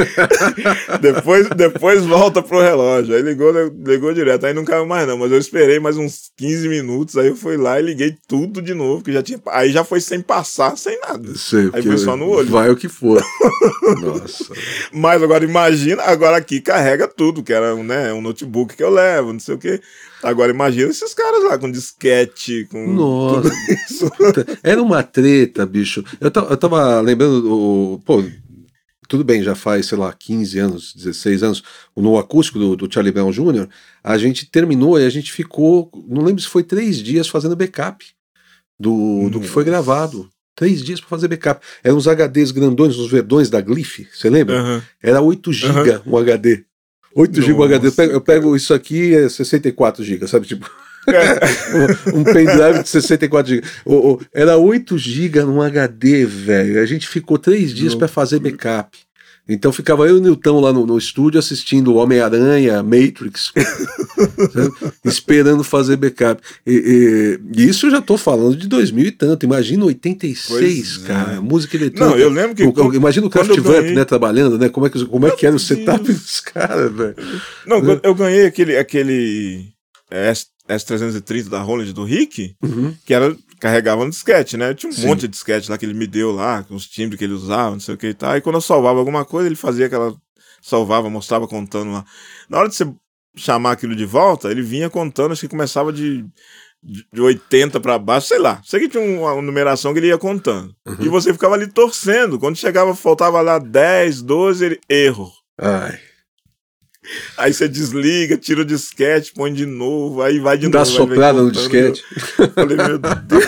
depois volta pro relógio. Aí ligou direto. Aí não caiu mais não, mas eu esperei mais uns 15 minutos, aí eu fui lá e liguei tudo de novo, que já tinha. Aí já foi sem passar, sem nada. Sei, aí foi só no olho. Vai o que for. Nossa. Mas agora imagina, agora aqui carrega tudo, que era um notebook que eu levo, não sei o que. Agora imagina esses caras lá com disquete, com nossa, tudo isso. Era uma treta, bicho. Eu tava lembrando, tudo bem, já faz, sei lá, 15 anos, 16 anos, no acústico do Charlie Brown Jr., a gente terminou e a gente ficou, não lembro se foi 3 dias fazendo backup do que foi gravado. 3 dias pra fazer backup. Eram uns HDs grandões, os verdões da Glyph, você lembra? Era 8 GB um HD. 8 GB HD. Eu pego isso aqui, é 64 GB, sabe? Tipo, um pendrive de 64 GB. Era 8 GB num HD, velho. A gente ficou 3 dias pra fazer backup. Então ficava eu e o Nilton lá no estúdio assistindo Homem-Aranha, Matrix, esperando fazer backup. E isso eu já tô falando de 2000 e tanto. Imagina 86, cara. Música eletrônica. Não, eu lembro que. Imagina o Kraftwerk, né, trabalhando, né? Como é que era o setup dos caras, velho? Não, eu ganhei aquele S330 da Roland do Rick, que carregava no disquete, né? Tinha um monte de disquete lá que ele me deu lá, com os timbres que ele usava, não sei o que e tal. E quando eu salvava alguma coisa, ele fazia salvava, mostrava contando lá. Na hora de você chamar aquilo de volta, ele vinha contando, acho que começava de 80 pra baixo, sei lá. Sei que tinha uma numeração que ele ia contando. E você ficava ali torcendo. Quando faltava lá 10, 12, ele, erro. Ai. Aí você desliga, tira o disquete, põe de novo, aí vai de novo. Dá soprada no disquete. Falei, meu Deus.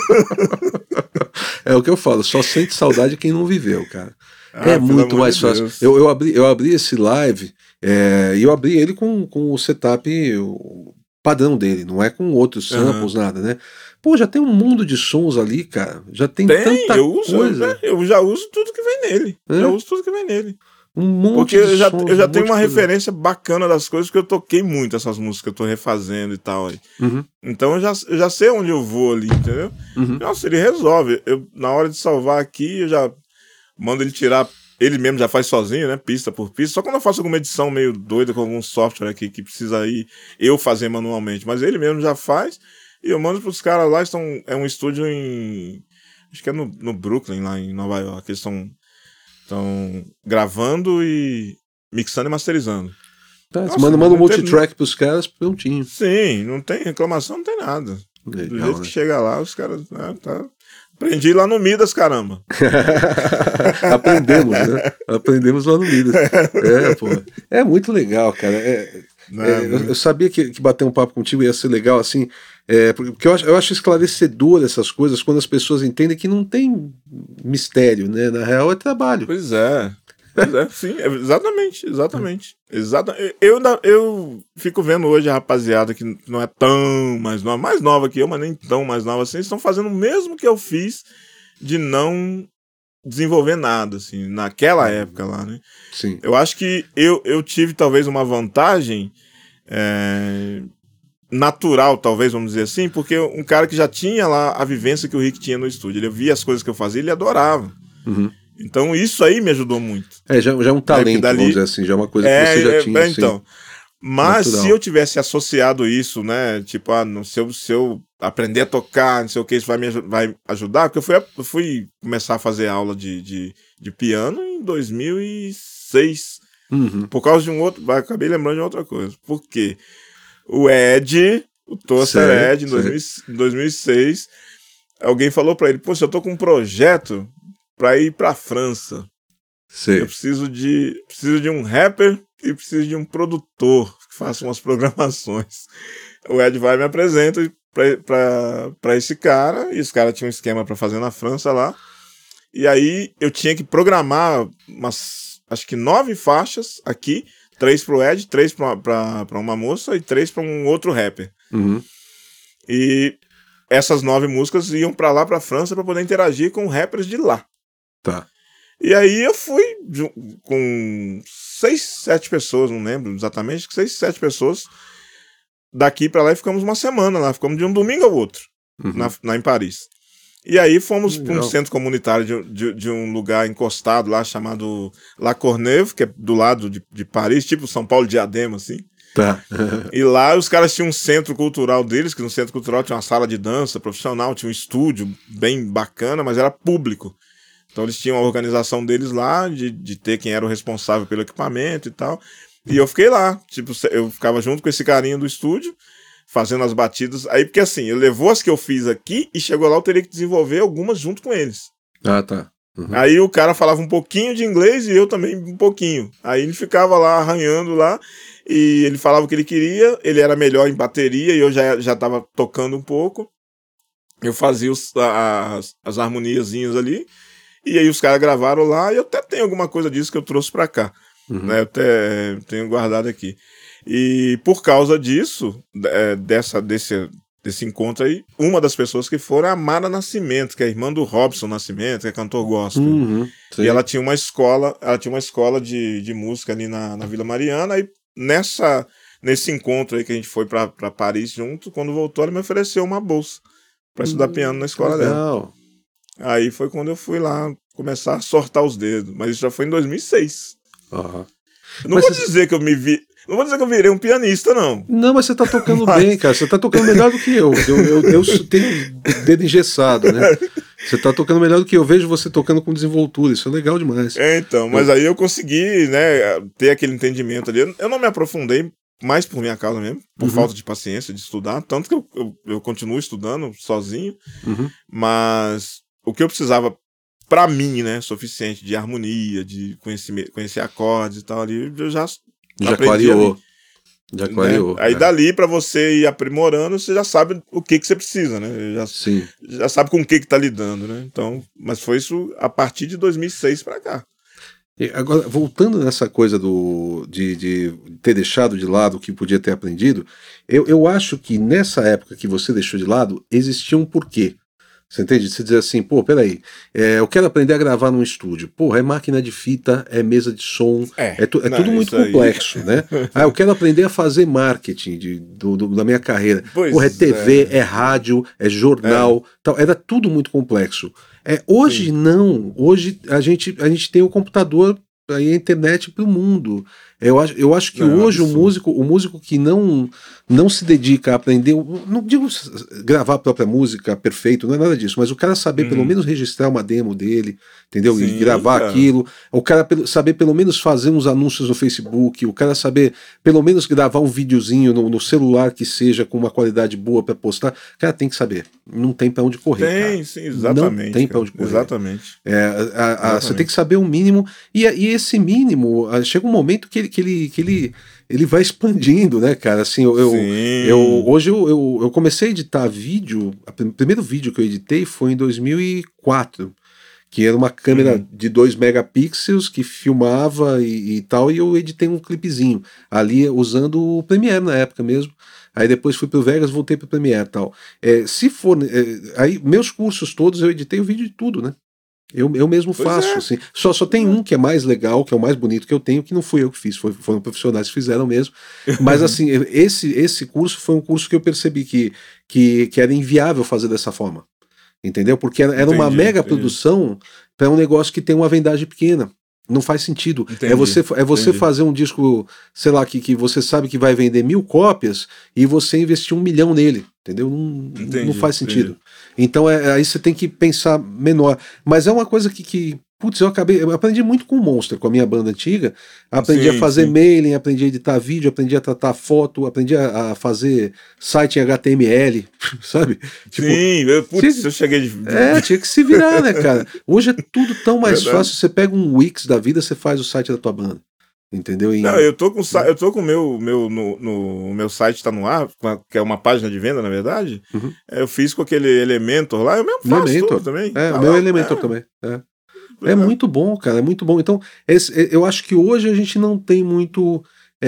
É o que eu falo, só sente saudade quem não viveu, cara. É muito mais fácil. Eu abri esse live e eu abri ele com o setup padrão dele, não é com outros samples, nada, né? Pô, já tem um mundo de sons ali, cara. Já tem tanta coisa. Eu já uso tudo que vem nele. Já uso tudo que vem nele. Porque eu já tenho uma referência bacana das coisas, porque eu toquei muito essas músicas que eu tô refazendo e tal. Então eu já sei onde eu vou ali, entendeu? Nossa, ele resolve. Na hora de salvar aqui, eu já mando ele tirar. Ele mesmo já faz sozinho, né? Pista por pista. Só quando eu faço alguma edição meio doida com algum software aqui que precisa eu fazer manualmente. Mas ele mesmo já faz. E eu mando pros caras lá. É um estúdio acho que é no Brooklyn, lá em Nova York. Eles estão gravando e mixando e masterizando. Tá, você manda um multitrack pros caras, prontinho. Sim, não tem reclamação, não tem nada. Legal, do jeito que chega lá, os caras... tá... Aprendi lá no Midas, caramba. Aprendemos, né? Aprendemos lá no Midas. Pô. É muito legal, cara. Eu sabia que bater um papo contigo ia ser legal, assim, porque eu acho esclarecedor essas coisas quando as pessoas entendem que não tem mistério, né? Na real é trabalho. Pois é. Sim, exatamente. Eu fico vendo hoje a rapaziada que não é tão mais nova que eu, mas nem tão mais nova assim, estão fazendo o mesmo que eu fiz de não desenvolver nada, assim, naquela época lá, né? Sim. Eu acho que eu tive talvez uma vantagem natural, talvez, vamos dizer assim, porque um cara que já tinha lá a vivência que o Rick tinha no estúdio, ele via as coisas que eu fazia, ele adorava. Uhum. Então isso aí me ajudou muito. Já é um talento, vamos dizer assim, já é uma coisa que você já tinha. Então, assim, mas natural. Se eu tivesse associado isso, né, tipo, se eu aprender a tocar, não sei o que, isso vai ajudar, porque eu fui começar a fazer aula de piano em 2006, por causa de um outro, acabei lembrando de outra coisa, porque o Ed, o Toaster Ed, em 2006, alguém falou pra ele, poxa, eu tô com um projeto pra ir pra França. Sei. Eu preciso de um rapper e preciso de um produtor que faça umas programações. O Ed vai me apresenta pra esse cara, e esse cara tinha um esquema pra fazer na França lá, e aí eu tinha que programar acho que 9 faixas aqui, 3 pro Ed, 3 pra uma moça e 3 pra um outro rapper. Uhum. E essas 9 músicas iam pra lá, pra França, pra poder interagir com rappers de lá. Tá. E aí eu fui com 6, 7 pessoas, não lembro exatamente, 6, 7 pessoas daqui pra lá e ficamos uma semana lá, ficamos de um domingo ao outro, lá em Paris. E aí fomos para um centro comunitário de um lugar encostado lá, chamado La Courneuve, que é do lado de Paris, tipo São Paulo Diadema, assim. Tá. E lá os caras tinham um centro cultural deles, que no centro cultural tinha uma sala de dança profissional, tinha um estúdio bem bacana, mas era público. Então eles tinham a organização deles lá, de ter quem era o responsável pelo equipamento e tal. E eu fiquei lá, tipo, eu ficava junto com esse carinha do estúdio, fazendo as batidas. Aí, porque assim, ele levou as que eu fiz aqui e chegou lá, eu teria que desenvolver algumas junto com eles. Ah, tá. Uhum. Aí o cara falava um pouquinho de inglês e eu também um pouquinho. Aí ele ficava lá arranhando lá e ele falava o que ele queria, ele era melhor em bateria e eu já tava tocando um pouco. Eu fazia as harmoniazinhas ali e aí os caras gravaram lá e eu até tenho alguma coisa disso que eu trouxe pra cá. Né? Eu até tenho guardado aqui. E por causa disso, desse encontro aí, uma das pessoas que foram é a Mara Nascimento, que é irmã do Robson Nascimento, que é cantor gospel. E ela tinha uma escola, de música ali na Vila Mariana, e nesse encontro aí que a gente foi pra Paris junto, quando voltou ela me ofereceu uma bolsa pra estudar piano na escola dela. Aí foi quando eu fui lá começar a sortar os dedos, mas isso já foi em 2006. Não vou dizer que eu me vi. Não vou dizer que eu virei um pianista, não. Não, mas você tá tocando bem, cara. Você tá tocando melhor do que eu. Eu tenho dedo engessado, né? Você tá tocando melhor do que eu. Vejo você tocando com desenvoltura. Isso é legal demais. Então, mas aí eu consegui, né, ter aquele entendimento ali. Eu não me aprofundei mais por minha causa mesmo, por falta de paciência de estudar. Tanto que eu continuo estudando sozinho. Mas o que eu precisava pra mim, né, suficiente de harmonia, de conhecer acordes e tal ali, eu já clareou. Já clareou. Né? Aí dali pra você ir aprimorando, você já sabe o que você precisa, né? Já sabe com o que tá lidando, né? Então, mas foi isso a partir de 2006 pra cá. E agora, voltando nessa coisa de ter deixado de lado o que podia ter aprendido, eu acho que nessa época que você deixou de lado, existia um porquê. Você entende? Você dizer assim, pô, peraí, eu quero aprender a gravar num estúdio. Porra, é máquina de fita, é mesa de som, tudo muito complexo, né? Eu quero aprender a fazer marketing da minha carreira. Porra, é TV, é rádio, é jornal, tal. Era tudo muito complexo. Hoje não, hoje a gente tem o computador, a internet pro mundo. Eu acho que hoje o músico que não se dedica a aprender, não digo gravar a própria música perfeito, não é nada disso, mas o cara saber pelo menos registrar uma demo dele, entendeu? Sim, e gravar aquilo, o cara saber pelo menos fazer uns anúncios no Facebook, o cara saber pelo menos gravar um videozinho no celular que seja com uma qualidade boa para postar, o cara tem que saber, não tem para onde correr. Tem, sim, exatamente. Não tem para onde correr. Exatamente. Você tem que saber um mínimo, e esse mínimo, chega um momento que ele vai expandindo, né, cara? Assim, hoje eu comecei a editar vídeo. O primeiro vídeo que eu editei foi em 2004, que era uma câmera de 2 megapixels que filmava e tal, e eu editei um clipezinho ali usando o Premiere na época mesmo. Aí depois fui pro Vegas, voltei pro Premiere e tal. Se for, aí meus cursos todos eu editei o vídeo de tudo, né? Eu mesmo faço, assim. Só tem um que é mais legal, que é o mais bonito que eu tenho, que não fui eu que fiz, foram profissionais que fizeram mesmo. Mas assim, esse curso foi um curso que eu percebi que era inviável fazer dessa forma. Entendeu? Porque era uma mega produção para um negócio que tem uma vendagem pequena. Não faz sentido. É você fazer um disco, sei lá, que você sabe que vai vender 1000 cópias e você investir 1 milhão nele. Entendeu? Não faz sentido. Então aí você tem que pensar menor. Mas é uma coisa que putz, eu aprendi muito com o Monster, com a minha banda antiga. Aprendi a fazer mailing, aprendi a editar vídeo, aprendi a tratar foto, aprendi a fazer site em HTML, sabe? Eu cheguei de... tinha que se virar, né, cara? Hoje é tudo tão mais fácil. Você pega um Wix da vida, você faz o site da tua banda. Entendeu? Não, eu tô com o meu site tá no ar, que é uma página de venda, na verdade. Eu fiz com aquele Elementor lá, eu mesmo faço tudo também. O meu Elementor também. É muito bom, cara, é muito bom. Então, eu acho que hoje a gente não tem muito...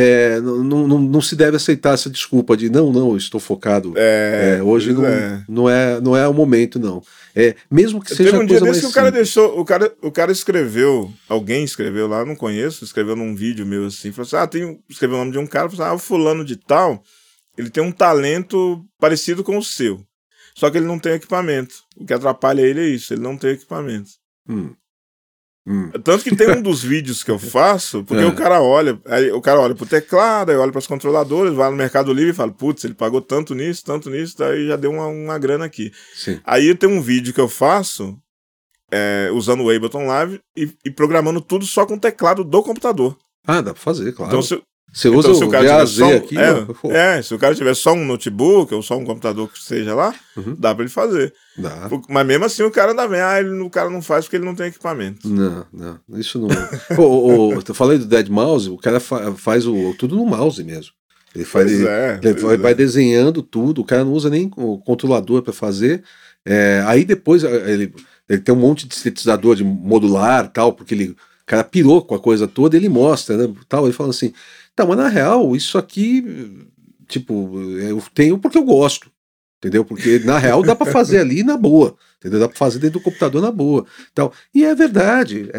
não se deve aceitar essa desculpa de não, eu estou focado. Hoje não é o momento, não. Mesmo que seja Teve um dia desse que o cara deixou, o cara escreveu, alguém escreveu lá, não conheço, escreveu num vídeo meu assim, falou assim, escreveu o nome de um cara, falou assim, o fulano de tal, ele tem um talento parecido com o seu, só que ele não tem equipamento. O que atrapalha ele é isso, ele não tem equipamento. Tanto que tem um dos vídeos que eu faço, porque o cara olha pro teclado, aí olha pras controladoras, vai no Mercado Livre e fala, putz, ele pagou tanto nisso, daí já deu uma grana aqui. Sim. Aí tem um vídeo que eu faço usando o Ableton Live e programando tudo só com o teclado do computador. Dá pra fazer, claro. Então, você usa o VAZ aqui. Se o cara tiver só um notebook ou só um computador que seja lá, dá pra ele fazer. Dá. Mas mesmo assim o cara o cara não faz porque ele não tem equipamento. Não, isso não. Eu falei do Dead Mouse, o cara faz tudo no mouse mesmo. Ele vai desenhando tudo, o cara não usa nem o controlador para fazer. Aí depois ele tem um monte de sintetizador de modular tal, porque o cara pirou com a coisa toda, ele mostra, né, tal, ele fala assim, mas na real, isso aqui, tipo, eu tenho porque eu gosto, entendeu? Porque na real dá para fazer ali na boa, entendeu? Dá para fazer dentro do computador na boa, tal. E é verdade,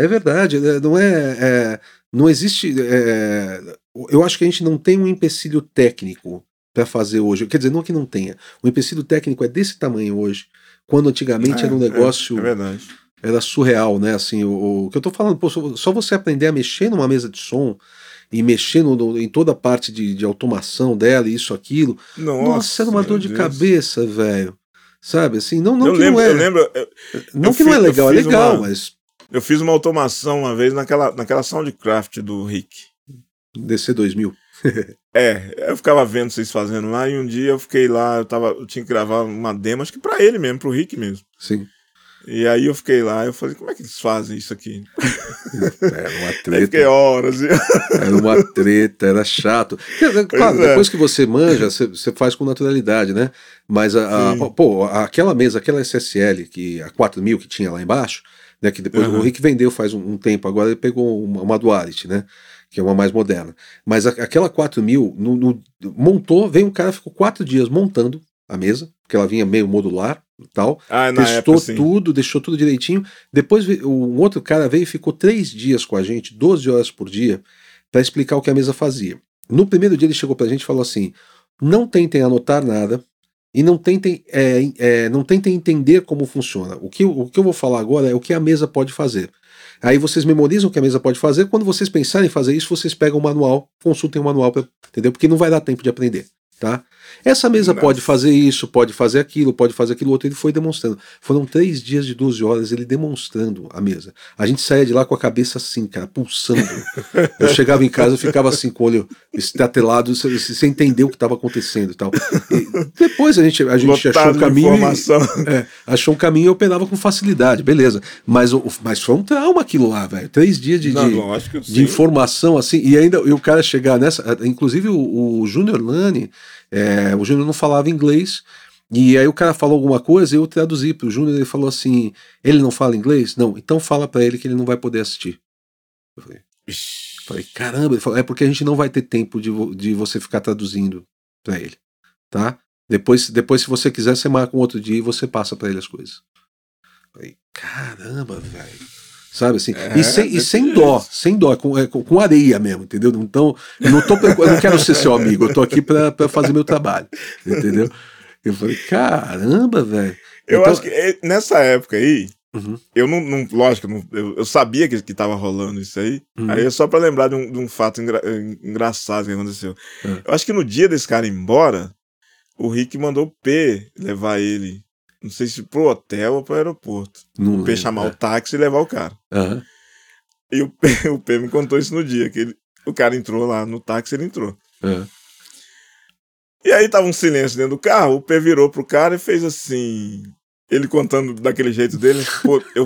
não existe, eu acho que a gente não tem um empecilho técnico para fazer hoje, quer dizer, não que não tenha, o empecilho técnico é desse tamanho hoje, quando antigamente era um negócio... É verdade. Era surreal, né? Assim, o que eu tô falando, só você aprender a mexer numa mesa de som e mexer em toda a parte de automação dela, isso, aquilo. Nossa, era uma dor de cabeça, velho. Sabe, assim, não que não é. Eu lembro. Não que não é legal, é legal, mas. Eu fiz uma automação uma vez naquela Soundcraft do Rick. DC2000. Eu ficava vendo vocês fazendo lá, e um dia eu fiquei lá, eu tinha que gravar uma demo, acho que pra ele mesmo, pro Rick mesmo. Sim. E aí eu fiquei lá, eu falei, como é que eles fazem isso aqui? Era uma treta. Aí fiquei horas. Era uma treta, era chato. Claro, depois que você manja, você faz com naturalidade, né? Mas aquela mesa, aquela SSL, a 4000 que tinha lá embaixo, né? Que depois o Rick vendeu faz um tempo, agora ele pegou uma Duality, né? Que é uma mais moderna. Mas aquela 4000, montou, veio um cara, ficou 4 dias montando a mesa, porque ela vinha meio modular e tal, deixou tudo direitinho. Depois um outro cara veio e ficou 3 dias com a gente, 12 horas por dia, para explicar o que a mesa fazia. No primeiro dia ele chegou pra gente e falou assim, não tentem anotar nada, e não tentem entender como funciona. O que eu vou falar agora é o que a mesa pode fazer. Aí vocês memorizam o que a mesa pode fazer. Quando vocês pensarem em fazer isso, vocês pegam o manual, consultem o manual, entendeu? Porque não vai dar tempo de aprender, tá? Essa mesa pode fazer isso, pode fazer aquilo outro. Ele foi demonstrando. Foram 3 dias de 12 horas ele demonstrando a mesa. A gente saía de lá com a cabeça assim, cara, pulsando. Eu chegava em casa e ficava assim com o olho estatelado, sem entender o que estava acontecendo e tal. E depois a gente achou um caminho. Achou um caminho e operava com facilidade, beleza. Mas foi um trauma aquilo lá, velho. 3 dias de informação assim. E ainda o cara chegar nessa. Inclusive o Júnior Lani. O Júnior não falava inglês, e aí o cara falou alguma coisa e eu traduzi pro Júnior. Ele falou assim: ele não fala inglês? Não, então fala pra ele que ele não vai poder assistir. Eu falei caramba. Ele falou, é porque a gente não vai ter tempo de você ficar traduzindo pra ele, tá? Depois se você quiser, você marca um outro dia e você passa pra ele as coisas. Eu falei, caramba, velho. Sabe assim? E sem dó, com areia mesmo, entendeu? Então, eu não quero ser seu amigo, eu tô aqui pra fazer meu trabalho, entendeu? Eu falei, caramba, velho. Eu acho que nessa época aí, eu não lógico, eu sabia que tava rolando isso aí, aí é só pra lembrar de um fato engraçado que aconteceu. Eu acho que no dia desse cara ir embora, o Rick mandou o P levar ele. Não sei se pro hotel ou pro aeroporto. O P chamar o táxi e levar o cara. E o P me contou isso no dia, que o cara entrou lá no táxi, ele entrou. E aí tava um silêncio dentro do carro, o P virou pro cara e fez assim, ele contando daquele jeito dele, pô, eu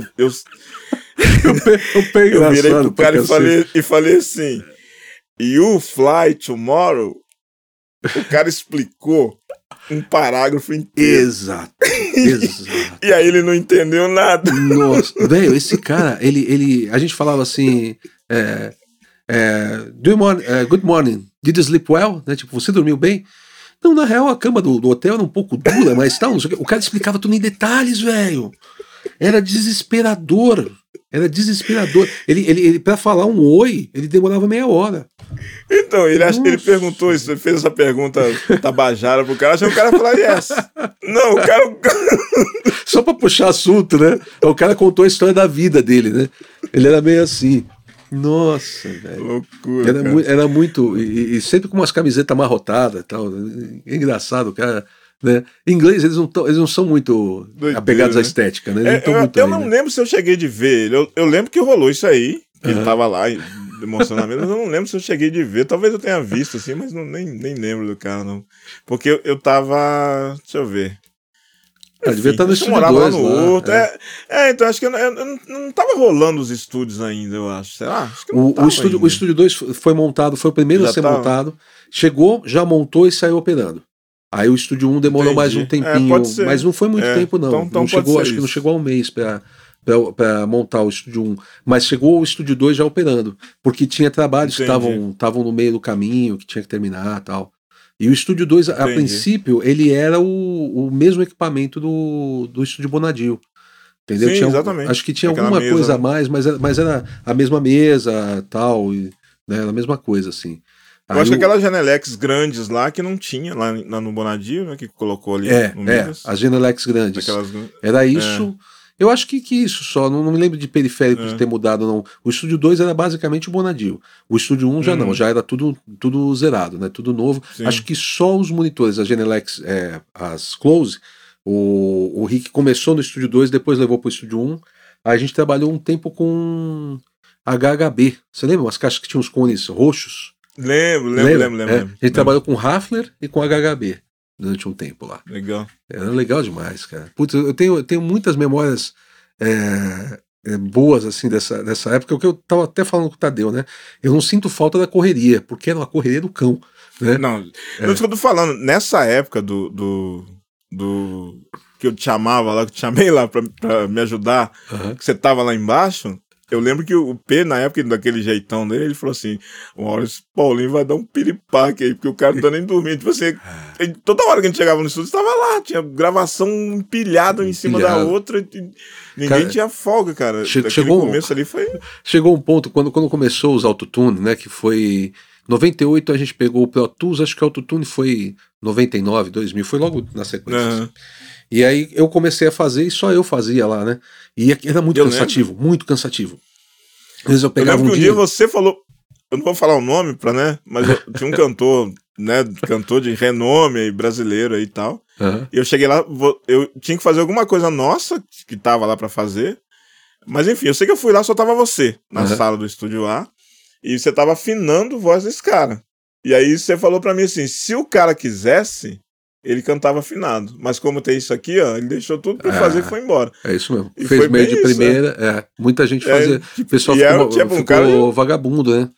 virei pro cara e falei assim, you fly tomorrow? O cara explicou um parágrafo inteiro. Exato. E aí ele não entendeu nada. Nossa, velho, esse cara, a gente falava assim, good morning, did you sleep well? Né? Tipo, você dormiu bem? Não, na real a cama do hotel era um pouco dura, mas tal, não sei o que. O cara explicava tudo em detalhes, velho. Era desesperador. Ele pra falar um oi, ele demorava meia hora. Então, ele perguntou isso, ele fez essa pergunta tabajara pro cara, achou que o cara ia falar yes. Não, o cara... Só pra puxar assunto, né? O cara contou a história da vida dele, né? Ele era meio assim. Nossa, velho. Loucura, era muito... E sempre com umas camisetas amarrotadas e tal. É engraçado, o cara... Né? Em inglês eles não são muito apegados à estética, né? Eu não lembro se eu cheguei de ver ele. Eu lembro que rolou isso aí, que ele tava lá demonstrando a mesa, mas eu não lembro se eu cheguei de ver. Talvez eu tenha visto assim, mas nem lembro do cara, não. Porque eu tava. Deixa eu ver. Devia estar no estúdio morava 2 lá no outro. Então acho que eu não tava rolando os estúdios ainda, eu acho. Sei lá, acho que não o estúdio 2 foi montado, foi o primeiro a ser montado. Chegou, já montou e saiu operando. Aí o estúdio 1 demorou mais um tempinho, mas não foi muito tempo não. Então não chegou, acho que não chegou a um mês para montar o estúdio 1, mas chegou o estúdio 2 já operando, porque tinha trabalhos que estavam no meio do caminho, que tinha que terminar e tal. E o estúdio 2, a princípio, ele era o mesmo equipamento do estúdio Bonadio. Entendeu? Sim, exatamente. Acho que tinha alguma coisa a mais, mas era a mesma mesa tal, né, era a mesma coisa, assim. Eu acho que aquelas Genelecs grandes lá que não tinha lá no Bonadio, né, que colocou ali no Midas. As Genelecs grandes. Era isso. Eu acho que isso só, não me lembro de periférico de ter mudado, não. O estúdio 2 era basicamente o Bonadio. O estúdio 1 já não, já era tudo zerado, né? Tudo novo. Sim. Acho que só os monitores, as Genelecs, as Close, o Rick começou no estúdio 2, depois levou pro estúdio 1. Aí a gente trabalhou um tempo com HHB. Você lembra? Umas caixas que tinham os cones roxos? Lembro. A gente trabalhou com Hafler e com HHB durante um tempo lá. Legal. Era legal demais, cara. Putz, eu tenho muitas memórias boas assim dessa época, o que eu tava até falando com o Tadeu, né? Eu não sinto falta da correria, porque era uma correria do cão, né? Não, eu tô falando, nessa época do que eu te chamava lá, que eu te chamei lá pra me ajudar, que você tava lá embaixo. Eu lembro que o P, na época, daquele jeitão dele, ele falou assim: uma hora esse Paulinho vai dar um piripaque aí, porque o cara não tá nem dormindo. Tipo assim, toda hora que a gente chegava no estúdio, estava lá, tinha gravação empilhada em cima da outra, e ninguém tinha folga, cara. Chegou um ponto, quando começou os autotune, né, que foi 98 a gente pegou o Pro Tools, acho que o Autotune foi 99, 2000, foi logo na sequência. Uhum. E aí eu comecei a fazer e só eu fazia lá, né? E era muito cansativo, muito cansativo. Às vezes eu pegava um dia você falou, eu não vou falar o nome né? Mas tinha um cantor, né? Cantor de renome brasileiro aí e tal. Uhum. E eu cheguei lá, eu tinha que fazer alguma coisa nossa que tava lá pra fazer. Mas enfim, eu sei que eu fui lá, só tava você na sala do estúdio A. E você tava afinando a voz desse cara. E aí você falou pra mim assim, se o cara quisesse, ele cantava afinado. Mas como tem isso aqui, ó, ele deixou tudo pra fazer e foi embora. É isso mesmo. E fez meio de primeira, Muita gente fazia. O pessoal ficou vagabundo, né?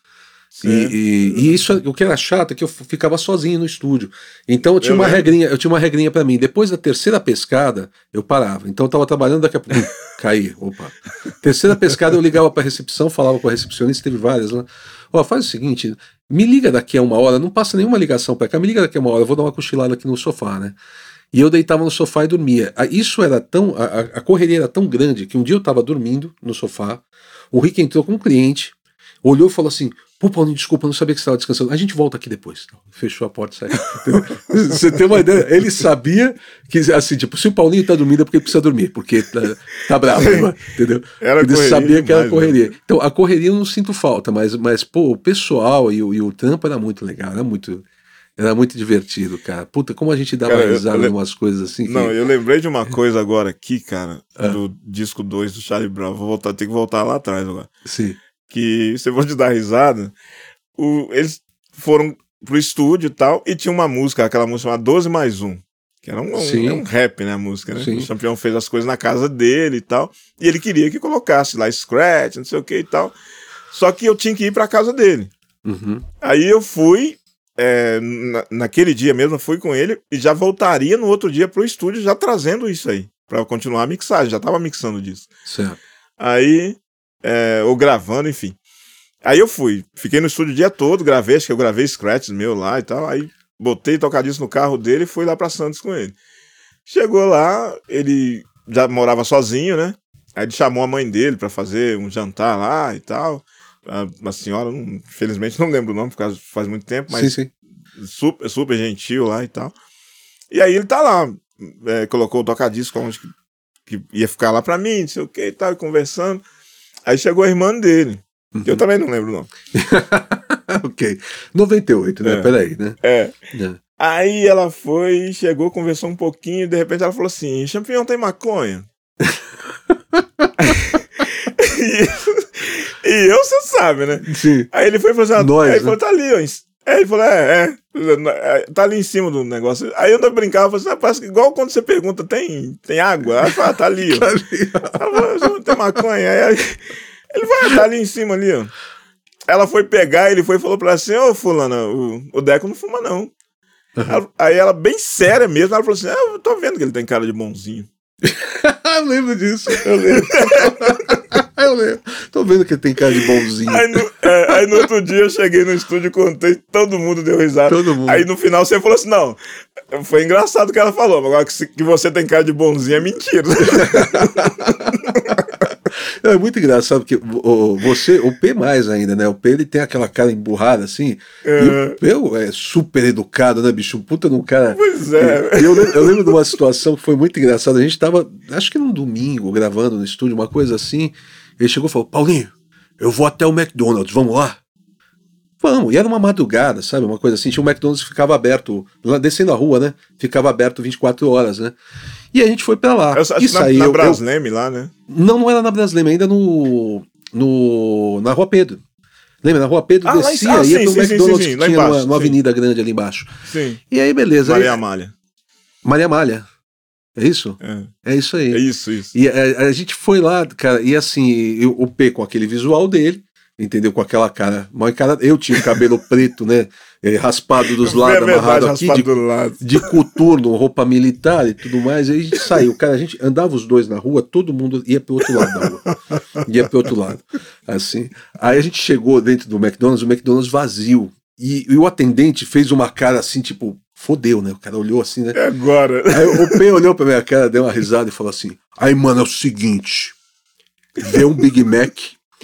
E isso, o que era chato é que eu ficava sozinho no estúdio. Então eu tinha uma regrinha pra mim. Depois da terceira pescada, eu parava. Então eu tava trabalhando, daqui a pouco caí. Opa. Terceira pescada, eu ligava pra recepção, falava com a recepcionista, teve várias lá. Ó, faz o seguinte, me liga daqui a 1 hora, não passa nenhuma ligação pra cá, me liga daqui a 1 hora, eu vou dar uma cochilada aqui no sofá, né? E eu deitava no sofá e dormia. Isso era tão. A correria era tão grande que um dia eu tava dormindo no sofá, o Rick entrou com um cliente, olhou e falou assim: pô, Paulinho, desculpa, eu não sabia que você estava descansando. A gente volta aqui depois. Fechou a porta e saiu. Você tem uma ideia? Ele sabia que, assim, tipo, se o Paulinho tá dormindo é porque ele precisa dormir, porque tá bravo, entendeu? Ele sabia que era correria. Então, a correria eu não sinto falta, mas pô, o pessoal e o trampo era muito legal, era muito divertido, cara. Puta, como a gente dava risada em umas coisas assim. Não, eu lembrei de uma coisa agora aqui, cara, do disco 2 do Charlie Brown. Ter que voltar lá atrás agora. Sim. Que você pode dar risada, eles foram pro estúdio e tal, e tinha uma música, aquela música chamada 12 mais 1, que era um rap, né, a música, né? Sim. O Champião fez as coisas na casa dele e tal, e ele queria que colocasse lá scratch, não sei o que e tal, só que eu tinha que ir pra casa dele. Uhum. Aí eu fui, naquele dia mesmo, eu fui com ele, e já voltaria no outro dia pro estúdio, já trazendo isso aí, pra continuar a mixagem, já tava mixando disso. Certo. Aí... ou gravando, enfim. Aí eu fiquei no estúdio o dia todo, acho que eu gravei scratches meu lá e tal, aí botei tocadisco no carro dele e fui lá pra Santos com ele. Chegou lá, ele já morava sozinho, né? Aí ele chamou a mãe dele pra fazer um jantar lá e tal. Uma senhora, infelizmente não lembro o nome, porque faz muito tempo, mas sim. Super, super gentil lá e tal. E aí ele tá lá, colocou o tocadisco onde que ia ficar lá pra mim, não sei o que e tal, e conversando. Aí chegou a irmã dele, que eu também não lembro o nome. Ok. 98, né? Peraí, né? Aí ela chegou, conversou um pouquinho, e de repente ela falou assim: Champião, tem maconha? e eu, você sabe, né? Sim. Aí ele foi e falou assim: Nós, ele falou, tá ali, ó. Aí ele falou, tá ali em cima do negócio. Aí eu ainda brincava, falei assim, parece que igual quando você pergunta, tem água? Aí fala, tá ali, ó. Ela falou, tem maconha. Aí ele vai, tá ali em cima ali, ó. Ela foi pegar, ele foi e falou pra ela assim, ô fulana, o Deco não fuma não. Uhum. Aí ela, bem séria mesmo, ela falou assim, eu tô vendo que ele tem cara de bonzinho. Eu lembro disso, eu lembro. Tô vendo que ele tem cara de bonzinho. Aí no outro dia eu cheguei no estúdio, contei, todo mundo deu risada. Todo mundo. Aí no final você falou assim, não, foi engraçado o que ela falou, agora que você tem cara de bonzinho é mentira. É muito engraçado, porque o P mais ainda, né? O P ele tem aquela cara emburrada assim, e o P é super educado, né, bicho? Puta num cara. Pois é. Eu lembro de uma situação que foi muito engraçada. A gente tava, acho que num domingo, gravando no estúdio, uma coisa assim. Ele chegou e falou: Paulinho, eu vou até o McDonald's, vamos lá? Vamos, e era uma madrugada, sabe? Uma coisa assim. Tinha o McDonald's que ficava aberto, lá descendo a rua, né? Ficava aberto 24 horas, né? E a gente foi pra lá. Na Brasleme lá, né? Não era na Brasleme, ainda na Rua Pedro. Lembra? Na Rua Pedro descia e ia pro McDonald's que tinha embaixo, uma avenida grande ali embaixo. Sim. E aí, beleza. Maria Amália. Maria Amália. É isso? É isso aí. É isso. E a gente foi lá, cara, e assim, o P com aquele visual dele, entendeu? Com aquela cara mal encarada. Eu tinha o cabelo preto, né? Raspado dos lados, amarrado aqui, de coturno, roupa militar e tudo mais. Aí a gente saiu, cara, a gente andava os dois na rua, todo mundo ia pro outro lado da rua. Ia pro outro lado. Assim. Aí a gente chegou dentro do McDonald's, o McDonald's vazio. E o atendente fez uma cara assim, tipo, fodeu, né? O cara olhou assim, né? É agora. Aí o P olhou pra minha cara, deu uma risada e falou assim: aí, mano, é o seguinte, vê um Big Mac,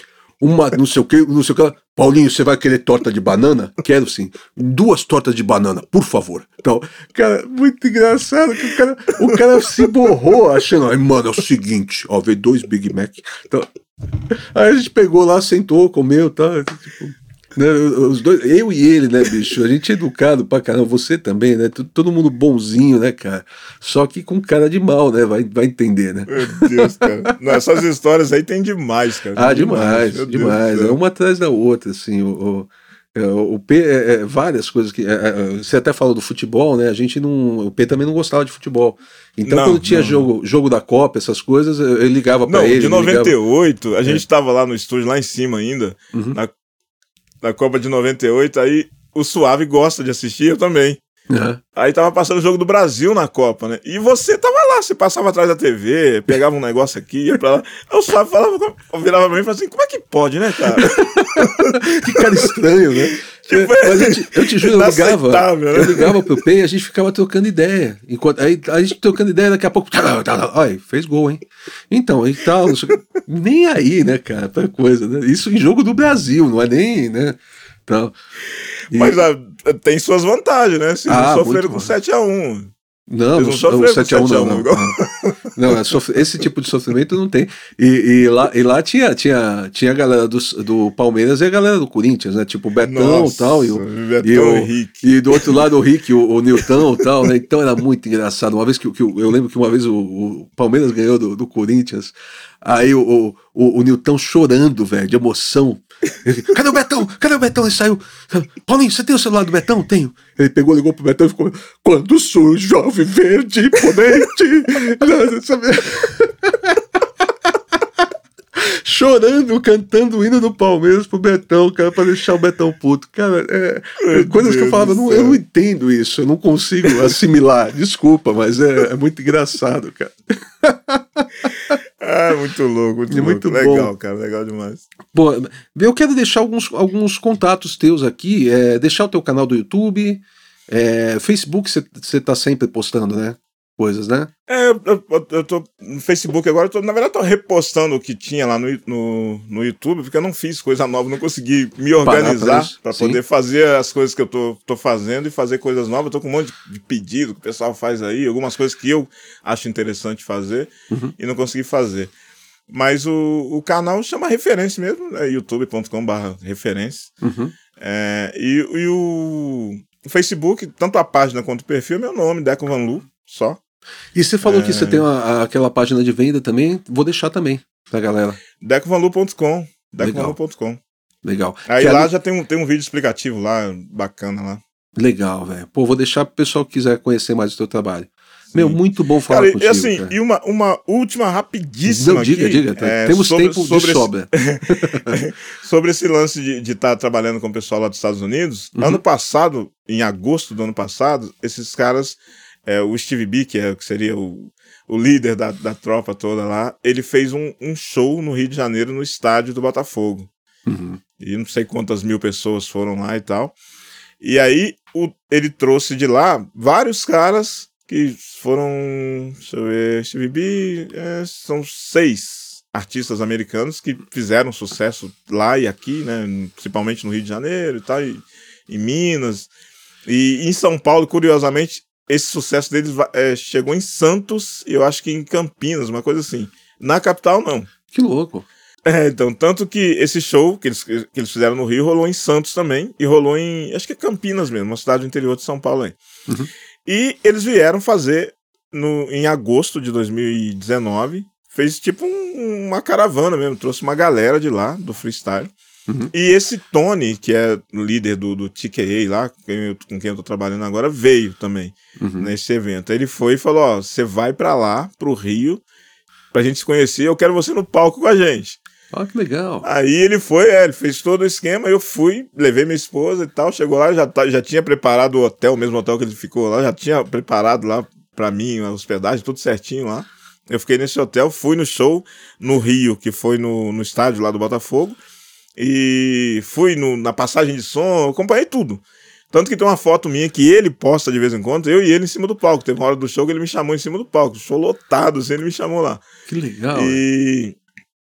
uma não sei o que, Paulinho, você vai querer torta de banana? Quero sim. 2 tortas de banana, por favor. Então, cara, muito engraçado que o cara se borrou achando, mano, é o seguinte, ó, veio 2 Big Mac. Então, aí a gente pegou lá, sentou, comeu, tá, tipo, né, os dois, eu e ele, né, bicho, a gente é educado pra caramba, você também, né, todo mundo bonzinho, né, cara, só que com cara de mal, né, vai entender, né. Meu Deus, cara, não, essas histórias aí tem demais, cara. Demais, é uma atrás da outra, assim, o P, várias coisas que, você até falou do futebol, né, o P também não gostava de futebol, então quando tinha jogo da Copa, essas coisas, eu ligava pra ele. De 98, a gente tava lá no estúdio, lá em cima ainda, na Copa de 98, aí o Suave gosta de assistir, eu também. Aí tava passando o jogo do Brasil na Copa, né? E você tava lá, você passava atrás da TV, pegava um negócio aqui, ia pra lá. Aí o Suave virava pra mim e falava assim, como é que pode, né, cara? Que cara estranho, né? Tipo, mas eu te juro, eu ligava pro P e a gente ficava trocando ideia. Aí a gente trocando ideia, daqui a pouco. Ai, fez gol, hein? Então, e tal. Nem aí, né, cara? Pra coisa, né? Isso em jogo do Brasil, não é nem, né? Então, mas tem suas vantagens, né? Se não sofreram com 7-1. Não, o 7-1 não. Não, esse tipo de sofrimento não tem. E lá tinha a galera do Palmeiras e a galera do Corinthians, né? Tipo o Betão e tal. E do outro lado o Rick, o Nilton e tal, né? Então era muito engraçado. Uma vez eu lembro que uma vez o Palmeiras ganhou do Corinthians. Aí o Nilton chorando, velho, de emoção. Ele, cadê o Betão? Ele saiu. Paulinho, você tem o celular do Betão? Tenho. Ele pegou, ligou pro Betão e ficou, quando sou jovem, verde, imponente. Chorando, cantando o hino do Palmeiras pro Betão, cara, pra deixar o Betão puto. Cara, coisas que eu falava, eu não entendo isso, eu não consigo assimilar. Desculpa, mas é muito engraçado, cara. Muito louco, muito legal, bom. Cara, legal demais. Bom, eu quero deixar alguns contatos teus aqui, deixar o teu canal do YouTube, Facebook você tá sempre postando, né? Coisas, né? Eu tô no Facebook agora, na verdade tô repostando o que tinha lá no YouTube, porque eu não fiz coisa nova, não consegui me organizar para poder fazer as coisas que eu tô fazendo e fazer coisas novas. Eu tô com um monte de pedido que o pessoal faz aí, algumas coisas que eu acho interessante fazer e não consegui fazer. Mas o canal chama Referência mesmo, é youtube.com/referência. E o Facebook, tanto a página quanto o perfil, é meu nome, Deco Van Lu, só. E você falou que você tem aquela página de venda também, vou deixar também pra galera. DecoVanLu.com. DecoVanLu.com. Legal. Aí lá já tem um vídeo explicativo lá, bacana lá. Legal, velho. Pô, vou deixar pro pessoal que quiser conhecer mais o teu trabalho. Sim. Meu, muito bom falar contigo. Assim, cara. E uma última rapidíssima. Não, diga. Temos tempo de sobra. Sobre esse lance de estar trabalhando com o pessoal lá dos Estados Unidos. Ano passado, em agosto do ano passado, esses caras... o Steve B, que seria o líder da tropa toda lá, ele fez um show no Rio de Janeiro, no estádio do Botafogo. E não sei quantas mil pessoas foram lá e tal. E aí ele trouxe de lá vários caras que foram, deixa eu ver, Steve B, são 6 artistas americanos que fizeram sucesso lá e aqui, né, principalmente no Rio de Janeiro e tal, e em Minas. E em São Paulo, curiosamente, esse sucesso deles chegou em Santos e eu acho que em Campinas, uma coisa assim. Na capital, não. Que louco. Então, tanto que esse show que eles fizeram no Rio rolou em Santos também e rolou em, acho que é Campinas mesmo, uma cidade do interior de São Paulo aí. E eles vieram fazer em agosto de 2019, fez tipo uma caravana mesmo, trouxe uma galera de lá, do freestyle. E esse Tony, que é o líder do TKA lá, com quem eu tô trabalhando agora, veio também nesse evento. Ele foi e falou, ó, você vai pra lá, pro Rio, pra gente se conhecer, eu quero você no palco com a gente. Ó, que legal. Aí ele foi, ele fez todo o esquema, eu fui, levei minha esposa e tal, chegou lá, já tinha preparado o hotel, o mesmo hotel que ele ficou lá, já tinha preparado lá pra mim, a hospedagem, tudo certinho lá. Eu fiquei nesse hotel, fui no show no Rio, que foi no estádio lá do Botafogo, e fui na passagem de som, acompanhei tudo. Tanto que tem uma foto minha que ele posta de vez em quando, eu e ele em cima do palco. Teve uma hora do show que ele me chamou em cima do palco. Show lotado, assim, ele me chamou lá. Que legal.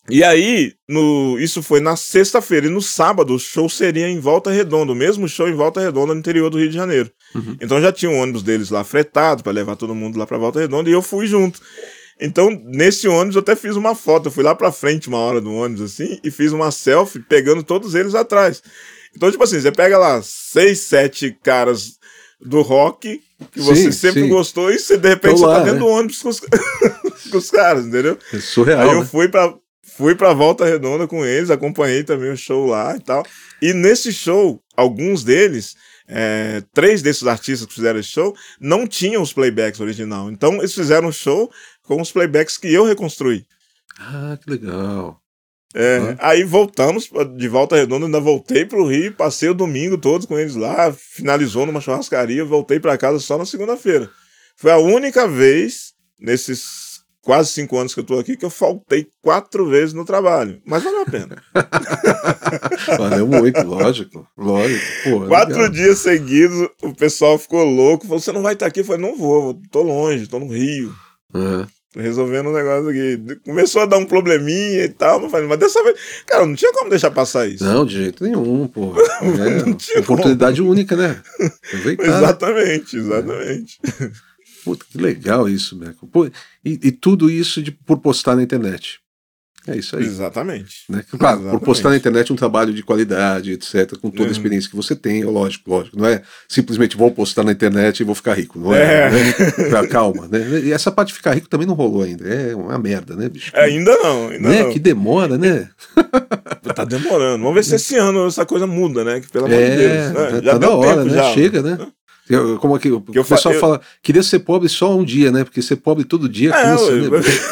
E aí, isso foi na sexta-feira, e no sábado o show seria em Volta Redonda, o mesmo show em Volta Redonda, no interior do Rio de Janeiro. Então já tinha um ônibus deles lá fretado para levar todo mundo lá pra Volta Redonda, e eu fui junto. Então, nesse ônibus eu até fiz uma foto, eu fui lá pra frente uma hora do ônibus, assim, e fiz uma selfie pegando todos eles atrás. Então, tipo assim, você pega lá 6, 7 caras do rock que você sempre gostou, e você, de repente, você tá dentro do ônibus com os caras, entendeu? É surreal, aí eu fui pra Volta Redonda com eles, acompanhei também o show lá e tal. E nesse show, alguns deles, 3 desses artistas que fizeram esse show, não tinham os playbacks original. Então eles fizeram um show com os playbacks que eu reconstruí. Ah, que legal. Aí voltamos de Volta Redonda, ainda voltei pro Rio, passei o domingo todos com eles lá, finalizou numa churrascaria, voltei pra casa só na segunda-feira. Foi a única vez, nesses quase 5 anos que eu tô aqui, que eu faltei 4 vezes no trabalho. Mas valeu a pena. Valeu muito, lógico. Pô, 4 dias seguidos, o pessoal ficou louco, falou, você não vai estar aqui? Eu falei, não vou, tô longe, tô no Rio. Tô resolvendo um negócio aqui. Começou a dar um probleminha e tal, mas dessa vez, cara, não tinha como deixar passar isso. Não, de jeito nenhum, pô. Não tinha oportunidade única, né? Exatamente. Puta, que legal isso, Beco. Pô, e tudo isso por postar na internet. É isso aí. Exatamente. Né? Claro, por postar na internet um trabalho de qualidade, etc., com toda a experiência que você tem, lógico. Não é simplesmente vou postar na internet e vou ficar rico. Não é? Né? Calma, né? E essa parte de ficar rico também não rolou ainda. É uma merda, né, bicho? Ainda não. Que demora, né? Tá demorando. Vamos ver se esse ano essa coisa muda, né? Que, pelo amor de Deus. Né? Já tá deu da hora, tempo, né? já. Chega, né? Como aqui, o pessoal fala, queria ser pobre só um dia, né? Porque ser pobre todo dia cansa, né?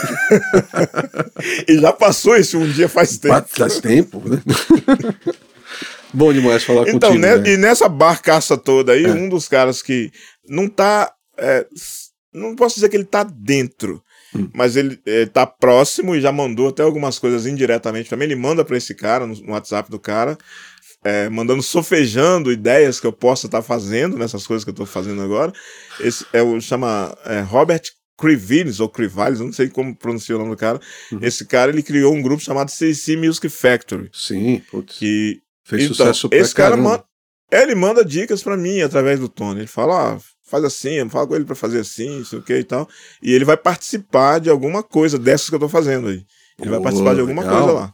E já passou esse um dia faz tempo. Faz tempo, né? Bom demais falar então, contigo. Né? E nessa barcaça toda aí, um dos caras que não tá. Não posso dizer que ele tá dentro, mas ele tá próximo e já mandou até algumas coisas indiretamente também. Ele manda pra esse cara, no WhatsApp do cara. Mandando, sofejando ideias que eu possa estar fazendo nessas coisas que eu estou fazendo agora. Esse chama Robert Kriviles, ou Kriviles, eu não sei como pronunciar o nome do cara. Esse cara, ele criou um grupo chamado CC Music Factory. Sim, putz. Que fez sucesso pra esse caramba. cara ele manda dicas pra mim através do Tony. Ele fala, faz assim, fala com ele pra fazer assim, não sei o que e tal. E ele vai participar de alguma coisa dessas que eu tô fazendo aí. Ele vai participar de alguma coisa lá.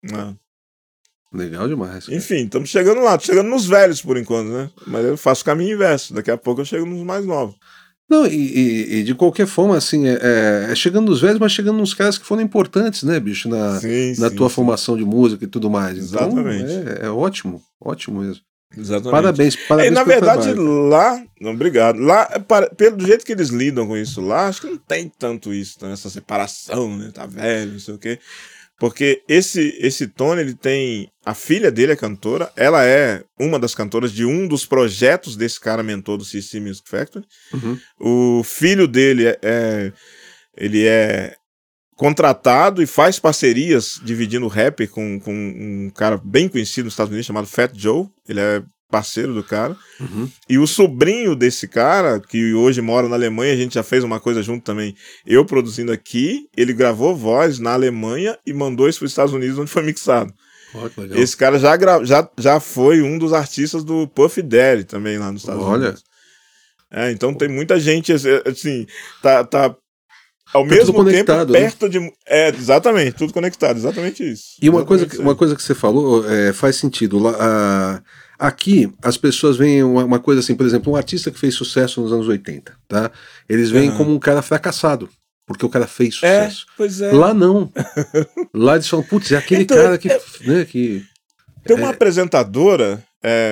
Legal demais. Cara. Enfim, estamos chegando lá, tô chegando nos velhos por enquanto, né? Mas eu faço o caminho inverso, daqui a pouco eu chego nos mais novos. Não, e de qualquer forma, assim, chegando nos velhos, mas chegando nos caras que foram importantes, né, bicho, na tua formação de música e tudo mais. Exatamente. Então, é ótimo mesmo. Exatamente. Parabéns E na verdade, trabalho, lá, obrigado, lá, pelo jeito que eles lidam com isso lá, acho que não tem tanto isso, né? Essa separação, né? Tá velho, não sei o quê. Porque esse Tony, ele tem... A filha dele é cantora, ela é uma das cantoras de um dos projetos desse cara mentor do CC Music Factory. O filho dele ele é contratado e faz parcerias dividindo rap com um cara bem conhecido nos Estados Unidos chamado Fat Joe. Ele é parceiro do cara. E o sobrinho desse cara, que hoje mora na Alemanha, a gente já fez uma coisa junto também, eu produzindo aqui, ele gravou voz na Alemanha e mandou isso para os Estados Unidos, onde foi mixado. Esse cara já foi um dos artistas do Puff Daddy também lá nos Estados Unidos. Então tem muita gente assim, tá ao mesmo tempo perto, né? Exatamente, tudo conectado, exatamente isso. E uma coisa que você falou faz sentido. Aqui as pessoas veem uma coisa assim, por exemplo, um artista que fez sucesso nos anos 80, tá? Eles veem como um cara fracassado, porque o cara fez sucesso. Pois é. Lá não. Lá eles falam, putz, é aquele cara que... Né, que tem uma apresentadora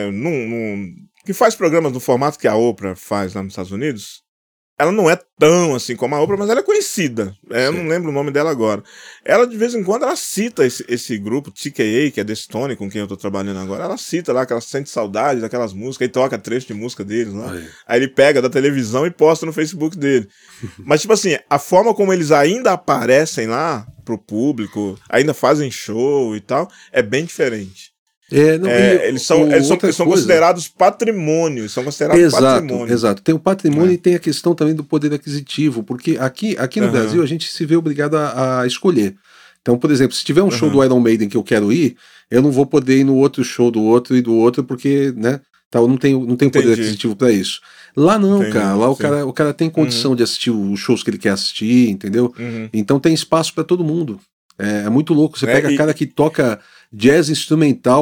que faz programas no formato que a Oprah faz lá nos Estados Unidos. Ela não é tão assim como a Oprah, mas ela é conhecida. Eu não lembro o nome dela agora. Ela, de vez em quando, ela cita esse grupo, TKA, que é desse Tony, com quem eu tô trabalhando agora. Ela cita lá que ela sente saudade daquelas músicas, e toca trecho de música deles lá. Aí ele pega da televisão e posta no Facebook dele. Mas, tipo assim, a forma como eles ainda aparecem lá pro público, ainda fazem show e tal, é bem diferente. Eles são considerados patrimônio. Exato. Tem o patrimônio e tem a questão também do poder aquisitivo, porque aqui no Brasil a gente se vê obrigado a escolher. Então, por exemplo, se tiver um show do Iron Maiden que eu quero ir, eu não vou poder ir no outro show do outro e do outro, porque, né, eu não tenho poder aquisitivo para isso. Lá não, cara. Lá o cara tem condição de assistir os shows que ele quer assistir, entendeu? Então tem espaço para todo mundo. É muito louco. Você pega cara que toca jazz instrumental,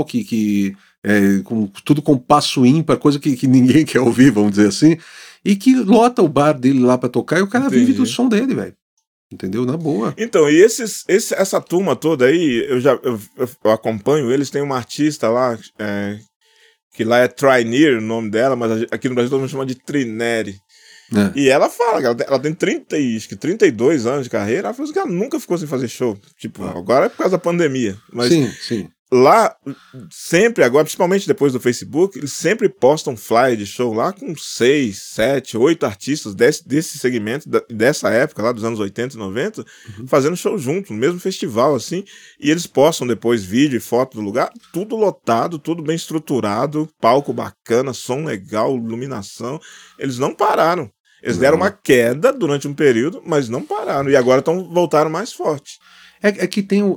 tudo com passo ímpar, coisa que ninguém quer ouvir, vamos dizer assim, e que lota o bar dele lá para tocar e o cara vive do som dele, velho. Entendeu? Na boa. Então, e essa turma toda aí, eu acompanho eles. Tem uma artista lá, que lá é Trinneer, o nome dela, mas aqui no Brasil todo mundo chama de Trineri. E ela fala que ela tem 32 anos de carreira. Ela falou que ela nunca ficou sem fazer show. Tipo, agora é por causa da pandemia. Mas sim. Lá, sempre, agora, principalmente depois do Facebook, eles sempre postam flyer de show lá com 6, 7, 8 artistas desse segmento, dessa época, lá dos anos 80 e 90, fazendo show junto, no mesmo festival, assim, e eles postam depois vídeo e foto do lugar, tudo lotado, tudo bem estruturado, palco bacana, som legal, iluminação. Eles não pararam. Eles deram uma queda durante um período, mas não pararam, e agora voltaram mais forte. É que tem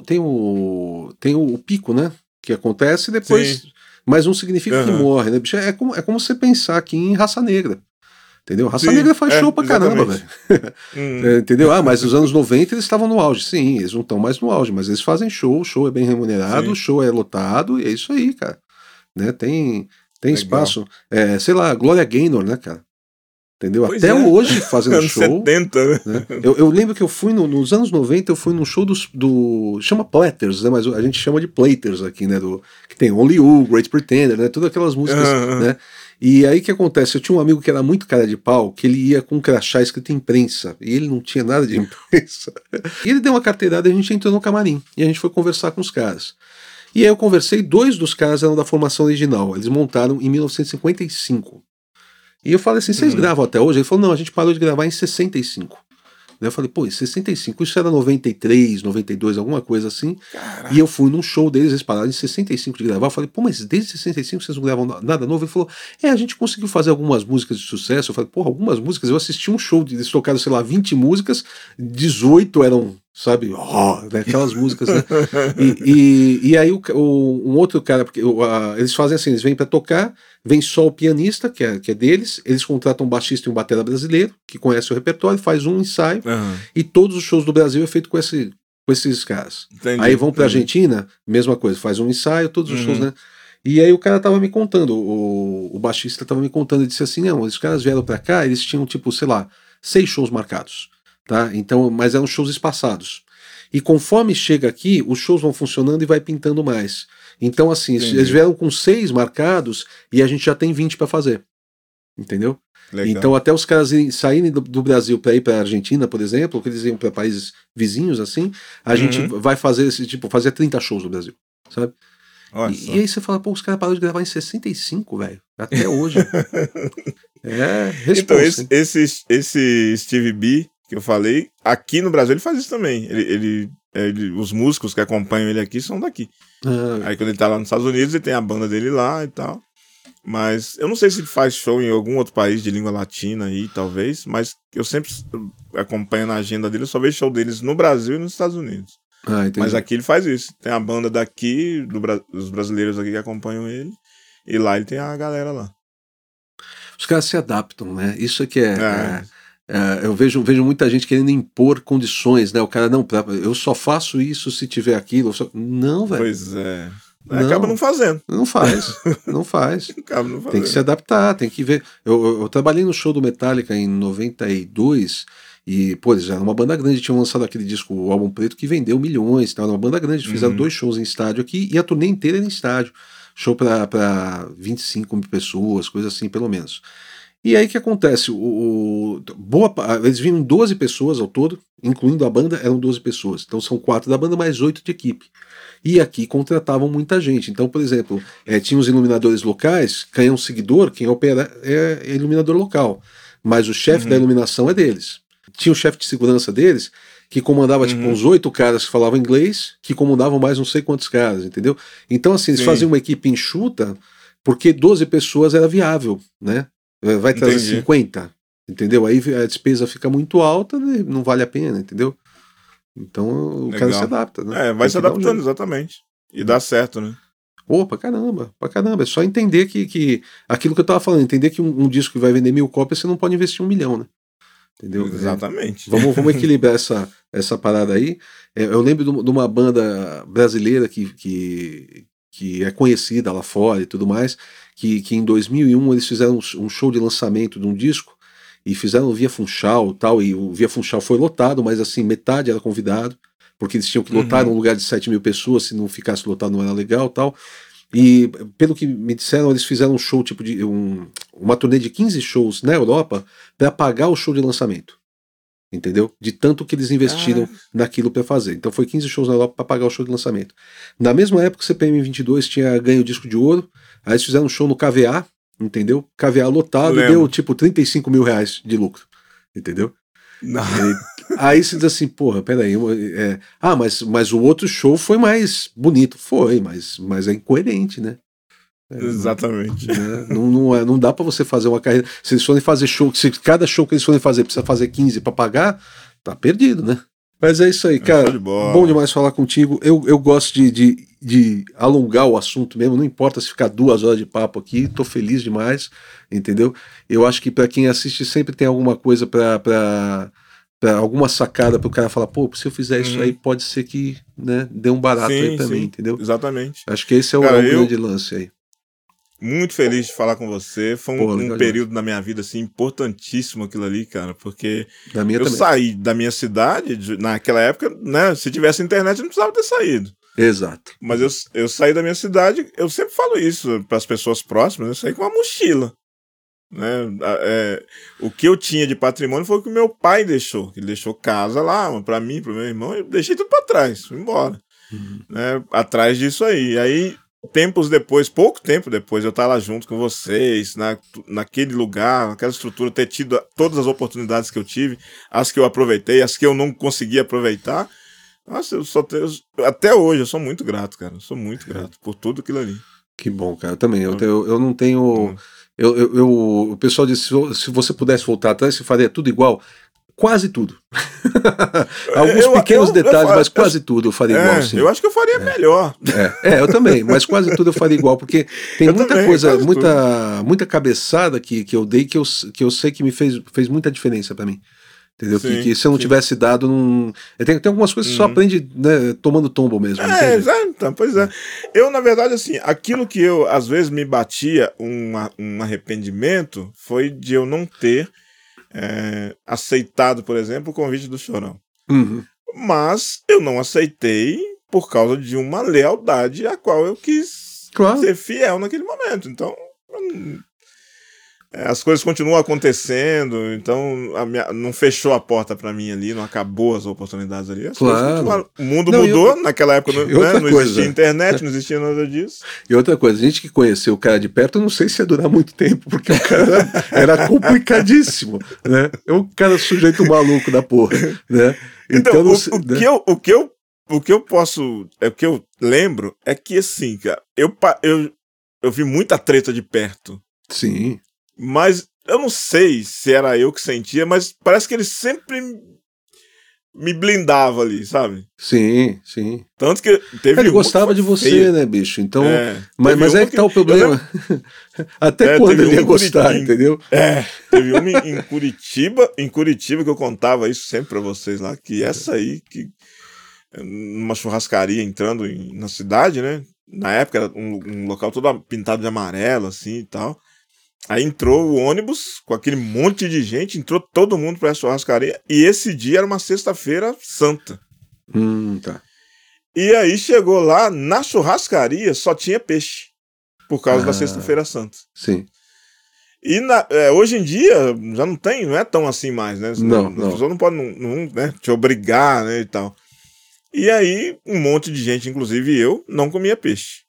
o pico, né? Que acontece e depois. Mas não significa que morre, né, bicho? É como você pensar aqui em Raça Negra. Entendeu? Raça Negra faz show pra caramba, velho. Entendeu? Mas nos anos 90 eles estavam no auge. Sim, eles não estão mais no auge, mas eles fazem show, o show é bem remunerado, o show é lotado, e é isso aí, cara. Né? Tem espaço. Sei lá, Gloria Gaynor, né, cara? Entendeu? Pois até hoje fazendo show. 70, né? Eu lembro que eu fui nos anos 90, eu fui num show chama Platters, né? Mas a gente chama de Platers aqui, né? Que tem Only You, Great Pretender, né? Todas aquelas músicas, né? E aí o que acontece? Eu tinha um amigo que era muito cara de pau, que ele ia com um crachá escrito imprensa, e ele não tinha nada de imprensa. E ele deu uma carteirada e a gente entrou no camarim, e a gente foi conversar com os caras. E aí eu conversei, 2 dos caras eram da formação original, eles montaram em 1955. E eu falei assim, vocês gravam até hoje? Ele falou, não, a gente parou de gravar em 65. Eu falei, pô, em 65, isso era 93, 92, alguma coisa assim. Caraca. E eu fui num show deles, eles pararam em 65 de gravar. Eu falei, pô, mas desde 65 vocês não gravam nada novo? Ele falou, a gente conseguiu fazer algumas músicas de sucesso. Eu falei, porra, algumas músicas? Eu assisti um show, eles tocaram, sei lá, 20 músicas, 18 eram, sabe, né, aquelas músicas, né? E aí um outro cara, porque eles fazem assim, eles vêm pra tocar, vem só o pianista, que é deles, eles contratam um baixista e um batera brasileiro, que conhece o repertório, faz um ensaio, e todos os shows do Brasil é feito com esses caras. Entendi, aí vão pra Argentina, mesma coisa, faz um ensaio, todos os shows, né? E aí o cara tava me contando, o baixista tava me contando, ele disse assim, não, os caras vieram pra cá, eles tinham tipo, sei lá, 6 shows marcados, tá? Então, mas eram shows espaçados. E conforme chega aqui, os shows vão funcionando e vai pintando mais. Então, assim, eles vieram com 6 marcados e a gente já tem 20 para fazer. Entendeu? Legal. Então, até os caras saírem do Brasil para ir para a Argentina, por exemplo, que eles iam para países vizinhos, assim, a gente vai fazer fazer 30 shows no Brasil, sabe? E aí você fala, pô, os caras pararam de gravar em 65, velho. Até hoje. Então, esse Stevie B que eu falei, aqui no Brasil ele faz isso também. Os músicos que acompanham ele aqui são daqui. Aí quando ele tá lá nos Estados Unidos, ele tem a banda dele lá e tal. Mas eu não sei se ele faz show em algum outro país de língua latina aí, talvez. Mas eu sempre acompanho na agenda dele, eu só vejo show deles no Brasil e nos Estados Unidos. Mas aqui ele faz isso. Tem a banda daqui, dos brasileiros aqui que acompanham ele. E lá ele tem a galera lá. Os caras se adaptam, né? Isso aqui eu vejo muita gente querendo impor condições, né? O cara, não, eu só faço isso se tiver aquilo. Não, velho. Pois é. Acaba não fazendo. Não faz. Acaba não fazendo. Tem que se adaptar, tem que ver. Eu trabalhei no show do Metallica em 92 e, pô, eles eram uma banda grande, tinham lançado aquele disco, o Álbum Preto, que vendeu milhões, era uma banda grande, fizeram 2 shows em estádio aqui e a turnê inteira era em estádio. Show para 25 mil pessoas, coisa assim, pelo menos. E aí o que acontece? Eles vinham 12 pessoas ao todo, incluindo a banda, eram 12 pessoas. Então são 4 da banda, mais 8 de equipe. E aqui contratavam muita gente. Então, por exemplo, tinha os iluminadores locais, quem é um seguidor, quem opera é iluminador local. Mas o chefe da iluminação é deles. Tinha o chefe de segurança deles, que comandava tipo uns 8 caras que falavam inglês, que comandavam mais não sei quantos caras, entendeu? Então, assim, eles faziam uma equipe enxuta, porque 12 pessoas era viável, né? Vai trazer 50, entendeu? Aí a despesa fica muito alta, não vale a pena, entendeu? Então o cara se adapta, né? Vai se adaptando, exatamente. E dá certo, né? Pra caramba. É só entender que aquilo que eu tava falando, entender que um disco que vai vender 1000 cópias, você não pode investir 1 milhão, né? Entendeu? Exatamente. Vamos equilibrar essa parada aí. Eu lembro de uma banda brasileira que é conhecida lá fora e tudo mais, que em 2001 eles fizeram um show de lançamento de um disco e fizeram via Funchal e tal, e o via Funchal foi lotado, mas assim, metade era convidado, porque eles tinham que lotar um lugar de 7.000 pessoas, se não ficasse lotado não era legal e tal. E pelo que me disseram, eles fizeram um show tipo de uma turnê de 15 shows na Europa para pagar o show de lançamento, entendeu? De tanto que eles investiram naquilo para fazer. Então foi 15 shows na Europa para pagar o show de lançamento. Na mesma época, o CPM 22 tinha ganho o disco de ouro, aí eles fizeram um show no KVA, entendeu? KVA lotado e deu tipo 35 mil reais de lucro, entendeu? Aí você diz assim, porra, peraí, mas o outro show foi mais bonito. Foi, mas é incoerente, né? Exatamente. Não dá pra você fazer uma carreira. Se eles forem fazer show, se cada show que eles forem fazer precisa fazer 15 pra pagar, tá perdido, né? Mas é isso aí, cara. Bom demais falar contigo. Eu gosto de alongar o assunto mesmo, não importa se ficar 2 horas de papo aqui, tô feliz demais, entendeu? Eu acho que pra quem assiste sempre tem alguma coisa pra alguma sacada pro cara falar, pô, se eu fizer isso aí, pode ser que, né, dê um barato aí também, entendeu? Exatamente. Acho que esse é o grande lance aí. Muito feliz de falar com você. Foi um período na minha vida assim, importantíssimo aquilo ali, cara, porque eu saí da minha cidade, naquela época, né? Se tivesse internet, eu não precisava ter saído. Exato. Mas eu saí da minha cidade, eu sempre falo isso para as pessoas próximas, eu saí com uma mochila. Né? O que eu tinha de patrimônio foi o que meu pai deixou. Ele deixou casa lá, para mim, para o meu irmão, eu deixei tudo para trás, fui embora. Né? Atrás disso aí. E aí, pouco tempo depois, eu estava lá junto com vocês, naquele lugar, naquela estrutura, ter tido todas as oportunidades que eu tive, as que eu aproveitei, as que eu não consegui aproveitar. Nossa, até hoje eu sou muito grato, cara. Eu sou muito grato por tudo aquilo ali. Que bom, cara. Eu também. Eu não tenho. O pessoal disse: se você pudesse voltar atrás, você faria tudo igual. Quase tudo. Alguns pequenos detalhes, mas quase tudo eu faria igual, sim. Eu acho que eu faria melhor. Eu também, mas quase tudo eu faria igual, porque tem muita coisa, muita cabeçada que eu dei que eu sei que me fez muita diferença pra mim. Entendeu? Sim, que se eu não tivesse dado, tem algumas coisas que só aprende, né, tomando tombo mesmo. Então, pois é. Eu, na verdade, assim, aquilo que eu, às vezes, me batia um arrependimento foi de eu não ter aceitado, por exemplo, o convite do Chorão. Mas eu não aceitei por causa de uma lealdade a qual eu quis ser fiel naquele momento. Então, as coisas continuam acontecendo, então não fechou a porta pra mim ali, não acabou as oportunidades ali. O mundo mudou, naquela época não existia internet, não existia nada disso. E outra coisa, a gente que conheceu o cara de perto, eu não sei se ia durar muito tempo, porque o cara era complicadíssimo, né? É um cara sujeito maluco da porra, né? Então o que eu lembro é que, assim, cara, eu vi muita treta de perto. Sim. Mas eu não sei se era eu que sentia, mas parece que ele sempre me blindava ali, sabe? Sim. Tanto que teve ele gostava de você, feio, né, bicho? Então, mas é que tá o problema. Até quando ele ia gostar, entendeu? Teve uma em Curitiba que eu contava isso sempre pra vocês lá, que essa aí, que numa churrascaria entrando na cidade, né? Na época era um local todo pintado de amarelo, assim e tal. Aí entrou o ônibus com aquele monte de gente, entrou todo mundo pra essa churrascaria, e esse dia era uma sexta-feira santa. Tá. E aí chegou lá, na churrascaria só tinha peixe, por causa da sexta-feira santa. Sim. E hoje em dia já não é tão assim mais, né? Não. As pessoas não podem né, te obrigar, né, e tal. E aí um monte de gente, inclusive eu, não comia peixe.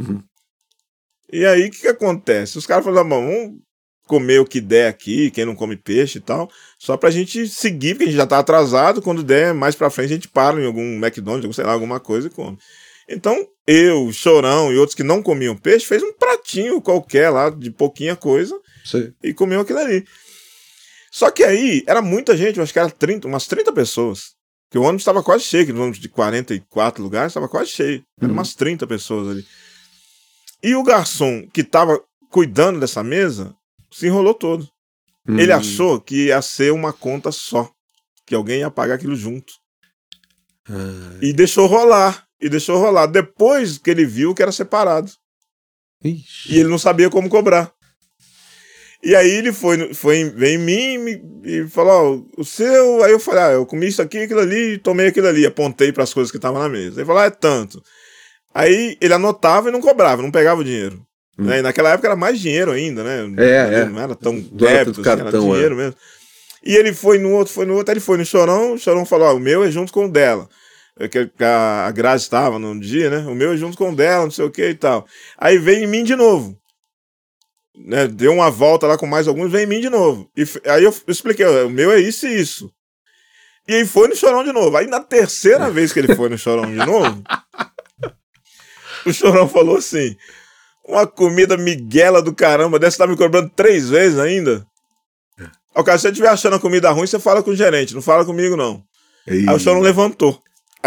E aí, o que acontece? Os caras falaram, vamos comer o que der aqui, quem não come peixe e tal, só pra gente seguir, porque a gente já tá atrasado, quando der mais pra frente a gente para em algum McDonald's, sei lá, alguma coisa e come. Então, eu, Chorão e outros que não comiam peixe, fez um pratinho qualquer lá, de pouquinha coisa, e comeu aquilo ali. Só que aí, era muita gente, eu acho que era umas 30 pessoas. Porque o ônibus estava quase cheio, aquele ônibus de 44 lugares estava quase cheio. Eram umas 30 pessoas ali. E o garçom que estava cuidando dessa mesa se enrolou todo. Ele achou que ia ser uma conta só, que alguém ia pagar aquilo junto. E deixou rolar. Depois que ele viu que era separado. Ixi. E ele não sabia como cobrar. E aí ele veio em mim e falou, o seu... Aí eu falei, eu comi isso aqui, aquilo ali, tomei aquilo ali. Apontei para as coisas que estavam na mesa. Ele falou, é tanto. Aí ele anotava e não cobrava, não pegava o dinheiro. Né? E naquela época era mais dinheiro ainda, né? Não era tão débito, assim, era dinheiro mesmo. E ele foi no outro, aí ele foi no Chorão, o Chorão falou, o meu é junto com o dela. Que a Grazi estava no dia, né? O meu é junto com o dela, não sei o que e tal. Aí veio em mim de novo. Né? Deu uma volta lá com mais alguns, veio em mim de novo. E aí eu expliquei, o meu é isso e isso. E aí foi no Chorão de novo. Aí na terceira vez que ele foi no Chorão de novo, o Chorão falou assim, uma comida miguela do caramba, dessa tá me cobrando 3 vezes ainda. Ó, cara, se você estiver achando a comida ruim, você fala com o gerente, não fala comigo não. Aí o Chorão levantou. Aí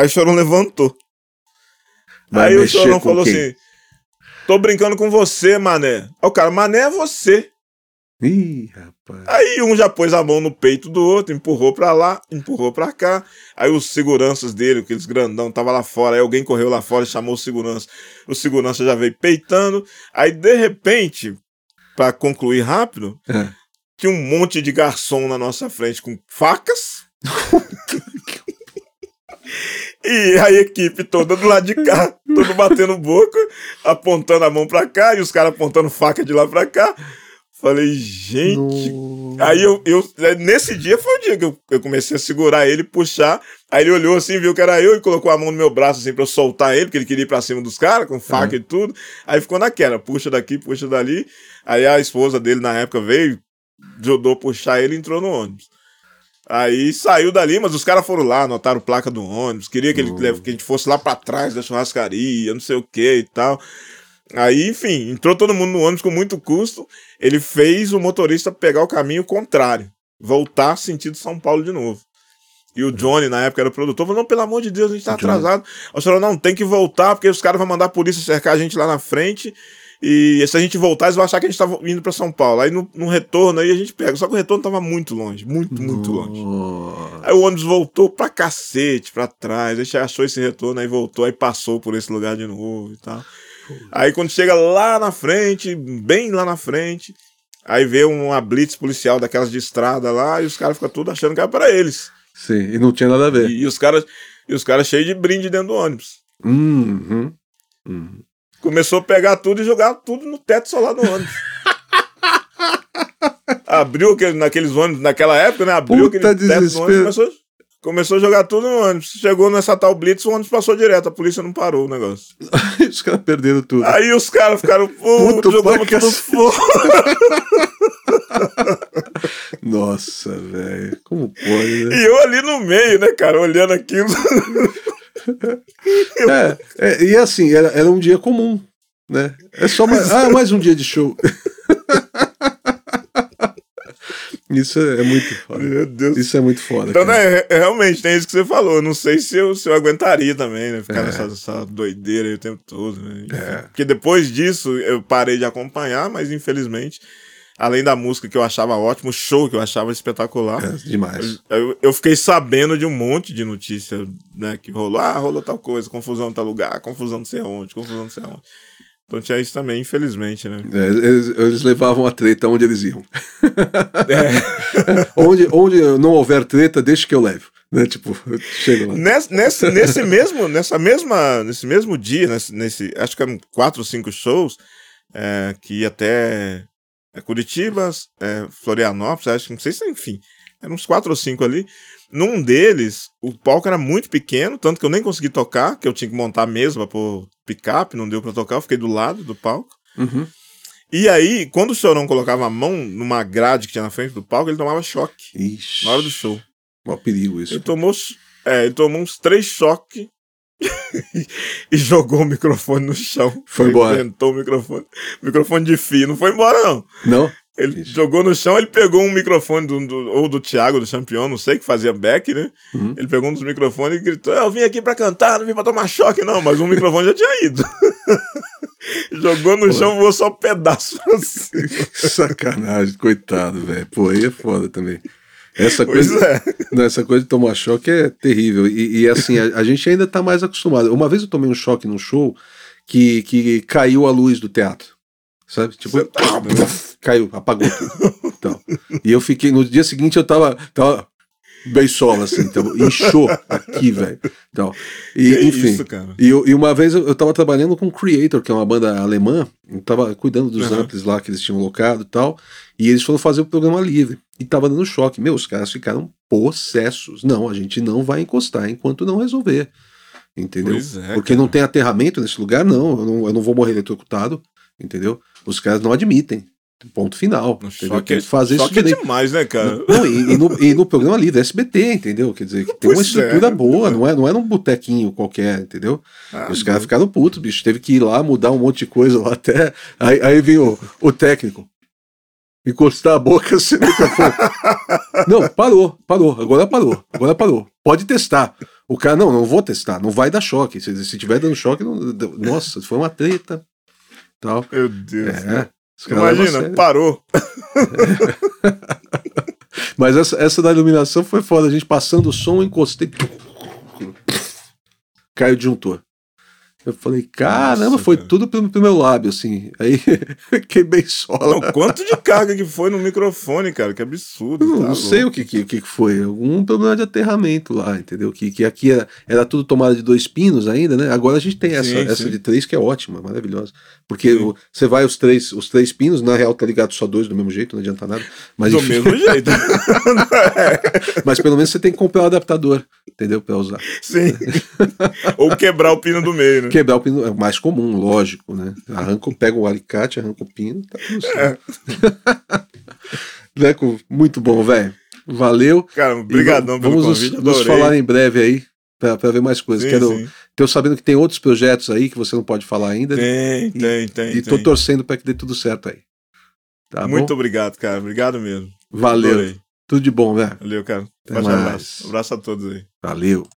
o Chorão falou assim, tô brincando com você, mané. Aí o cara, mané é você. Ih, rapaz. Aí um já pôs a mão no peito do outro, empurrou pra lá, empurrou pra cá. Aí os seguranças dele, aqueles grandão, tava lá fora. Aí alguém correu lá fora e chamou o segurança. O segurança já veio peitando. Aí, de repente, pra concluir rápido, tinha um monte de garçom na nossa frente com facas. E a equipe toda do lado de cá, todo batendo boca, apontando a mão pra cá, e os caras apontando faca de lá pra cá. Falei, gente... Aí nesse dia foi o dia que eu comecei a segurar ele, puxar. Aí ele olhou assim, viu que era eu e colocou a mão no meu braço assim pra eu soltar ele, porque ele queria ir pra cima dos caras, com faca e tudo. Aí ficou naquela, puxa daqui, puxa dali. Aí a esposa dele na época veio, ajudou a puxar ele e entrou no ônibus. Aí saiu dali, mas os caras foram lá, anotaram placa do ônibus, queria que a gente fosse lá pra trás da churrascaria, não sei o que e tal. Aí, enfim, entrou todo mundo no ônibus com muito custo. Ele fez o motorista pegar o caminho contrário, voltar sentido São Paulo de novo. E o Johnny, na época, era o produtor, falou, não, pelo amor de Deus, a gente tá atrasado. Aí falou, não, tem que voltar, porque os caras vão mandar a polícia cercar a gente lá na frente. E se a gente voltar, eles vão achar que a gente tava indo pra São Paulo. Aí no retorno, aí a gente pega. Só que o retorno tava muito longe, muito longe. Aí o ônibus voltou pra cacete, pra trás. A gente achou esse retorno, aí voltou, aí passou por esse lugar de novo e tal. Aí quando chega lá na frente, bem lá na frente, aí vê uma blitz policial daquelas de estrada lá, e os caras ficam tudo achando que era pra eles. Sim, e não tinha nada a ver. E os caras cheios de brinde dentro do ônibus. Começou a pegar tudo e jogar tudo no teto solar do ônibus. Abriu naqueles ônibus, naquela época, né? Abriu aquele teto do ônibus, começou a jogar tudo no ônibus. Chegou nessa tal blitz, o ônibus passou direto. A polícia não parou o negócio. Os caras perderam tudo. Aí os caras ficaram, jogamos tudo fora. Nossa, velho. Como pode, né? E eu ali no meio, né, cara, olhando aquilo. E assim, era um dia comum, né? É só mais um dia de show. Isso é muito foda. Meu Deus. Isso é muito foda. Então, né, realmente, tem isso que você falou. Eu não sei se eu aguentaria também, né? Ficar nessa doideira aí o tempo todo. Né? Porque depois disso, eu parei de acompanhar, mas infelizmente, além da música que eu achava ótimo, o show que eu achava espetacular. Demais. Eu fiquei sabendo de um monte de notícia, né? Que rolou tal coisa, confusão em tal lugar, confusão não sei aonde, confusão não sei aonde. Então tinha isso também, infelizmente, né? Eles levavam a treta onde eles iam. Onde não houver treta, deixa que eu levo. Né? Tipo, eu chego lá. Nesse mesmo dia, acho que eram 4 ou 5 shows, que ia até Curitiba, Florianópolis, acho que não sei se, enfim, eram uns 4 ou 5 ali. Num deles, o palco era muito pequeno, tanto que eu nem consegui tocar, que eu tinha que montar a mesa pra pôr picape, não deu pra tocar, eu fiquei do lado do palco. E aí, quando o Chorão colocava a mão numa grade que tinha na frente do palco, ele tomava choque. Ixi, na hora do show. Mó perigo isso. Ele tomou uns 3 choques e jogou o microfone no chão. Foi embora. Inventou o microfone de fio, não foi embora não. Não? Ele jogou no chão, ele pegou um microfone ou do Thiago, do Champion, não sei, que fazia back, né? Ele pegou um dos microfones e gritou, eu vim aqui pra cantar, não vim pra tomar choque, não. Mas um microfone já tinha ido. Jogou no chão, voou só um pedaço assim. Sacanagem, coitado, velho. Pô, aí é foda também. Essa coisa de tomar choque é terrível. E assim, a gente ainda tá mais acostumado. Uma vez eu tomei um choque num show que caiu a luz do teatro. Sabe? Tipo, caiu, apagou tudo. Então, e eu fiquei, no dia seguinte eu tava beisola, assim, então, inchou aqui, velho. Então, enfim. Isso, cara? E uma vez eu tava trabalhando com o Creator, que é uma banda alemã, eu tava cuidando dos amplis lá que eles tinham locado e tal, e eles foram fazer o programa livre. E tava dando choque. Os caras ficaram possessos. Não, a gente não vai encostar enquanto não resolver. Entendeu? Porque não tem aterramento nesse lugar, não. Eu não vou morrer eletrocutado. Entendeu? Os caras não admitem. Ponto final. Choque, fazer isso demais, né, cara? Não, e no programa livre, SBT, entendeu? Quer dizer, que tem uma estrutura boa, não é num botequinho qualquer, entendeu? Os caras ficaram putos, bicho. Teve que ir lá, mudar um monte de coisa lá até. Aí veio o técnico. Encostar a boca assim no microfone. Não, parou. Agora parou. Pode testar. O cara, não vou testar, não vai dar choque. Se tiver dando choque, nossa, foi uma treta. Tal. Meu Deus. Imagina, parou. Mas essa da iluminação foi foda. A gente passando o som, encostei. Caiu o disjuntor. Eu falei, caramba, nossa, foi tudo pro meu lábio, assim. Aí fiquei bem sola. Não, quanto de carga que foi no microfone, cara? Que absurdo. Não sei o que foi. Algum problema de aterramento lá, entendeu? Que aqui era tudo tomada de 2 pinos ainda, né? Agora a gente tem essa de 3 que é ótima, maravilhosa. Porque você vai os três pinos, na real tá ligado só 2 do mesmo jeito, não adianta nada. Mas, do mesmo jeito. Mas pelo menos você tem que comprar um adaptador, entendeu? Pra usar. Sim. Ou quebrar o pino do meio, né? Quebrar o pino é mais comum, lógico, né? Pega o alicate, arranca o pino, tá tudo certo. Leco, muito bom, velho. Valeu. Cara, obrigadão pelo convite. Vamos falar em breve aí, pra ver mais coisas. Tô sabendo que tem outros projetos aí que você não pode falar ainda. Tem. E tô torcendo pra que dê tudo certo aí. Tá muito bom? Obrigado, cara. Obrigado mesmo. Valeu. Adorei. Tudo de bom, velho. Valeu, cara. Abraço. Abraço a todos aí. Valeu.